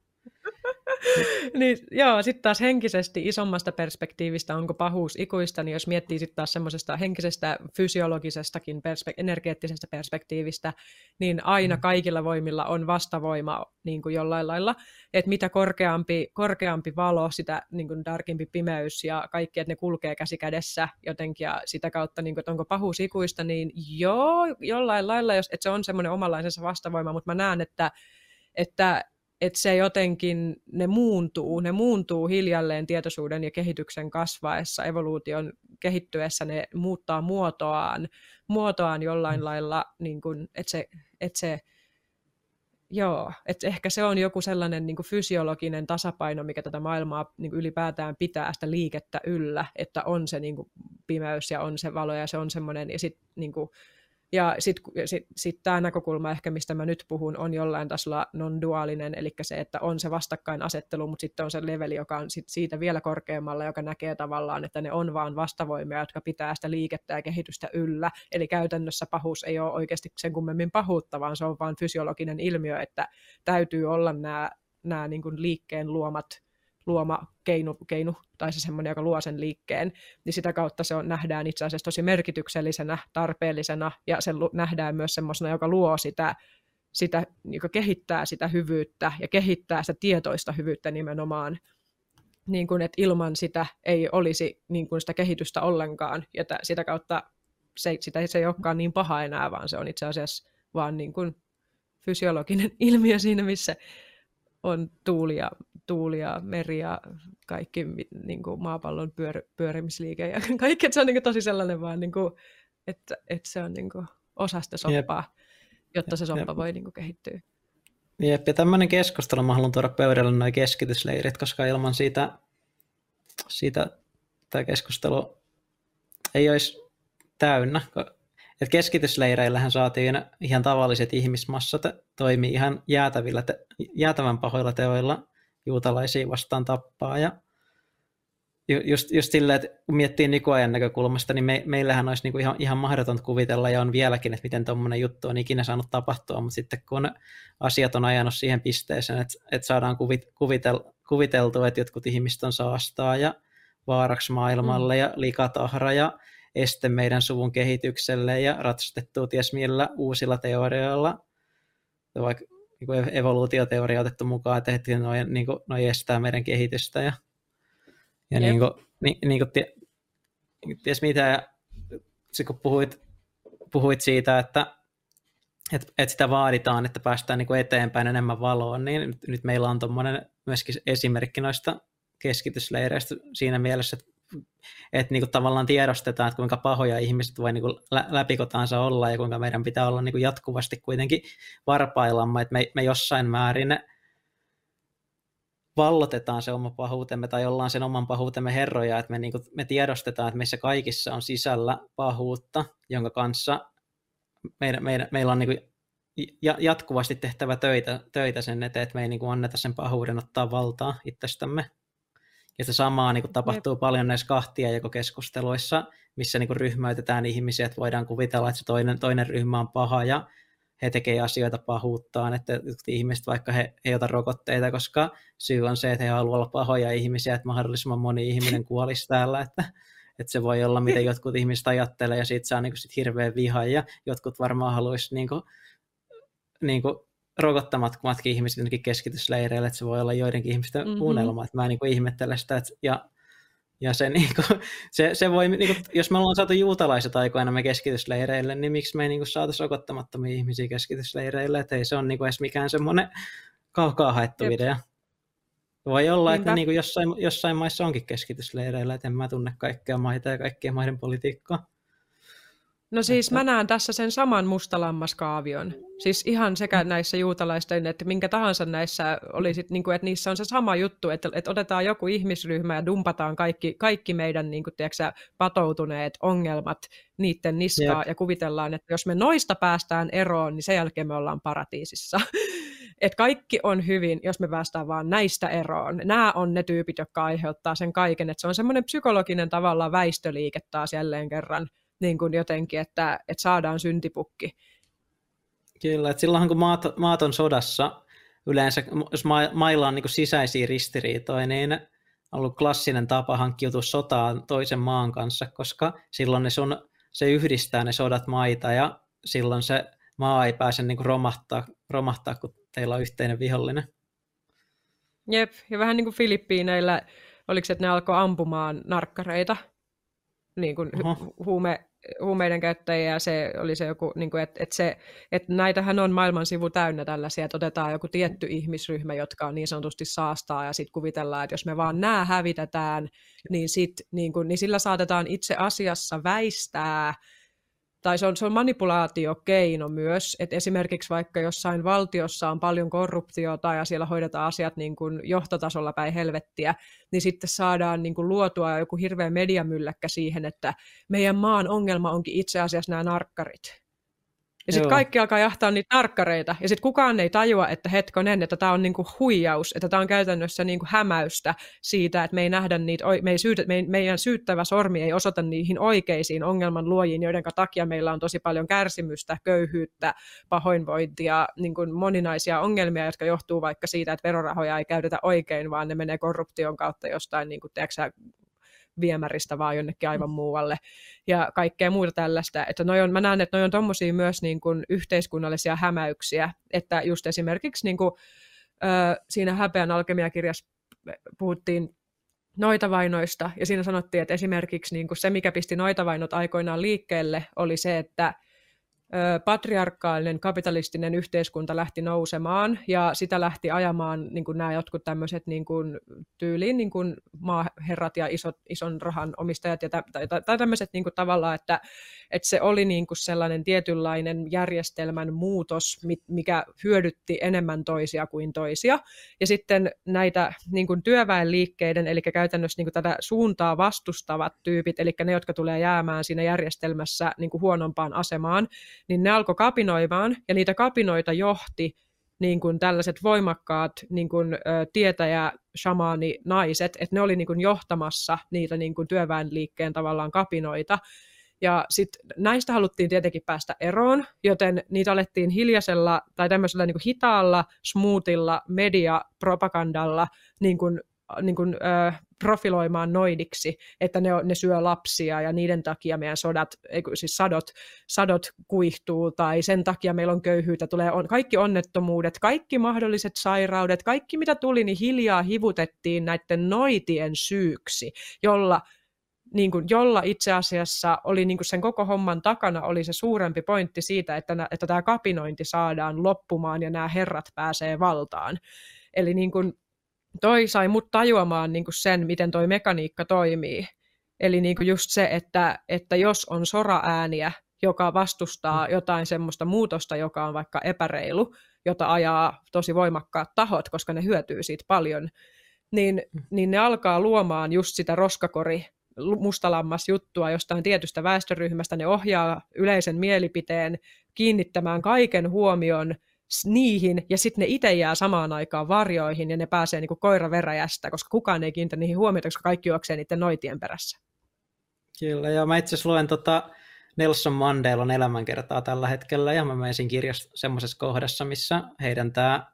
Niin, joo, sitten taas henkisesti isommasta perspektiivistä, onko pahuus ikuista, niin jos miettii sitten taas semmoisesta henkisestä, fysiologisestakin, perspe- energeettisestä perspektiivistä, niin aina kaikilla voimilla on vastavoima niin kuin jollain lailla, että mitä korkeampi, korkeampi valo, sitä niin kuin darkimpi pimeys ja kaikki, että ne kulkee käsi kädessä jotenkin, ja sitä kautta, niin kuin, että onko pahuus ikuista, niin joo, jollain lailla, jos, että se on semmoinen omanlaisensa vastavoima, mutta mä näen, että, että että se jotenkin, ne muuntuu, ne muuntuu hiljalleen tietoisuuden ja kehityksen kasvaessa, evoluution kehittyessä, ne muuttaa muotoaan, muotoaan jollain mm. lailla, niin kuin, että se, että se, joo, että ehkä se on joku sellainen niin kuin fysiologinen tasapaino, mikä tätä maailmaa niin kuin ylipäätään pitää sitä liikettä yllä, että on se niin kuin pimeys ja on se valo ja se on semmoinen, ja sitten niin kuin Ja sitten sit, sit tämä näkökulma ehkä, mistä mä nyt puhun, on jollain tasolla non-duaalinen, eli se, että on se vastakkainasettelu, mutta sitten on se leveli, joka on sit siitä vielä korkeammalla, joka näkee tavallaan, että ne on vaan vastavoimia, jotka pitää sitä liikettä ja kehitystä yllä. Eli käytännössä pahuus ei ole oikeasti sen kummemmin pahuutta, vaan se on vaan fysiologinen ilmiö, että täytyy olla nämä, nämä niin kuin liikkeen luomat luoma keinu, keinu tai se semmoinen, joka luo sen liikkeen, niin sitä kautta se on, nähdään itse asiassa tosi merkityksellisenä, tarpeellisena, ja se nähdään myös semmoisena, joka luo sitä, sitä, joka kehittää sitä hyvyyttä, ja kehittää sitä tietoista hyvyyttä nimenomaan, niin kuin, että ilman sitä ei olisi niin kuin sitä kehitystä ollenkaan, ja t- sitä kautta se, sitä, se ei olekaan niin paha enää, vaan se on itse asiassa vaan niin kuin fysiologinen ilmiö siinä, missä on tuuli ja, tuuli ja meri ja kaikki niin kuin maapallon pyör, pyörimisliike ja kaikki, että se on niin kuin tosi sellainen vaan, niin kuin, että, että se on niin kuin osa sitä soppaa, Jep. jotta se soppa Jep. voi niin kuin kehittyä. Jep, ja tämmöinen keskustelu mä haluan tuoda pöydälle nuo keskitysleirit, koska ilman siitä, siitä tämä keskustelu ei olisi täynnä. Et keskitysleireillähän saatiin ihan tavalliset ihmismassat toimii ihan jäätävillä te- jäätävän pahoilla teoilla juutalaisia vastaan tappaa ja just, just silleen, että kun miettii nykyajan näkökulmasta, niin me, meillähän olisi niinku ihan, ihan mahdotonta kuvitella, ja on vieläkin, että miten tuommoinen juttu on ikinä saanut tapahtua, mutta sitten kun asiat on ajanut siihen pisteeseen, että, että saadaan kuvit, kuvitel, kuviteltua, että jotkut ihmiset on saastaa ja vaaraksi maailmalle mm. ja likatahra ja este meidän suvun kehitykselle ja ratsastettua ties millä uusilla teorioilla, vaikka niin evoluutioteoria otettu mukaan, että noin niin noi estää meidän kehitystä ja Ja niin kuin, niin, niin kuin tie, ties mitä, ja kun puhuit, puhuit siitä, että, että, että sitä vaaditaan, että päästään niin kuin eteenpäin enemmän valoon, niin nyt, nyt meillä on tuommoinen myöskin esimerkki noista keskitysleireistä siinä mielessä, että, että niin kuin tavallaan tiedostetaan, että kuinka pahoja ihmiset voi niin kuin läpikotaansa olla, ja kuinka meidän pitää olla niin kuin jatkuvasti kuitenkin varpaillamme, että me, me jossain määrin vallotetaan se oma pahuutemme tai ollaan sen oman pahuutemme herroja, että me, niin kuin, me tiedostetaan, että meissä kaikissa on sisällä pahuutta, jonka kanssa meidän, meidän, meillä on niin kuin jatkuvasti tehtävä töitä, töitä sen eteen, että me ei niin kuin anneta sen pahuuden ottaa valtaa itsestämme. Ja se samaa niin kuin tapahtuu Jep. paljon näissä kahtiajakokeskusteluissa, missä niin kuin ryhmäytetään ihmisiä, että voidaan kuvitella, että se toinen, toinen ryhmä on paha ja he tekee asioita pahuuttaan, että ihmiset vaikka he ei ota rokotteita, koska syy on se, että he haluavat olla pahoja ihmisiä, että mahdollisimman moni ihminen kuolisi täällä, että, että se voi olla, miten jotkut ihmiset ajattelee, ja siitä saa niin kuin sit hirveän viha, ja jotkut varmaan haluaisi niin kuin, niin kuin rokottamattomatkin ihmiset jonnekin keskitysleireille, että se voi olla joidenkin ihmisten mm-hmm. unelma, että mä niin kuin ihmettelen sitä, että, ja Ja se, niin kuin, se, se voi, niin kuin, jos me ollaan saatu juutalaiset aikoina me keskitysleireille, niin miksi me ei niin saataisiin rokottamattomia ihmisiä keskitysleireille, että ei se ole niin kuin, edes mikään semmoinen kaukaa haettu Jep. idea. Voi olla, Niinpä. että ne, niin kuin, jossain, jossain maissa onkin keskitysleireillä, että en mä tunne kaikkea maita ja kaikkia maiden politiikkaa. No siis että... mä näen tässä sen saman mustalammaskaavion. Siis ihan sekä näissä juutalaisten, että minkä tahansa näissä olisi, niin kuin, että niissä on se sama juttu, että, että otetaan joku ihmisryhmä ja dumpataan kaikki, kaikki meidän niin kuin, tiedätkö, patoutuneet ongelmat niiden niskaa Jep. ja kuvitellaan, että jos me noista päästään eroon, niin sen jälkeen me ollaan paratiisissa. Että kaikki on hyvin, jos me päästään vaan näistä eroon. Nämä on ne tyypit, jotka aiheuttaa sen kaiken. Että se on semmoinen psykologinen tavallaan väistöliike taas jälleen kerran. Niin kuin jotenkin, että, että saadaan syntipukki. Kyllä, että silloinhan kun maat, maat on sodassa, yleensä jos ma, mailla on niin kuin sisäisiä ristiriitoja, niin on ollut klassinen tapa hankkiutua sotaan toisen maan kanssa, koska silloin ne sun, se yhdistää ne sodat maita, ja silloin se maa ei pääse niin kuin romahtaa, romahtaa, kun teillä on yhteinen vihollinen. Jep, ja vähän niin kuin Filippiineillä, oliko se, että ne alkoi ampumaan narkkareita? Niin kuin huume, huumeiden käyttäjiä, ja se oli se joku, niin kuin, että, että, se, että näitähän on maailman sivu täynnä tällaisia, että otetaan joku tietty ihmisryhmä, jotka on niin sanotusti saastaa, ja sitten kuvitellaan, että jos me vaan nämä hävitetään, niin, sit, niin, kuin, niin sillä saatetaan itse asiassa väistää, tai se on, se on manipulaatiokeino myös, että esimerkiksi vaikka jossain valtiossa on paljon korruptiota ja siellä hoidetaan asiat niin kuin johtotasolla päin helvettiä, niin sitten saadaan niin kuin luotua joku hirveä mediamylläkkä siihen, että meidän maan ongelma onkin itse asiassa nämä narkkarit. Ja sitten kaikki alkaa jahtaa niitä narkkareita, ja sitten kukaan ei tajua, että hetkonen, että tämä on niinku huijaus, että tämä on käytännössä niinku hämäystä siitä, että me ei nähdä niitä, me ei syytä, me, meidän syyttävä sormi ei osoita niihin oikeisiin ongelman luojiin, joiden takia meillä on tosi paljon kärsimystä, köyhyyttä, pahoinvointia, niin kuin moninaisia ongelmia, jotka johtuu vaikka siitä, että verorahoja ei käytetä oikein, vaan ne menee korruption kautta jostain, niin kuin, tiedätkö, viemäristä vaan jonnekin aivan muualle ja kaikkea muuta tällaista. Että noi on, mä näen, että noi on tommosia myös niin kuin yhteiskunnallisia hämäyksiä, että just esimerkiksi niin kuin, äh, siinä Häpeän alkemiakirjassa puhuttiin noitavainoista, ja siinä sanottiin, että esimerkiksi niin kuin se, mikä pisti noitavainot aikoinaan liikkeelle, oli se, että patriarkaalinen kapitalistinen yhteiskunta lähti nousemaan, ja sitä lähti ajamaan niin kuin nämä jotkut tämmöiset niin kuin tyyliin niin kuin maaherrat ja isot, ison rahan omistajat ja tä, tai, tai tämmöiset niin kuin tavallaan, että, että se oli niin kuin sellainen tietynlainen järjestelmän muutos, mikä hyödytti enemmän toisia kuin toisia. Ja sitten näitä niin kuin työväenliikkeiden, eli käytännössä niin kuin tätä suuntaa vastustavat tyypit, eli ne, jotka tulee jäämään siinä järjestelmässä niin kuin huonompaan asemaan, niin ne alkoi kapinoimaan, ja niitä kapinoita johti niin kuin tällaiset voimakkaat niin kuin, ä, tietäjä, shamaani-naiset, että ne oli niin kuin johtamassa niitä niin kuin työväenliikkeen tavallaan kapinoita. Ja sitten näistä haluttiin tietenkin päästä eroon, joten niitä alettiin hiljaisella tai tämmöisellä niin kuin hitaalla, smoothilla mediapropagandalla niin kuin, niin kuin, äh, profiloimaan noidiksi, että ne, ne syö lapsia ja niiden takia meidän sodat, siis sadot, sadot kuihtuu tai sen takia meillä on köyhyyttä, tulee on, kaikki onnettomuudet, kaikki mahdolliset sairaudet, kaikki mitä tuli, niin hiljaa hivutettiin näiden noitien syyksi, jolla Niin kuin, jolla itse asiassa oli niin kuin sen koko homman takana oli se suurempi pointti siitä, että, että tämä kapinointi saadaan loppumaan ja nämä herrat pääsee valtaan. Eli niin kuin, toi sai mut tajuamaan niin kuin sen, miten toi mekaniikka toimii. Eli niin kuin just se, että, että jos on soraääniä, joka vastustaa jotain semmoista muutosta, joka on vaikka epäreilu, jota ajaa tosi voimakkaat tahot, koska ne hyötyy siitä paljon, niin, niin ne alkaa luomaan just sitä roskakori mustalammas juttua jostain tietystä väestöryhmästä, ne ohjaa yleisen mielipiteen kiinnittämään kaiken huomion niihin, ja sitten ne itse jää samaan aikaan varjoihin, ja ne pääsee niin kuin koira veräjästä, koska kukaan ei kiinnitä niihin huomiota, koska kaikki juoksee niiden noitien perässä. Kyllä, ja mä itse asiassa luen tota Nelson Mandelan elämänkertaa tällä hetkellä, ja mä menen siinä kirjassa semmoisessa kohdassa, missä heidän tämä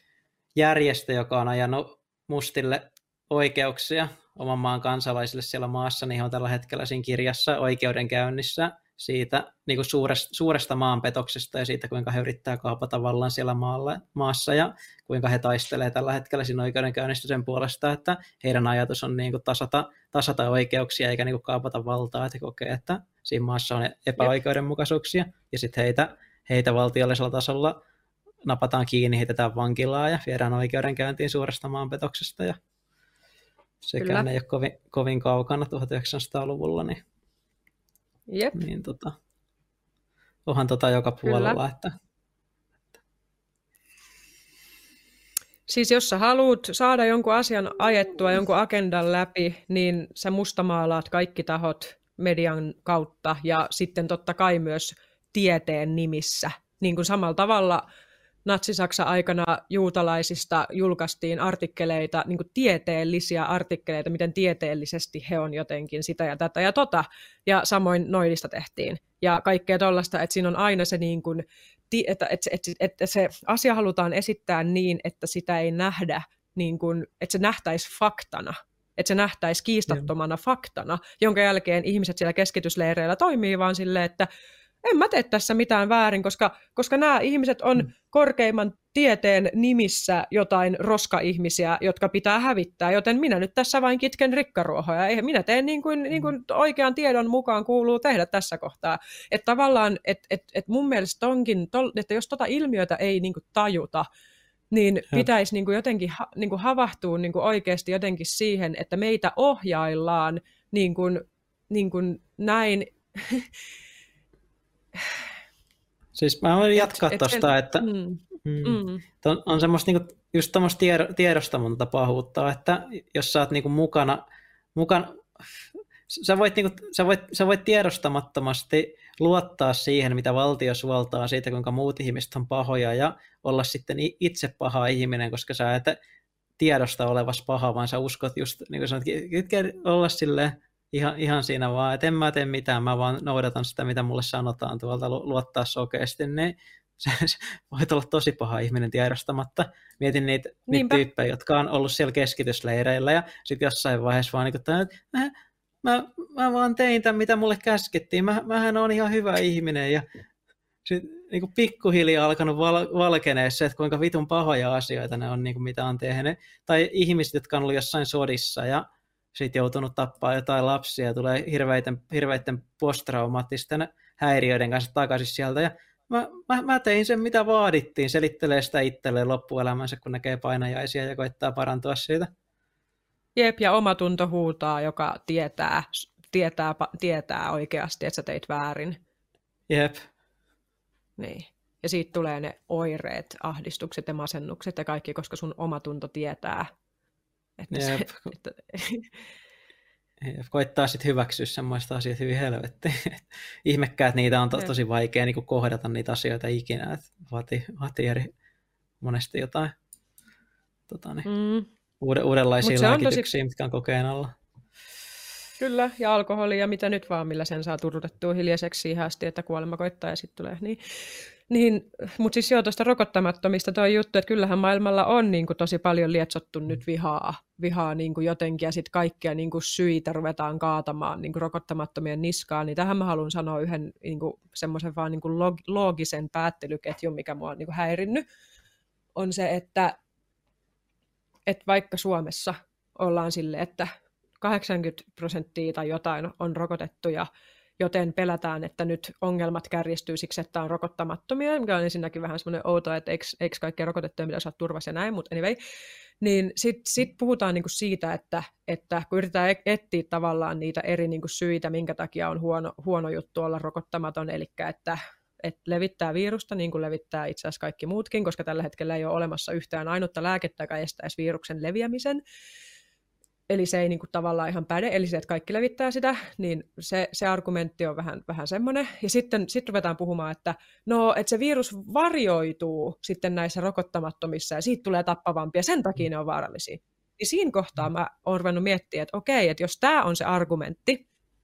järjestö, joka on ajanut mustille oikeuksia oman maan kansalaisille siellä maassa, niin he on tällä hetkellä siinä kirjassa oikeudenkäynnissä siitä niin kuin suuresta, suuresta maanpetoksesta ja siitä, kuinka he yrittää kaapata vallan siellä maalla, maassa ja kuinka he taistelee tällä hetkellä siinä oikeudenkäynnissä sen puolesta, että heidän ajatus on niin kuin tasata, tasata oikeuksia eikä niin kuin kaapata valtaa, että he kokee, että siinä maassa on epäoikeudenmukaisuuksia ja sitten heitä, heitä valtiollisella tasolla napataan kiinni, heitetään vankilaa ja viedään oikeudenkäyntiin suuresta maanpetoksesta ja sekään Kyllä. ei ole kovin, kovin kaukana tuhatyhdeksänsataaluvulla, niin, Jep. niin tota, onhan tota joka puolella. Että... Siis jos sä haluat saada jonkun asian ajettua, jonkun agendan läpi, niin sä mustamaalaat kaikki tahot median kautta ja sitten totta kai myös tieteen nimissä. Niin kuin samalla tavalla Natsi-Saksan aikana juutalaisista julkaistiin artikkeleita, niin kuin tieteellisiä artikkeleita, miten tieteellisesti he on jotenkin sitä ja tätä ja tota, ja samoin noidista tehtiin. Ja kaikkea tollaista, että siinä on aina se, niin kuin, että, että, että, että se asia halutaan esittää niin, että sitä ei nähdä, niin kuin, että se nähtäisi faktana, että se nähtäisi kiistattomana faktana, jonka jälkeen ihmiset siellä keskitysleireillä toimii vaan silleen, että en mä tee tässä mitään väärin, koska, koska nämä ihmiset on mm. korkeimman tieteen nimissä jotain roska-ihmisiä, jotka pitää hävittää, joten minä nyt tässä vain kitken rikkaruohoja. Eihän minä teen niin kuin, niin kuin oikean tiedon mukaan kuuluu tehdä tässä kohtaa. Että tavallaan, että et, et mun mielestä onkin, että jos tota ilmiötä ei niin kuin tajuta, niin pitäisi niin kuin jotenkin niin kuin havahtua niin kuin oikeasti jotenkin siihen, että meitä ohjaillaan niin kuin, niin kuin näin... Siis mä voin jatkaa tuosta, että mm, mm. On, on semmoista niinku, just tämmöistä tiedostamonta pahuutta, että jos sä oot niinku mukana, mukana sä, voit niinku, sä, voit, sä voit tiedostamattomasti luottaa siihen, mitä valtio suoltaa siitä, kuinka muut ihmiset on pahoja ja olla sitten itse paha ihminen, koska sä et tiedosta olevas paha, vaan sä uskot just, niin kuin sanot, olla silleen, Ihan, ihan siinä vaan, että en mä tee mitään, mä vaan noudatan sitä, mitä mulle sanotaan tuolta, luottaa sokeasti, niin se, se voit olla tosi paha ihminen tiedostamatta. Mietin niitä, niitä tyyppejä, jotka on ollut siellä keskitysleireillä, ja sitten jossain vaiheessa vaan, niin kuin, että mä, mä, mä vaan tein tämän, mitä mulle käskettiin, mä, mähän on ihan hyvä ihminen, ja sitten niin kuin pikkuhiljaa alkanut val, valkenee se, että kuinka vitun pahoja asioita ne on, niin kuin mitä on tehnyt, tai ihmiset, jotka on ollut jossain sodissa, ja sitten joutunut tappaa jotain lapsia ja tulee hirveiden, hirveiden posttraumaattisten häiriöiden kanssa takaisin sieltä. Ja mä, mä, mä tein sen, mitä vaadittiin, selittelee sitä itselleen loppuelämänsä, kun näkee painajaisia ja koittaa parantua siitä. Jep, ja omatunto huutaa, joka tietää, tietää, tietää oikeasti, että sä teit väärin. Jep. Niin. Ja siitä tulee ne oireet, ahdistukset ja masennukset ja kaikki, koska sun omatunto tietää. Että se, että... Koittaa sitten hyväksyä semmoista asiat hyvin helvettiin. Ihmekään, että niitä on to- tosi vaikea niin kuin kohdata niitä asioita ikinä. Että vaatii, vaatii eri monesti jotain. Tota, niin. mm. uudenlaisia lääkityksiä, tosi... mitkä on kokeen alla. Kyllä, ja alkoholi ja mitä nyt vaan, millä sen saa turrutettua hiljaiseksi siihen asti, että kuolema koittaa ja sitten tulee. Niin, niin, mutta siis joo, tuosta rokottamattomista tuo juttu, että kyllähän maailmalla on niin kuin tosi paljon lietsottu nyt vihaa, vihaa niin kuin jotenkin, ja sitten kaikkia niin kuin syitä ruvetaan kaatamaan niin kuin rokottamattomien niskaan, niin tähän mä haluan sanoa yhden niin kuin semmoisen vaan niin kuin log- loogisen päättelyketjun, mikä mua on niin kuin häirinnyt, on se, että, että vaikka Suomessa ollaan silleen, että kahdeksankymmentä prosenttia tai jotain on rokotettuja, joten pelätään, että nyt ongelmat kärjistyy siksi, että on rokottamattomia, mikä on ensinnäkin vähän semmoinen outo, että eikö, eikö kaikkia rokotettuja pitäisi olla turvassa ja näin, mutta anyway, niin sitten sit puhutaan niinku siitä, että, että kun yritetään etsiä tavallaan niitä eri niinku syitä, minkä takia on huono, huono juttu olla rokottamaton, eli että, että levittää virusta niin kuin levittää itse asiassa kaikki muutkin, koska tällä hetkellä ei ole olemassa yhtään ainutta lääkettä, joka estäisi viruksen leviämisen. Eli se ei niin kuin tavallaan ihan päde, eli se, että kaikki levittää sitä, niin se, se argumentti on vähän, vähän semmoinen. Ja sitten sit ruvetaan puhumaan, että, no, että se virus varjoituu sitten näissä rokottamattomissa, ja siitä tulee tappavampia, sen takia ne on vaarallisia. Niin siinä kohtaa mä oon ruvennut miettimään, että okei, että jos tämä on se argumentti,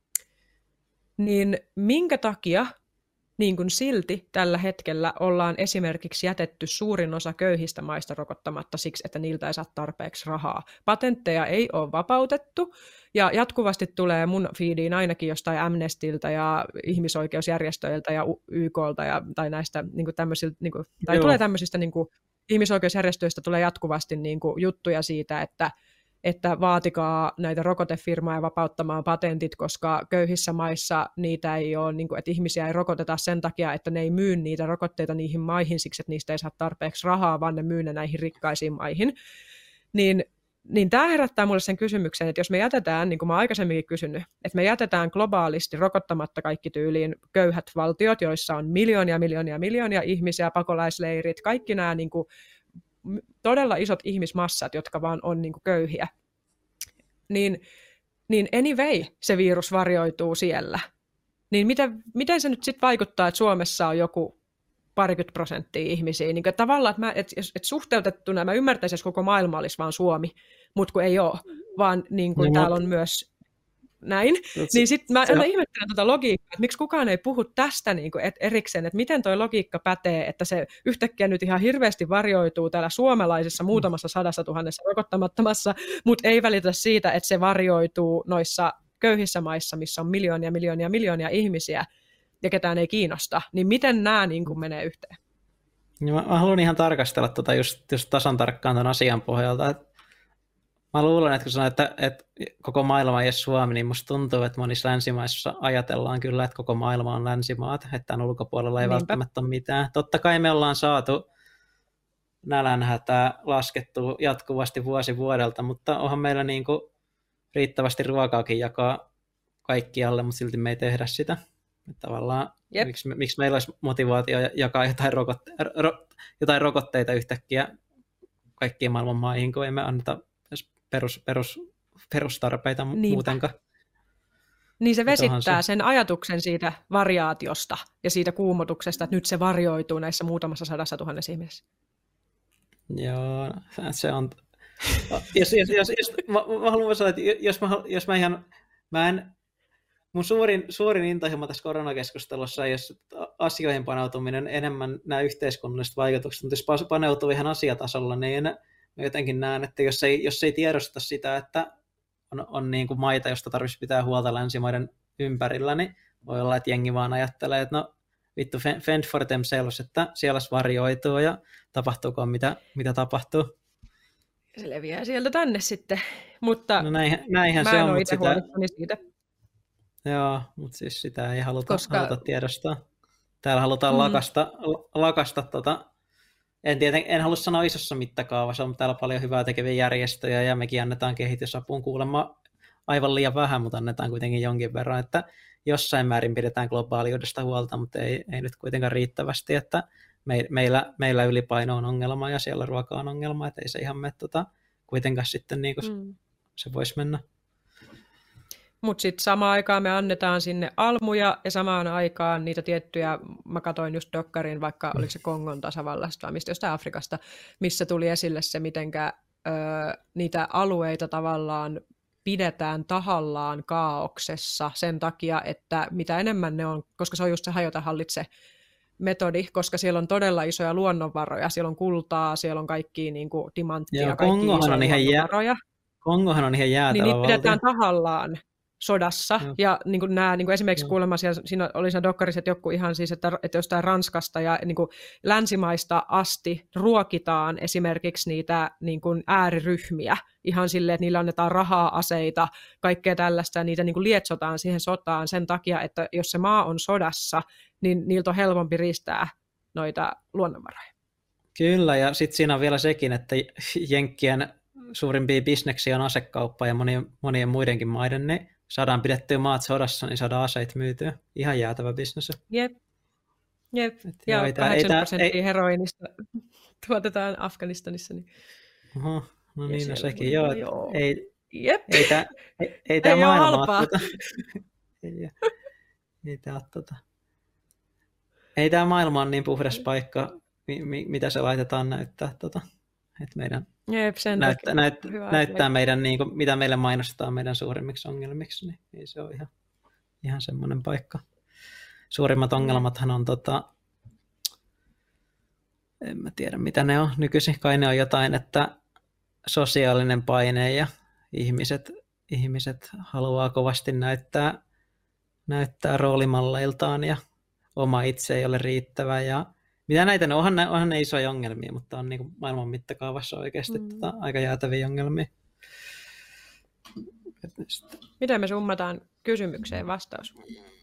niin minkä takia niin kuin silti tällä hetkellä ollaan esimerkiksi jätetty suurin osa köyhistä maista rokottamatta siksi, että niiltä ei saa tarpeeksi rahaa. Patentteja ei ole vapautettu, ja jatkuvasti tulee mun feediin ainakin jostain Amnestyltä ja ihmisoikeusjärjestöiltä ja Y K:lta ja, tai näistä niin kuin tämmöisiltä, niin kuin, tai tulee tämmöisistä niin kuin, ihmisoikeusjärjestöistä tulee jatkuvasti niin kuin, juttuja siitä, että että vaatikaa näitä rokotefirmoja vapauttamaan patentit, koska köyhissä maissa niitä ei ole, niin kuin, että ihmisiä ei rokoteta sen takia, että ne ei myy niitä rokotteita niihin maihin siksi, että niistä ei saa tarpeeksi rahaa, vaan ne myy ne näihin rikkaisiin maihin. Niin, niin tämä herättää mulle sen kysymyksen, että jos me jätetään, niin kuin mä aikaisemminkin kysynyt, että me jätetään globaalisti rokottamatta kaikki tyyliin köyhät valtiot, joissa on miljoonia, miljoonia, miljoonia ihmisiä, pakolaisleirit, kaikki nämä niin kuin, todella isot ihmismassat, jotka vaan on niin kuin köyhiä, niin, niin anyway se virus varjoituu siellä. Niin miten, miten se nyt sitten vaikuttaa, että Suomessa on joku parikymmentä prosenttia ihmisiä? Niin kuin, että tavallaan, että, mä, että, että suhteutettuna mä ymmärtäisin, että koko maailma olisi vaan Suomi, mutta kun ei ole, vaan niin kuin no, täällä on myös näin, se, niin sitten mä aina ihmettelen tuota logiikkaa, että miksi kukaan ei puhu tästä niin kuin et erikseen, että miten toi logiikka pätee, että se yhtäkkiä nyt ihan hirveästi varjoituu täällä suomalaisessa muutamassa sadassa tuhannessa rokottamattomassa, mutta ei välitä siitä, että se varjoituu noissa köyhissä maissa, missä on miljoonia, miljoonia, miljoonia ihmisiä ja ketään ei kiinnosta, niin miten nämä niin kuin menee yhteen? Mä, mä haluan ihan tarkastella tuota just, just tasan tarkkaan tämän asian pohjalta, että mä luulen, että kun sanoin, että, että koko maailma ei ole Suomi, niin musta tuntuu, että monissa länsimaissa ajatellaan kyllä, että koko maailma on länsimaat, että tämän ulkopuolella ei Niinpä. välttämättä ole mitään. Totta kai me ollaan saatu nälänhätää laskettua jatkuvasti vuosi vuodelta, mutta onhan meillä niin kuin riittävästi ruokaakin jakaa kaikkialle, mutta silti me ei tehdä sitä. Että tavallaan, miksi, miksi meillä olisi motivaatio jakaa jotain, rokotte, ro, jotain rokotteita yhtäkkiä kaikkiin maailman maihin, kun emme anneta Perus, perus, perustarpeita Niinpä. muutenkaan. Niin se vesittää se. sen ajatuksen siitä variaatiosta ja siitä kuumotuksesta, että nyt se varjoituu näissä muutamassa sadassa tuhannessa ihmisessä. Joo, se on... jos, jos, jos, jos, mä, mä haluan sanoa, että jos mä, jos mä ihan... Mä en, mun suurin, suurin intohimo tässä koronakeskustelussa, jos asioihin paneutuminen enemmän nämä yhteiskunnalliset vaikutukset, mutta jos paneutuu ihan asiatasolla, niin en, mä jotenkin näen, että jos ei, jos ei tiedosta sitä, että on, on niin kuin maita, josta tarvitsisi pitää huolta länsimaiden ympärillä, niin voi olla, että jengi vaan ajattelee, että no vittu, fend for themselves, että siellä varjoituu ja tapahtuuko mitä, mitä tapahtuu. Se leviää sieltä tänne sitten, mutta no näinhän, näinhän mä se en on, ole itse huolissani siitä. Joo, mutta siis sitä ei haluta, Koska... haluta tiedostaa. Täällä halutaan mm. lakasta, lakasta tota, En, tieten, en halua sanoa isossa mittakaavassa, mutta täällä on paljon hyvää tekeviä järjestöjä ja mekin annetaan kehitysapuun kuulemma aivan liian vähän, mutta annetaan kuitenkin jonkin verran, että jossain määrin pidetään globaaliudesta huolta, mutta ei, ei nyt kuitenkaan riittävästi, että me, meillä, meillä ylipaino on ongelma ja siellä ruoka on ongelma, että ei se ihan mene tota, kuitenkaan sitten niin kuin mm. se voisi mennä. Mutta sitten samaan aikaan me annetaan sinne almuja ja samaan aikaan niitä tiettyjä, mä katsoin just dokkarin, vaikka oliko se Kongon tasavallasta vai mistä jostain Afrikasta, missä tuli esille se, mitenkä ö, niitä alueita tavallaan pidetään tahallaan kaauksessa sen takia, että mitä enemmän ne on, koska se on just se hajota hallitse metodi, koska siellä on todella isoja luonnonvaroja, siellä on kultaa, siellä on kaikkia niin kuin timanttia, Joo, kaikki isoja luonnonvaroja. Jä... Kongohan on ihan jäätävä niin niitä valtio. pidetään tahallaan sodassa, no. ja niin kuin nämä, niin kuin esimerkiksi no. kuulemma siellä, siinä oli siinä dokkarissa, että joku ihan siis, että, että jostain Ranskasta ja niin kuin länsimaista asti ruokitaan esimerkiksi niitä niin kuin ääriryhmiä, ihan silleen, että niillä annetaan rahaa, aseita, kaikkea tällaista, ja niitä niin kuin lietsotaan siihen sotaan sen takia, että jos se maa on sodassa, niin niiltä on helpompi riistää noita luonnonvaroja. Kyllä, ja sitten siinä on vielä sekin, että Jenkkien suurimpia bisneksiä on asekauppa ja monien, monien muidenkin maiden, niin saadaan pidettyä maat sodassa, niin saadaan aseita myytyä. Ihan jäätävä bisnes. Jep, jep. Et ja joo, ei kahdeksankymmentä prosenttia heroinista tuotetaan Afganistanissa. Niin oho, no niin, no sekin joo. joo. Ei, jep. ei tämä ei, ei ei maailma ole tuota. ei, ei tämä tuota. Ei tämä maailma ole niin puhdas paikka, mi, mi, mitä se laitetaan näyttää. Tuota. Että meidän Jep, sen näyttää, näyt, näyttää asia. meidän, niin kuin, mitä meille mainostetaan meidän suurimmiksi ongelmiksi, niin ei se ole ihan, ihan semmoinen paikka. Suurimmat ongelmathan on, tota, en mä tiedä mitä ne on nykyisin, kai ne on jotain, että sosiaalinen paine ja ihmiset, ihmiset haluaa kovasti näyttää, näyttää roolimalleiltaan ja oma itse ei ole riittävä ja mitä näitä, no onhan ne, onhan ne isoja ongelmia, mutta on niin kuin maailman mittakaavassa oikeasti mm. tota, aika jäätäviä ongelmia. Miten me summataan kysymykseen vastaus?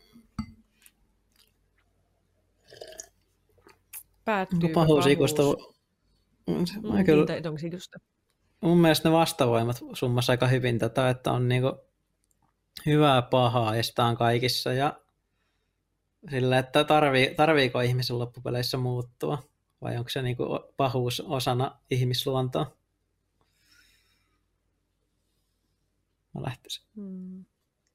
Päättyykö no, pahuus? Mm, kyllä, mun mielestä ne vastavoimat summassa aika hyvin tätä, että on niin kuin hyvää pahaa estaan kaikissa ja sillä, että tarvii, tarviiko ihmisen loppupeleissä muuttua, vai onko se niin kuin pahuus osana ihmisluontoa? Mä lähtisin. Hmm.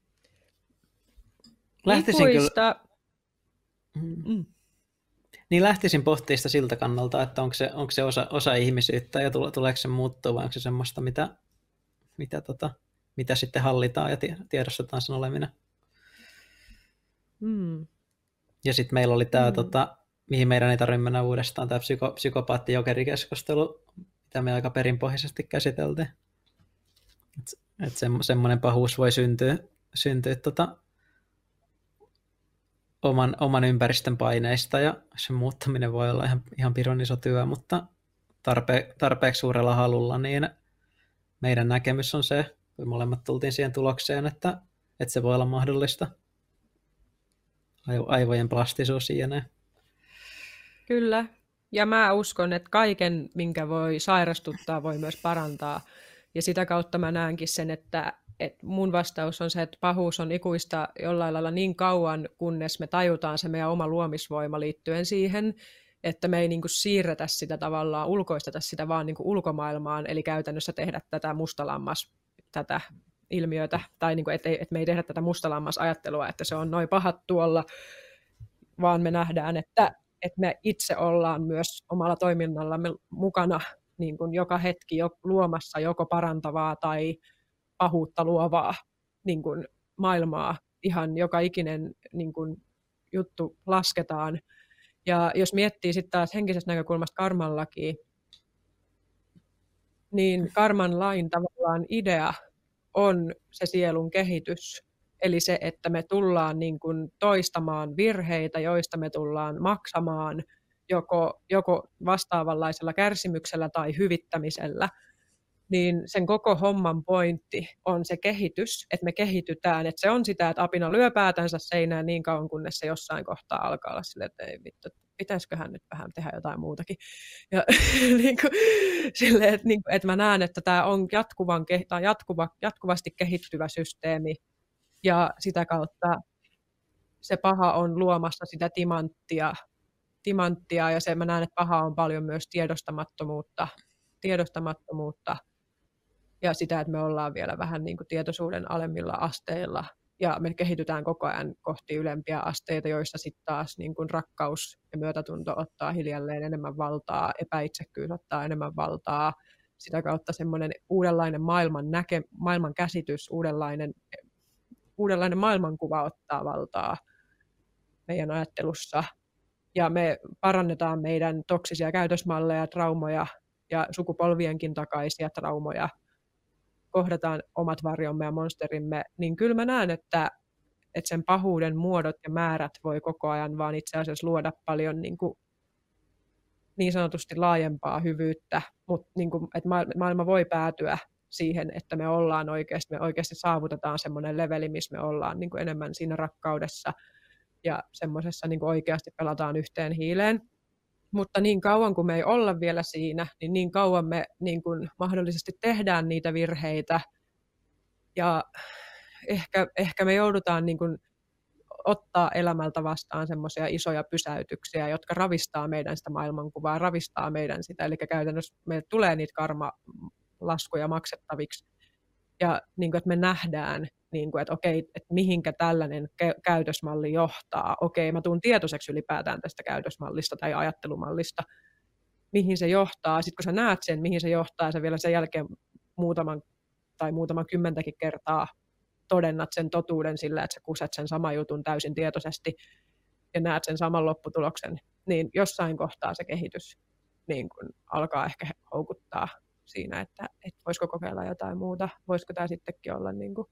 Lähtisin Ikuista. kyllä... Mm. Niin lähtisin pohtimaan sitä siltä kannalta, että onko se, onko se osa, osa ihmisyyttä ja tuleeko se muuttua, vai onko se semmoista, mitä, mitä, tota, mitä sitten hallitaan ja tiedostetaan sen oleminen. Hmm. Ja sitten meillä oli tämä, mm. tota, mihin meidän ei tarvitse mennä uudestaan, tämä psyko, psykopaatti-jokerikeskustelu, mitä me aika perinpohjaisesti käsiteltiin. Että et se, semmoinen pahuus voi syntyä, syntyä tota, oman, oman ympäristön paineista, ja sen muuttaminen voi olla ihan, ihan pirun iso työ, mutta tarpe, tarpeeksi suurella halulla, niin meidän näkemys on se, kun molemmat tultiin siihen tulokseen, että, että se voi olla mahdollista. Aivojen plastisuus ja ne. Kyllä. Ja mä uskon, että kaiken, minkä voi sairastuttaa, voi myös parantaa. Ja sitä kautta mä näenkin sen, että, että mun vastaus on se, että pahuus on ikuista jollain lailla niin kauan, kunnes me tajutaan se meidän oma luomisvoima liittyen siihen, että me ei niin kuin siirretä sitä tavallaan, ulkoisteta sitä vaan niin kuin ulkomaailmaan, eli käytännössä tehdä tätä mustalammas, tätä ilmiötä, tai niin kuin, että, että me ei tehdä tätä mustalammasajattelua, että se on noin pahat tuolla, vaan me nähdään, että, että me itse ollaan myös omalla toiminnallamme mukana niin kuin joka hetki jo luomassa joko parantavaa tai pahuutta luovaa niin kuin maailmaa. Ihan joka ikinen niin kuin juttu lasketaan. Ja jos miettii sitten taas henkisestä näkökulmasta karman lakia, niin karman lain tavallaan idea on se sielun kehitys. Eli se, että me tullaan niin kuin toistamaan virheitä, joista me tullaan maksamaan joko, joko vastaavanlaisella kärsimyksellä tai hyvittämisellä. Niin sen koko homman pointti on se kehitys, että me kehitytään. Että se on sitä, että apina lyö päätänsä seinään niin kauan, kunnes se jossain kohtaa alkaa olla silleen, että ei vittu, pitäisiköhän nyt vähän tehdä jotain muutakin. Ja niin kuin, silleen, että, niin kuin, että mä näen, että tämä on jatkuvan, tämä jatkuva, jatkuvasti kehittyvä systeemi. Ja sitä kautta se paha on luomassa sitä timanttia, timanttia ja se, mä näen, että paha on paljon myös tiedostamattomuutta, tiedostamattomuutta ja sitä, että me ollaan vielä vähän niin kuin tietoisuuden alemmilla asteilla ja me kehitytään koko ajan kohti ylempiä asteita, joissa sitten taas niin kuin rakkaus ja myötätunto ottaa hiljalleen enemmän valtaa, epäitsekkyys ottaa enemmän valtaa sitä kautta semmoinen uudenlainen maailman, näke, maailman käsitys, uudenlainen, uudenlainen maailmankuva ottaa valtaa meidän ajattelussa. Ja me parannetaan meidän toksisia käytösmalleja, traumoja ja sukupolvienkin takaisia traumoja, kohdataan omat varjomme ja monsterimme, niin kyllä mä näen, että, että sen pahuuden muodot ja määrät voi koko ajan vaan itse asiassa luoda paljon niin, kuin, niin sanotusti laajempaa hyvyyttä, mutta niin kuin, että maailma voi päätyä siihen, että me ollaan oikeasti, me oikeasti saavutetaan semmoinen leveli, missä me ollaan niin kuin enemmän siinä rakkaudessa ja semmoisessa niin kuin oikeasti pelataan yhteen hiileen. Mutta niin kauan kuin me ei olla vielä siinä, niin niin kauan me niin kuin mahdollisesti tehdään niitä virheitä ja ehkä, ehkä me joudutaan niin kuin ottaa elämältä vastaan semmoisia isoja pysäytyksiä, jotka ravistaa meidän sitä maailmankuvaa, ravistaa meidän sitä, eli käytännössä meille tulee niitä karmalaskuja maksettaviksi ja niin kuin, että me nähdään, niin kuin, että okei, että mihinkä tällainen käytösmalli johtaa. Okei, mä tuun tietoiseksi ylipäätään tästä käytösmallista tai ajattelumallista, mihin se johtaa. Sitten kun sä näet sen, mihin se johtaa, sä vielä sen jälkeen muutaman tai muutaman kymmentäkin kertaa todennat sen totuuden sillä, että sä kuset sen saman jutun täysin tietoisesti ja näet sen saman lopputuloksen, niin jossain kohtaa se kehitys niin kun alkaa ehkä houkuttaa siinä, että, että voisiko kokeilla jotain muuta, voisiko tämä sittenkin olla niin kuin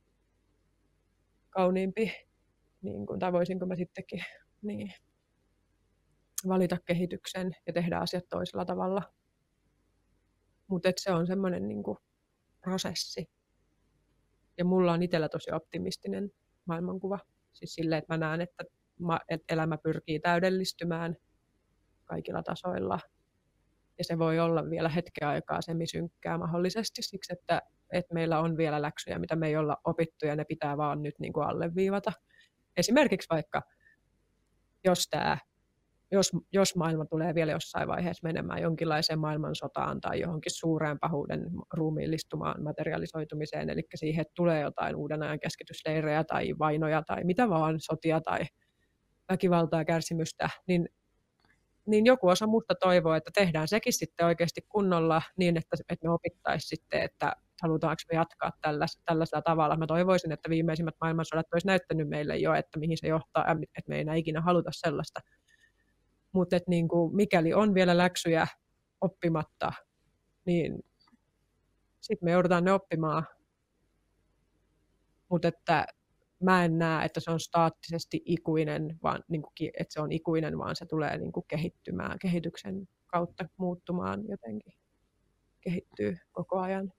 kauniimpi, niin kuin, tai voisinko mä sittenkin niin, valita kehityksen ja tehdä asiat toisella tavalla. Mutta se on semmoinen niin kuin prosessi. Ja mulla on itsellä tosi optimistinen maailmankuva. Siis silleen, että mä näen, että, ma- että elämä pyrkii täydellistymään kaikilla tasoilla. Ja se voi olla vielä hetken aikaa semisynkkää mahdollisesti siksi, että, että meillä on vielä läksyjä, mitä me ei olla opittu ja ne pitää vaan nyt niin kuin alleviivata. Esimerkiksi vaikka, jos, tämä, jos, jos maailma tulee vielä jossain vaiheessa menemään jonkinlaiseen maailmansotaan tai johonkin suureen pahuuden ruumiillistumaan materialisoitumiseen, eli siihen, että tulee jotain uuden ajan keskitysleirejä tai vainoja tai mitä vaan, sotia tai väkivaltaa ja kärsimystä, niin niin joku osa musta toivoo, että tehdään sekin sitten oikeasti kunnolla niin, että, että me opittaisiin sitten, että halutaanko me jatkaa tällaisella, tällaisella tavalla. Mä toivoisin, että viimeisimmät maailmansodat olisi näyttänyt meille jo, että mihin se johtaa, että me ei enää ikinä haluta sellaista. Mutta niin mikäli on vielä läksyjä oppimatta, niin sitten me joudutaan ne oppimaan. Mutta että mä en näe, että se on staattisesti ikuinen, vaan niin kuin, että se on ikuinen, vaan se tulee niin kuin kehittymään, kehityksen kautta muuttumaan jotenkin, kehittyy koko ajan.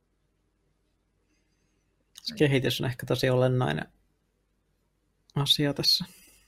Kehitys on ehkä tosi olennainen asia tässä.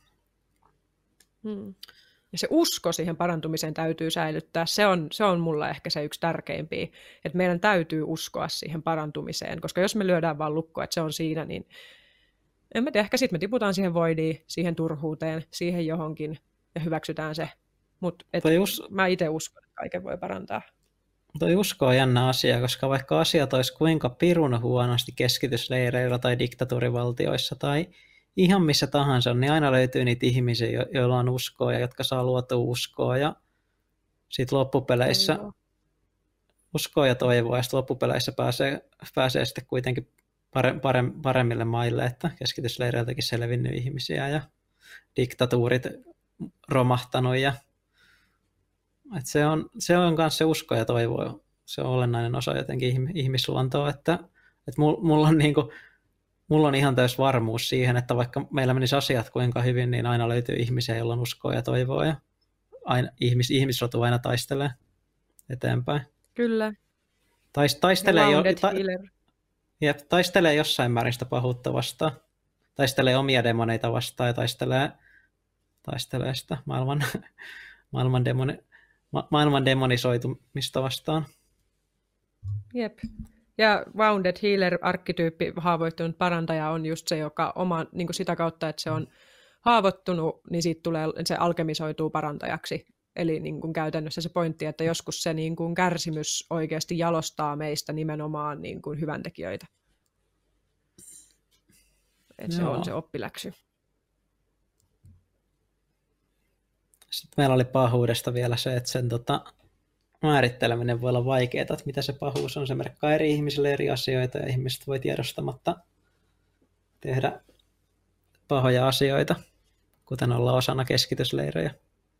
Hmm. Ja se usko siihen parantumiseen täytyy säilyttää. Se on, se on mulla ehkä se yksi tärkeimpiä, että meidän täytyy uskoa siihen parantumiseen, koska jos me lyödään vaan lukkoa, että se on siinä, niin en mä tiedä, ehkä sitten me tiputaan siihen voidiin, siihen turhuuteen, siihen johonkin ja hyväksytään se. Mutta us... mä itse uskon, että kaiken voi parantaa. Toi usko on jännä asia, koska vaikka asiat olisi kuinka pirun huonosti keskitysleireillä tai diktatuurivaltioissa tai ihan missä tahansa, niin aina löytyy niitä ihmisiä, joilla on uskoa ja jotka saa luotua uskoa. Ja sitten loppupeleissä toivoa. uskoa ja toivoa, ja sitten loppupeleissä pääsee, pääsee sitten kuitenkin paremmille maille, että keskitysleireiltäkin selvinnyt ihmisiä ja diktatuurit romahtanut. Ja, että se on, se on myös se usko ja toivo, se on olennainen osa jotenkin ihmisluontoa, että, että mulla on, niin kuin, mulla on ihan täys varmuus siihen, että vaikka meillä menisi asiat kuinka hyvin, niin aina löytyy ihmisiä, joilla on uskoa ja toivoa ja aina, ihmis, ihmisrotu aina taistelee eteenpäin. Kyllä. Taist, taistelee jo, ta, Ja taistelee jossain määrin sitä pahuutta vastaan. Taistelee omia demoneita vastaan ja taistelee, taistelee sitä maailman, maailman, demoni, ma, maailman demonisoitumista vastaan. Jep. Ja Wounded Healer-arkkityyppi, haavoittunut parantaja, on just se, joka oma, niin kuin sitä kautta, että se on haavoittunut, niin siitä tulee, se alkemisoituu parantajaksi. Eli niin kuin käytännössä se pointti, että joskus se niin kuin kärsimys oikeasti jalostaa meistä nimenomaan niin kuin hyväntekijöitä. Et se on se oppiläksy. Sitten meillä oli pahuudesta vielä se, että sen tota, määritteleminen voi olla vaikeaa, että mitä se pahuus on. Se merkkaa eri ihmisille eri asioita ja ihmiset voi tiedostamatta tehdä pahoja asioita, kuten olla osana keskitysleirejä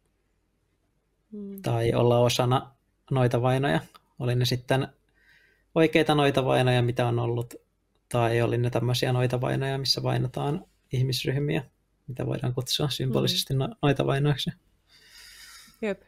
mm. tai olla osana noitavainoja. Oli ne sitten oikeita noitavainoja, mitä on ollut, tai oli ne tämmöisiä noitavainoja, missä vainotaan ihmisryhmiä, mitä voidaan kutsua symbolisesti mm. noitavainoiksi. Jep.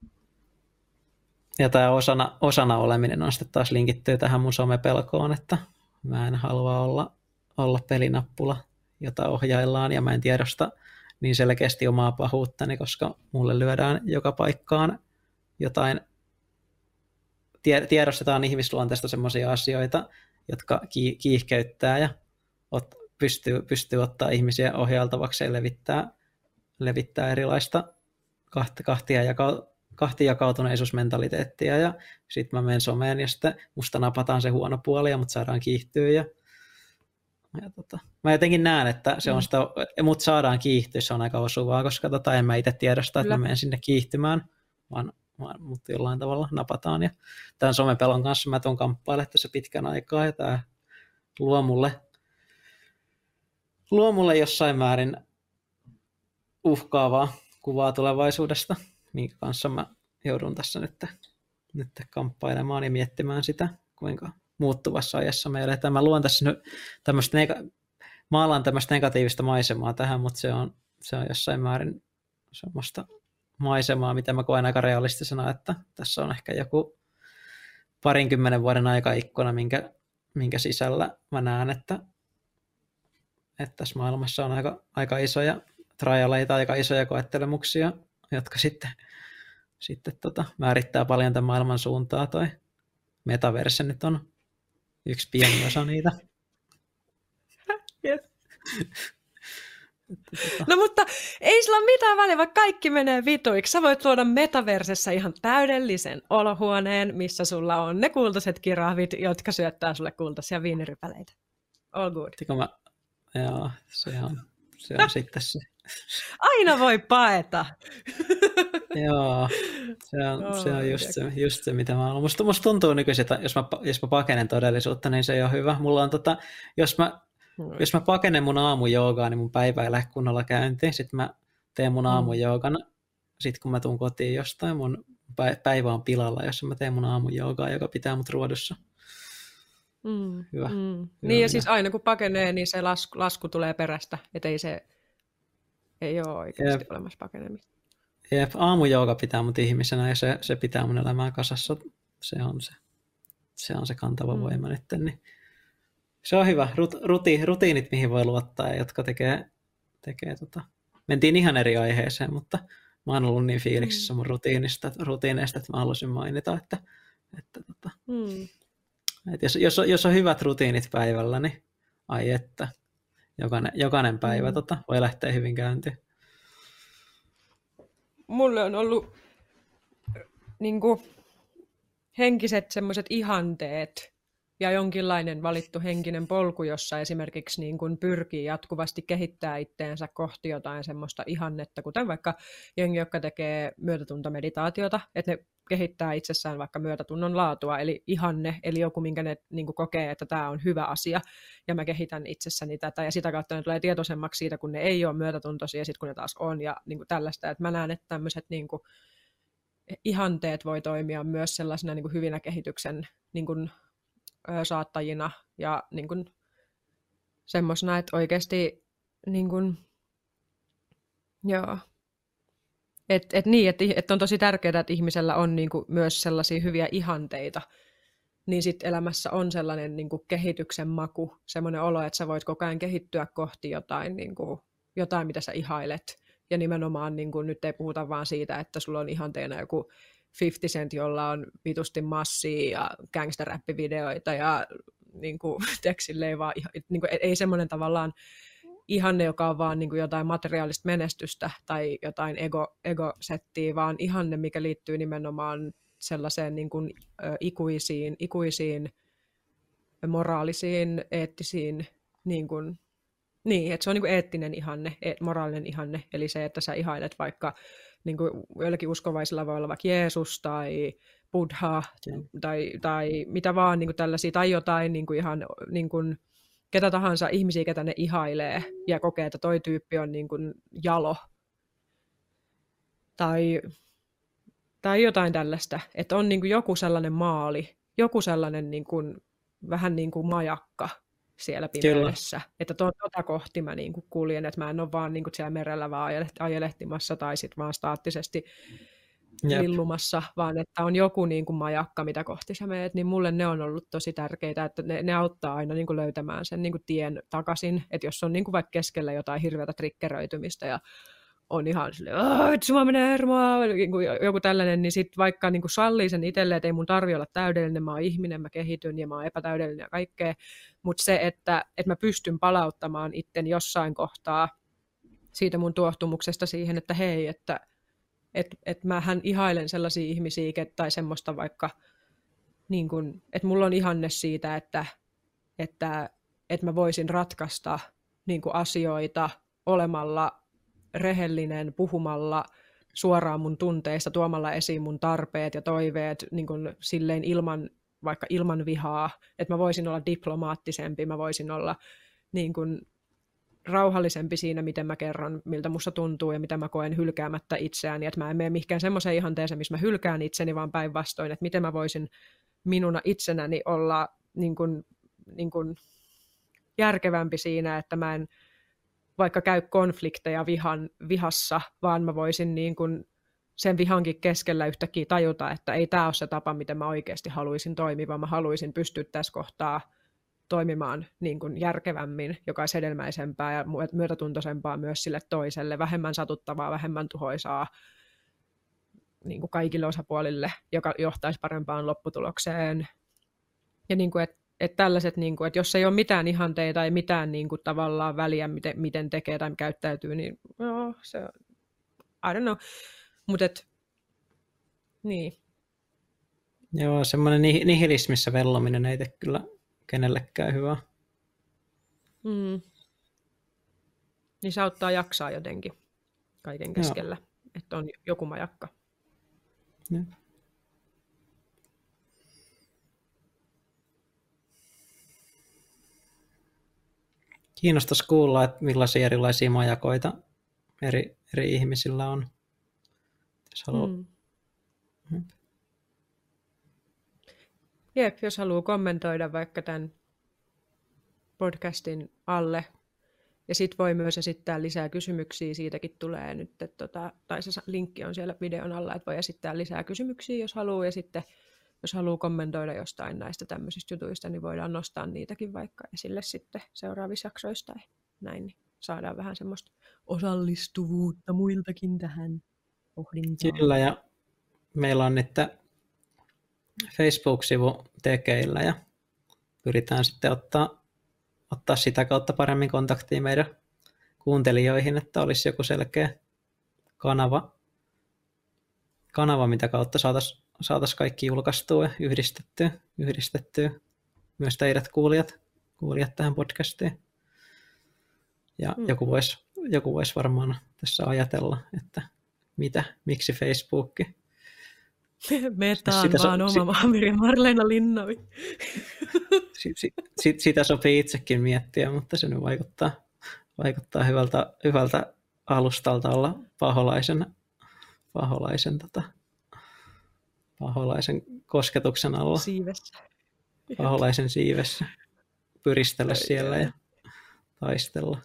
Ja tämä osana, osana oleminen on sitten taas linkittyy tähän mun somepelkoon, että mä en halua olla, olla pelinappula, jota ohjaillaan, ja mä en tiedosta niin selkeästi omaa pahuuttani, koska mulle lyödään joka paikkaan jotain, tiedostetaan ihmisluonteesta semmoisia asioita, jotka kiihkeyttää ja ot, pystyy, pystyy ottaa ihmisiä ohjailtavaksi ja levittää, levittää erilaista kahtia jakautua. kahtijakautuneisuusmentaliteettia ja sitten mä menen someen ja sitten musta napataan se huono puoli ja mut saadaan kiihtyä ja, ja tota, mä jotenkin näen, että se on sitä, mut saadaan kiihtyä, se on aika osuvaa, koska tota, en mä itse tiedosta, että mä menen sinne kiihtymään, vaan, vaan mut jollain tavalla napataan ja tämän somepelon kanssa mä tuon kamppailemaan tässä pitkän aikaa ja tää luo mulle, luo mulle jossain määrin uhkaavaa kuvaa tulevaisuudesta, minkä kanssa mä joudun tässä nyt, nyt kamppailemaan ja miettimään sitä, kuinka muuttuvassa ajassa me eletään. Mä luon tässä nyt tämmöistä, nega- maalaan tämmöistä negatiivista maisemaa tähän, mutta se on, se on jossain määrin semmoista maisemaa, mitä mä koen aika realistisena, että tässä on ehkä joku parinkymmenen vuoden aikaikkuna, minkä, minkä sisällä mä näen, että, että tässä maailmassa on aika, aika isoja trialeita, aika isoja koettelemuksia, jotka sitten, sitten tota, määrittää paljon tämän maailman suuntaa. Toi metaverse nyt on yksi pieni osa niitä. Yes. No mutta ei sillä ole mitään väliä, vaikka kaikki menee vituiksi. Sä voit luoda metaversessä ihan täydellisen olohuoneen, missä sulla on ne kultaiset kirahvit, jotka syöttää sulle kultaisia viinirypäleitä. All good. Mä, joo, se on, se on sitten se. Aina voi paeta. Joo, se on, oh, se on just, se, just se, mitä mä haluan. Musta, musta tuntuu nykyisin, että jos mä, jos mä pakenen todellisuutta, niin se ei ole hyvä. Mulla on tota, jos mä, mm. jos mä pakenen mun aamujoogaa, niin mun päivä ei lähde kunnolla käyntiin. Sitten mä teen mun aamujoogan. Sitten kun mä tuun kotiin jostain, mun päivä on pilalla, jos mä teen mun aamujoogaa, joka pitää mut ruodussa. Mm. Hyvä. Mm. hyvä. Niin ja siis aina kun pakenee, niin se lasku, lasku tulee perästä, ettei se ei ole oikeasti Jep. olemassa pakenemista. Jep, aamujooga pitää mut ihmisenä ja se, se pitää mun elämää kasassa. Se on se, se, on se kantava mm. voima nyt. Niin se on hyvä. Rut, ruti, rutiinit, mihin voi luottaa ja jotka tekee, tekee tota. Mentiin ihan eri aiheeseen, mutta mä oon ollut niin fiiliksissä mm. mun rutiinista, rutiineista, että mä haluaisin mainita, että, että, tota, mm. että jos, jos, on, jos on hyvät rutiinit päivällä, niin ai että jokainen, jokainen päivä mm. tota, voi lähteä hyvin käyntiin. Mulle on ollut niin kuin, henkiset semmoiset ihanteet ja jonkinlainen valittu henkinen polku, jossa esimerkiksi niin kuin, pyrkii jatkuvasti kehittää itteensä kohti jotain semmoista ihannetta, kuten vaikka jengi, jotka tekee myötätuntomeditaatiota, että ne kehittää itsessään vaikka myötätunnon laatua, eli ihanne, eli joku, minkä ne niin kuin, kokee, että tämä on hyvä asia, ja mä kehitän itsessäni tätä, ja sitä kautta ne tulee tietoisemmaksi siitä, kun ne ei ole myötätuntoisia, ja sitten kun ne taas on, ja niin kuin tällaista, että mä näen, että tämmöiset niin kuin, ihanteet voi toimia myös sellaisena niin kuin, hyvinä kehityksen niin kuin, ö, saattajina, ja niin kuin, semmoisena, että oikeasti niin kuin, joo, Että et niin, että et on tosi tärkeää, että ihmisellä on niinku myös sellaisia hyviä ihanteita, niin sitten elämässä on sellainen niinku kehityksen maku, semmoinen olo, että sä voit koko ajan kehittyä kohti jotain, niinku, jotain mitä sä ihailet. Ja nimenomaan niinku, nyt ei puhuta vaan siitä, että sulla on ihanteena joku fifty Cent, jolla on vitusti massia ja gangsterräppivideoita ja niinku, teksilleen vaan, niinku, ei semmoinen tavallaan ihanne, joka on vaan niin kuin jotain materiaalista menestystä tai jotain ego, ego-settiä, vaan ihanne, mikä liittyy nimenomaan sellaiseen niin kuin, ö, ikuisiin, ikuisiin moraalisiin, eettisiin, niin, kuin, niin että se on niin kuin eettinen ihanne, e- moraalinen ihanne, eli se, että sä ihailet vaikka niin kuin joillakin uskovaisilla voi olla vaikka Jeesus tai Buddha tai, tai mitä vaan niin kuin tällaisia, tai jotain niin kuin ihan niin kuin, ketä tahansa ihmisiä, ketä ne ihailee ja kokee, että toi tyyppi on niin kuin jalo. Tai, tai jotain tällaista, että on niin kuin joku sellainen maali, joku sellainen niin kuin, vähän niin kuin majakka siellä pimeydessä. Kyllä. Että to, tota kohti mä niin kuin kuljen, että mä en ole vaan niin kuin siellä merellä vaan ajelehtimassa tai sitten vaan staattisesti Jep. lillumassa, vaan että on joku niin kuin majakka, mitä kohti sä meet, niin mulle ne on ollut tosi tärkeitä, että ne, ne auttaa aina niin kuin löytämään sen niin kuin tien takaisin, että jos on niin kuin vaikka keskellä jotain hirveätä triggeröitymistä ja on ihan silleen, että sua menee hermoa, joku tällainen, niin sitten vaikka niin kuin sallii sen itselleen, että ei mun tarvi olla täydellinen, mä oon ihminen, mä kehityn ja mä oon epätäydellinen ja kaikkea, mutta se, että, että mä pystyn palauttamaan itten jossain kohtaa siitä mun tuohtumuksesta siihen, että hei, että et, et mähän ihailen sellaisia ihmisiä tai semmoista vaikka, niin kun, että mulla on ihanne siitä, että, että, että mä voisin ratkaista niin kun asioita olemalla rehellinen, puhumalla suoraan mun tunteista, tuomalla esiin mun tarpeet ja toiveet niin kun silleen ilman, vaikka ilman vihaa, että mä voisin olla diplomaattisempi, mä voisin olla niin kun rauhallisempi siinä, miten mä kerron, miltä musta tuntuu ja mitä mä koen hylkäämättä itseäni, että mä en mene mihinkään semmoiseen ihanteeseen, missä mä hylkään itseni, vaan päinvastoin, että miten mä voisin minuna itsenäni olla niin kun, niin kun järkevämpi siinä, että mä en vaikka käy konflikteja vihan, vihassa, vaan mä voisin niin kun sen vihankin keskellä yhtäkkiä tajuta, että ei tämä ole se tapa, miten mä oikeasti haluaisin toimia, vaan mä haluaisin pystyä tässä kohtaa toimimaan niin kuin järkevämmin, joka olisi hedelmäisempää ja myötätuntoisempaa myös sille toiselle, vähemmän satuttavaa, vähemmän tuhoisaa niin kuin kaikille osapuolille, joka johtaisi parempaan lopputulokseen. Ja niin kuin, että, että tällaiset, niin kuin, että jos ei ole mitään ihanteita tai mitään niin kuin, tavallaan väliä, miten, miten tekee tai käyttäytyy, niin no, se on, I don't know. Mutta et, niin. Joo, semmoinen nihilismissä vellominen ei tee kyllä kenellekään hyvää. Mm. Niin se auttaa jaksaa jotenkin kaiken keskellä, Joo. että on joku majakka. Ja. Kiinnostaisi kuulla, että millaisia erilaisia majakoita eri, eri ihmisillä on. Jos haluaa. Mm. Mm. Jep, jos haluaa kommentoida vaikka tämän podcastin alle. Ja sitten voi myös esittää lisää kysymyksiä, siitäkin tulee nyt, että tota, tai se linkki on siellä videon alla, että voi esittää lisää kysymyksiä, jos haluaa. Ja sitten jos haluaa kommentoida jostain näistä tämmöisistä jutuista, niin voidaan nostaa niitäkin vaikka esille sitten seuraavissa jaksoissa tai näin, niin saadaan vähän semmoista osallistuvuutta muiltakin tähän pohdintaan. Kyllä, ja meillä on nyt Facebook-sivu tekeillä ja pyritään sitten ottaa, ottaa sitä kautta paremmin kontaktia meidän kuuntelijoihin, että olisi joku selkeä kanava, kanava mitä kautta saataisiin saatais kaikki julkaistua ja yhdistettyä, yhdistettyä myös teidät kuulijat, kuulijat tähän podcastiin. Ja mm. joku voisi joku vois varmaan tässä ajatella, että mitä, miksi Facebook? Metaan sitä vaan so, oma Maamiri Marleena Linnavi. Sit, sit, sit, sitä sopii itsekin miettiä, mutta se nyt vaikuttaa, vaikuttaa hyvältä, hyvältä alustalta olla paholaisen, paholaisen, tota, paholaisen kosketuksen alla. Siivessä. Paholaisen siivessä. Pyristellä Ai, siellä ja taistella.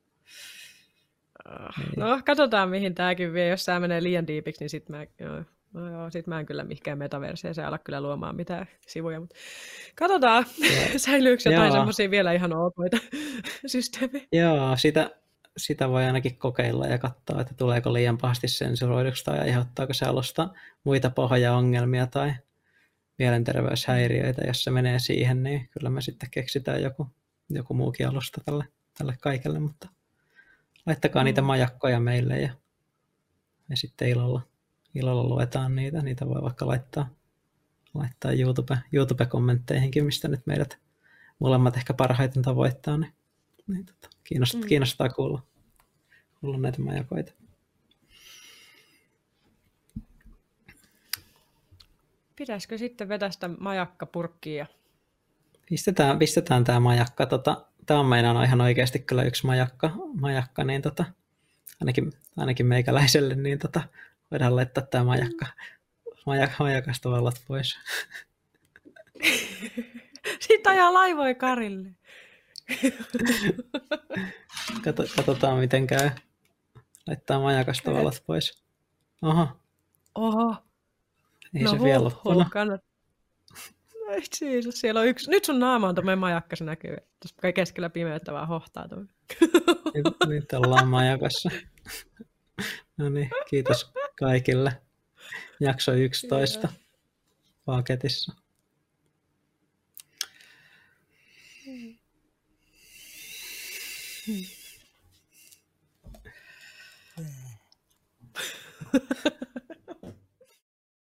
No, katsotaan mihin tämäkin vie. Jos tämä menee liian diipiksi, niin sitten mä... Joo. No joo, sit mä en kyllä mihinkään metaverseeseen ala kyllä luomaan mitään sivuja, mutta katsotaan, säilyykö jotain semmoisia vielä ihan okoita systeemiä. Joo, sitä, sitä voi ainakin kokeilla ja katsoa, että tuleeko liian pahasti sensuroiduksi tai aiheuttaako se alusta muita pahoja ongelmia tai mielenterveyshäiriöitä. Jos se menee siihen, niin kyllä me sitten keksitään joku, joku muukin alusta tälle, tälle kaikelle, mutta laittakaa mm. niitä majakkoja meille ja, ja sitten ilolla. Ilolla luetaan niitä. Niitä voi vaikka laittaa, laittaa YouTube, YouTube-kommentteihinkin, mistä nyt meidät molemmat ehkä parhaiten tavoittaa. Niin, niin tota, kiinnostaa, mm. kiinnostaa kuulla, kuulla näitä majakoita. pitäisikö sitten vetästä majakkapurkkiin? Ja... Pistetään, pistetään tämä majakka. Tota, tämä on meinaan ihan oikeasti kyllä yksi majakka, majakka niin tota, ainakin, ainakin meikäläiselle, niin tota, voidaan laittaa tämä majakka, majak, majakasta valot pois. Siitä ajaa laivoja Karille. Kato, katsotaan miten käy. Laittaa majakasta valot pois. Oho. Oho. Ei no, se vielä loppunut. Kannat... No ei siis, siellä on yksi. Nyt sun naama on tuommoinen majakka, se näkyy. Tuossa keskellä pimeyttä vaan hohtaa tuommoinen. Nyt, nyt ollaan majakassa. No niin, kiitos kaikille. Jakso yksitoista paketissa. Hmm.